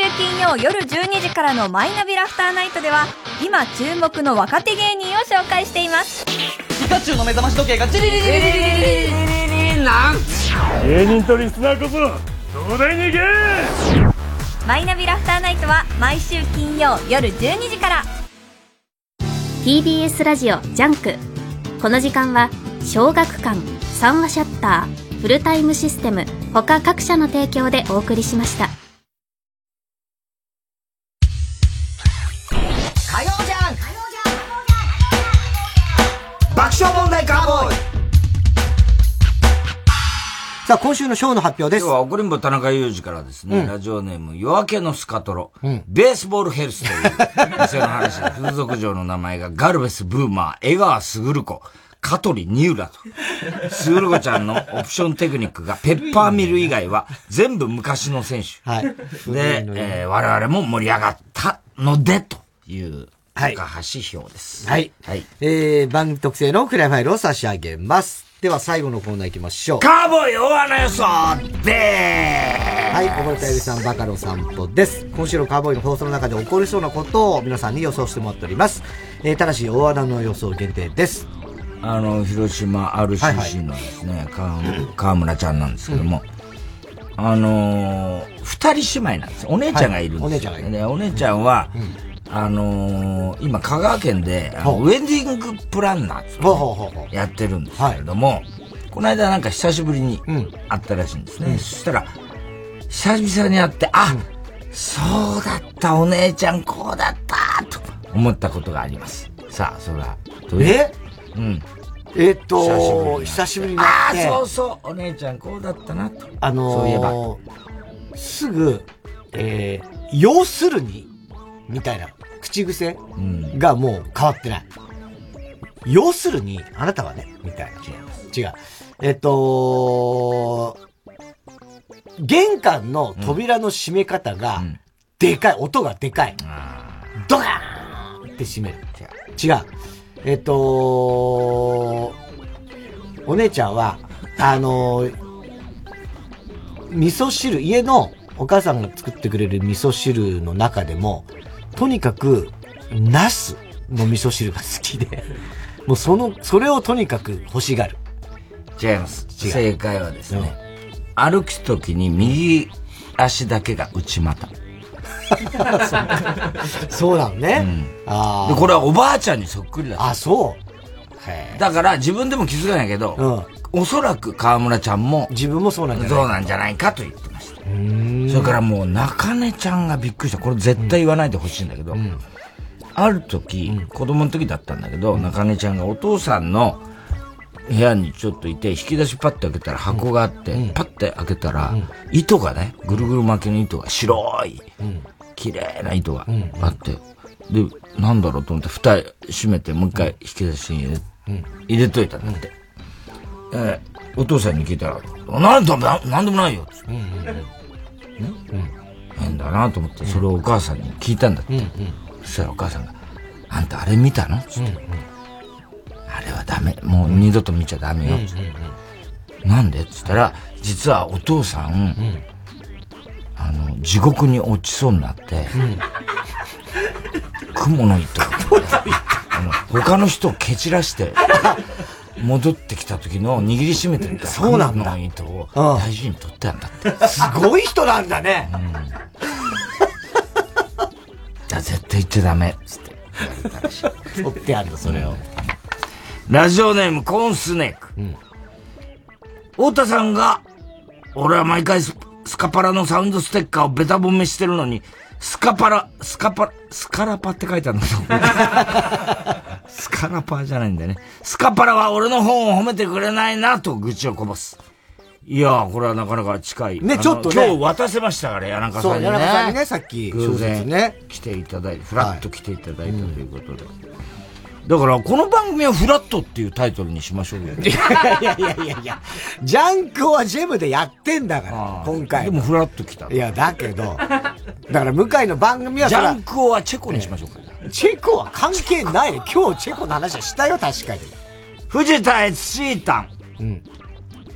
金曜夜じゅうにじからのマイナビラフターナイトでは今注目の若手芸人を紹介しています。 ピカチュウの目覚まし時計がジリリリリリリリリリリなん芸人とリスナーこそ東大に行け。 マイナビラフターナイトは毎週金曜夜じゅうにじから。 ティービーエス ラジオジャンク。この時間は小学館、三話シャッター、フルタイムシステム他各社の提供でお送りしました。 火曜じゃん爆笑問題カーボーイ。さあ、今週のショーの発表です。 今日は、怒りんぼ田中裕二からですね、うん、ラジオネーム、夜明けのスカトロ、うん、ベースボールヘルスという店の話で、風俗嬢の名前がガルベス・ブーマー、江川卓子、香取二浦と。スグルコちゃんのオプションテクニックがペッパーミル以外は全部昔の選手。はい。で、えー、我々も盛り上がったので、という、高橋票です。 はい。はい。えー、番組特製のクライファイルを差し上げます。では最後のコーナー行きましょう。 カーボーイ大穴予想でーす。 はい、溺れたエビさんバカの散歩です。今週のカーボーイの放送の中で起こりそうなことを皆さんに予想してもらっております。えー、ただし大穴の予想限定です。 あの、広島 アールシーシー のですね、はいはい、川村ちゃんなんですけども、うん、あのー、二人姉妹なんです。お姉ちゃんがいるんです、はい、お姉ちゃんがいる。で、お姉ちゃんは、うんあのー、今、香川県で、あのウェディングプランナーってやってるんですけれども、はい、この間なんか久しぶりに会ったらしいんですね。うん、そしたら、久々に会って、あ、うん、そうだった、お姉ちゃんこうだった、と思ったことがあります。さあ、それは、どういうえうん。 えー、っと、久しぶりになって。 ああ、そうそう、お姉ちゃんこうだったな、と。 あのー、 そういえば。 すぐ、えー、要するに、みたいな。口癖がもう変わってない。うん、要するに、あなたはね、みたいな。違う。えっと、玄関の扉の閉め方が、でかい、音がでかい。ドカーンって閉める。違う。えっと、お姉ちゃんは、あの、味噌汁、家のお母さんが作ってくれる味噌汁の中でも、とにかく、ナスの味噌汁が好きで、もうその、それをとにかく欲しがる。 違います。正解はですね、うん、歩くときに右足だけが内股。 そうなのね。 うん、あで、これはおばあちゃんにそっくりだった。 あ、そう。 へだから自分でも気づかないけど、うん、おそらく川村ちゃんも、 自分もそうなんじゃないか。 そうなんじゃないかと言ってました。それからもう中根ちゃんがびっくりした。これ絶対言わないでほしいんだけど、うん、ある時、うん、子供の時だったんだけど、うん、中根ちゃんがお父さんの部屋にちょっといて、引き出しパッて開けたら箱があって、うん、パッて開けたら、うん、糸がね、ぐるぐる巻きの糸が白い、うん、綺麗な糸があって、で、なんだろうと思って蓋閉めてもう一回引き出しに入れ、うん、入れといたんだって。うん、えー、お父さんに聞いたら、なんでもな、なんでもないよっつって。うんうんうんねうん、変だなと思って、それをお母さんに聞いたんだって。うんうん、そしたらお母さんが、あんたあれ見たのつって、うんうん。あれはダメ。もう二度と見ちゃダメよ。つって、うんうんうん、なんでっつったら、実はお父さん、うん、あの、地獄に落ちそうになって、うん、雲の糸あの他の人を蹴散らして、戻ってきた時の握りしめてるそうなんだ。 雲の糸を大事に取ってあるんだって。 すごい人なんだね。うん、 じゃあ絶対言っちゃダメ。つって言われたらしい。取ってあるの、それを。 ラジオネームコーンスネーク。うん、太田さんが、俺は毎回スカパラのサウンドステッカーをベタ褒めしてるのに、スカパラ、スカパラ、スカラパって書いてあるんだと思う。スカラパじゃないんだよね。スカパラは俺の本を褒めてくれないなと愚痴をこぼす。いやー、これはなかなか近い。 ね、ちょっとね。 今日渡せましたから、谷中さんにね。 そう、谷中さんにね、さっき。 偶然ね。来ていただいて、フラッと来ていただいたということで。はいうん、だから、この番組はフラットっていうタイトルにしましょうよ。 いやいやいやいやいや、ジャンクはジェムでやってんだから、今回。 でもフラッと来た。 いや、だけど、だから向井の番組はジャンクはチェコにしましょうか。 チェコは関係ない。今日チェコの話はしたよ、確かに。 藤田悦シータン。うん。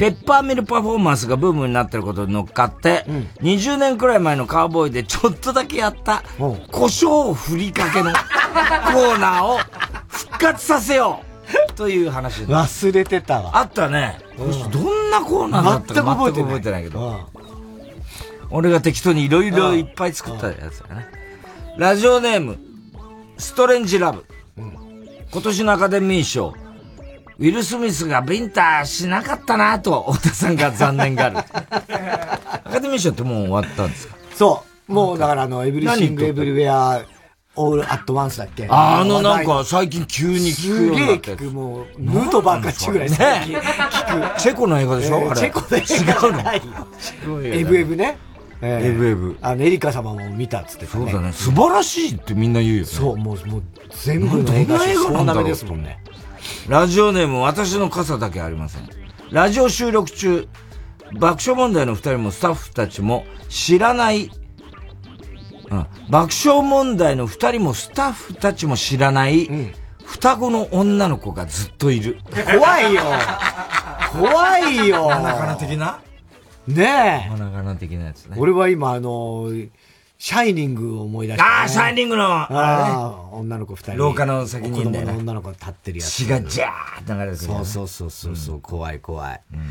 ペッパーミルパフォーマンスがブームになってることに乗っかって、うん、にじゅうねんくらい前のカウボーイでちょっとだけやった胡椒ふりかけのコーナーを復活させようという話で忘れてたわ。 あったね、うん、どんなコーナーだったか全く覚えてないけど、うん、俺が適当にいろいろいっぱい作ったやつだね。ラジオネームストレンジラブ、うん、今年のアカデミー賞ウィル・スミスがビンタしなかったなと太田さんが残念がある。アカデミー賞ってもう終わったんですか？ そう。もうだからあの、エブリシング・エブリウェア・オール・アット・ワンスだっけ？ あ、あのなんか最近急に聞くようになって。 すげえ聞く、もう、ヌートバーかちぐらい最近聞く。チェコの映画でしょ、えー、あれ。 チェコで違うの。エブエブね。 えー、エブエブ。 あの、エリカ様も見たっつってたね。 そうだね。素晴らしいってみんな言うよね。 そう、もう、もう、全部の映画史総なめですもんね。 ラジオネーム、私の傘だけありません。ラジオ収録中、爆笑問題の二人もスタッフたちも知らない、うん、爆笑問題の二人もスタッフたちも知らない、うん、双子の女の子がずっといる。 怖いよ怖いよマナカナ的なねえ。 マナカナ的なやつね。 俺は今あのー、シャイニングを思い出して、 ね。ああ、シャイニングの、 ああ、女の子二人。 廊下の先にいんだよね。 子供の女の子が立ってるやつ。 血がジャー流れてる、 ね。そうそうそうそう、うん、怖い怖い。うん、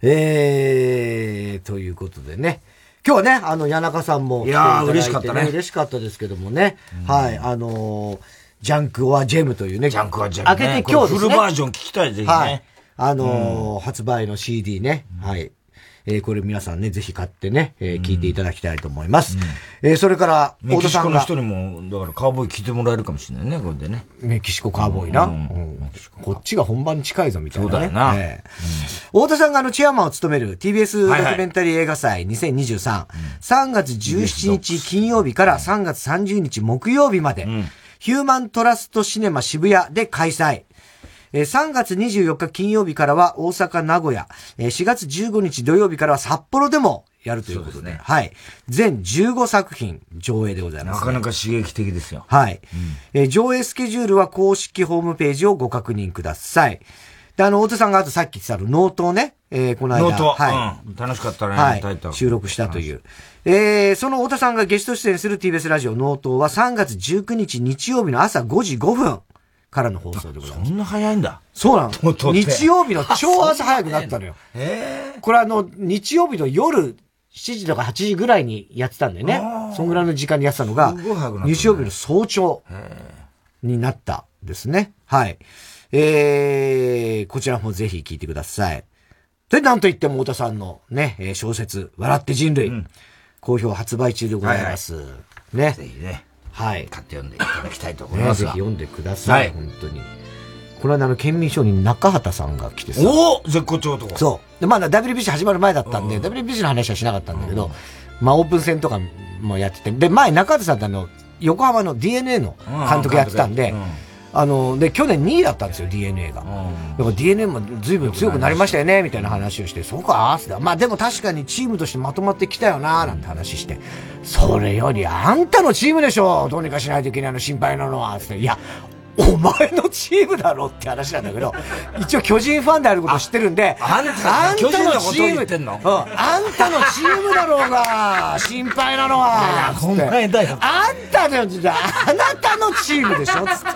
えー、ということでね。今日はね、あの、谷中さんも来ていただいて、ね。いやー、嬉しかったね。嬉しかったですけどもね。うん、はい、あのー、ジャンク・オア・ジェムというね。 ジャンク・オア・ジェム、ね。 開けて今日ですね。 フルバージョン聞きたい、ぜひね。はい。 あのーうん、発売の シーディー ね。はい。えー、これ皆さんね、ぜひ買ってね、えー、聞いていただきたいと思います。うん、えー、それから、 メキシコの人にも、だからカウボーイ聞いてもらえるかもしれないね、これでね。 メキシコカウボーイな。うんうん、こっちが本番に近いぞ、みたいな、ね。 そうだよな。 えーうん、太田さんがあの、チェアマンを務める ティービーエス ドキュメンタリー映画祭にせんにじゅうさん、はいはい、さんがつじゅうしちにち金曜日からさんがつさんじゅうにち木曜日まで、うん、ヒューマントラストシネマ渋谷で開催。さんがつにじゅうよっか金曜日からは大阪、名古屋、しがつじゅうごにち土曜日からは札幌でもやるということで、ね、はい。全じゅうごさくひん上映でございます、 ね。なかなか刺激的ですよ。 はい、うんえー。上映スケジュールは公式ホームページをご確認ください。で、あの、太田さんがあとさっき言ってたの、ノートをね、えー、この間。 ノート。はい、うん。楽しかったね。 はい。収録したという。えー、その太田さんがゲスト出演する ティービーエス ラジオノートはさんがつじゅうくにち日曜日の朝ごじごふん。からの放送でございます。 そんな早いんだ。 そうなの。日曜日の超朝早くなったのよ。 えー、これあの、日曜日の夜しちじとかはちじぐらいにやってたんだよね。そんぐらいの時間にやってたのが、日曜日の早朝になったですね。はい。えー、こちらもぜひ聞いてください。で、なんといっても太田さんのね、小説、笑って人類、うん、好評発売中でございます。はいはい、ね。 ぜひね。 はい。 買って読んでいただきたいと思いますが。 ね、ぜひ読んでください。はい、本当に。この間の県民賞に中畑さんが来てさ。 おお絶好調とか。 そう。で、まだ ダブリュービーシー 始まる前だったんで、うん、ダブリュービーシー の話はしなかったんだけど、うん、まあオープン戦とかもやってて、で、前中畑さんってあの、横浜の ディーエヌエー の監督やってたんで、うんうん、あの、で、去年にいだったんですよ、ディーエヌエー が。うん、だから ディーエヌエー も随分強くなりましたよね、みたいな話をして、そうか、まあでも確かにチームとしてまとまってきたよな、なんて話して、それよりあんたのチームでしょ、どうにかしないといけないの心配なのは、つって、いや、お前のチームだろって話なんだけど、一応巨人ファンであること知ってるんで、 あんた、あんたのチームってんの、 うん、あんたのチームだろうが、心配なのは、 お前だよ。 あんたの、あなたのチームでしょ、つって。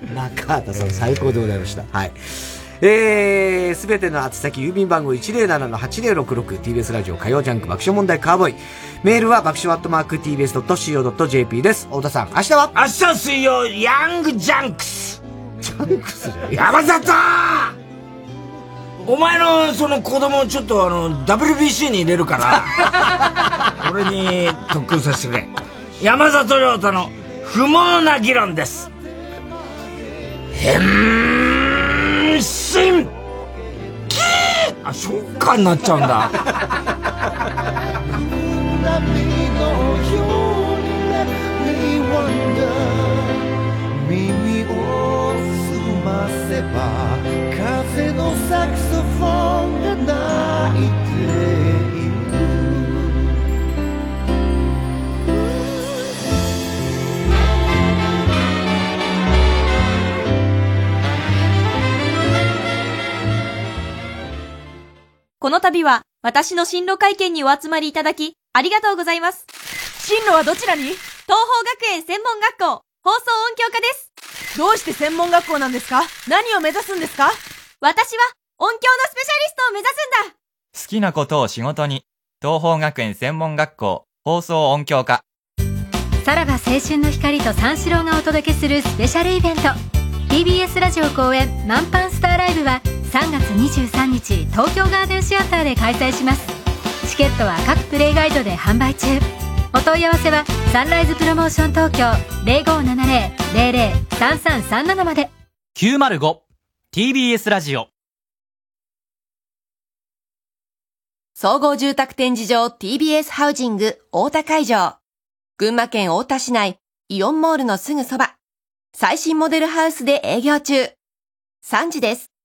中畑さん最高でございました。はい。えー、すべての宛先郵便番号 いちぜろななのはちぜろろくろく ティービーエス ラジオ火曜ジャンク爆笑問題カーボーイ。メールは爆笑アットマーク ティービーエスドットシーオードットジェーピー です。太田さん、明日は明日水曜、ヤングジャンクス。 ジャンクスじゃん。 山里お前のその子供をちょっとあの、ダブリュービーシー に入れるから、俺に特訓させてくれ。山里亮太の不毛な議論です。変身キーあ、ショッカーになっちゃうんだ。 耳を澄ませば風のサクソフォンが鳴いている。 ここの度は私の進路会見にお集まりいただきありがとうございます。進路はどちらに？東邦学園専門学校放送音響科です。 どうして専門学校なんですか？何を目指すんですか？ 私は音響のスペシャリストを目指すんだ。 好きなことを仕事に。東邦学園専門学校放送音響科。 さらば青春の光と三四郎がお届けするスペシャルイベント ティービーエス ラジオ公演満帆スターライブはさんがつにじゅうさんにち東京ガーデンシアターで開催します。チケットは各プレイガイドで販売中。お問い合わせはサンライズプロモーション東京 ゼロごーななゼロ ゼロゼロ さんさんさんなな まで。 きゅうまるご ティービーエス ラジオ総合住宅展示場 ティービーエス ハウジング大田会場。群馬県太田市内イオンモールのすぐそば。最新モデルハウスで営業中。さんじです。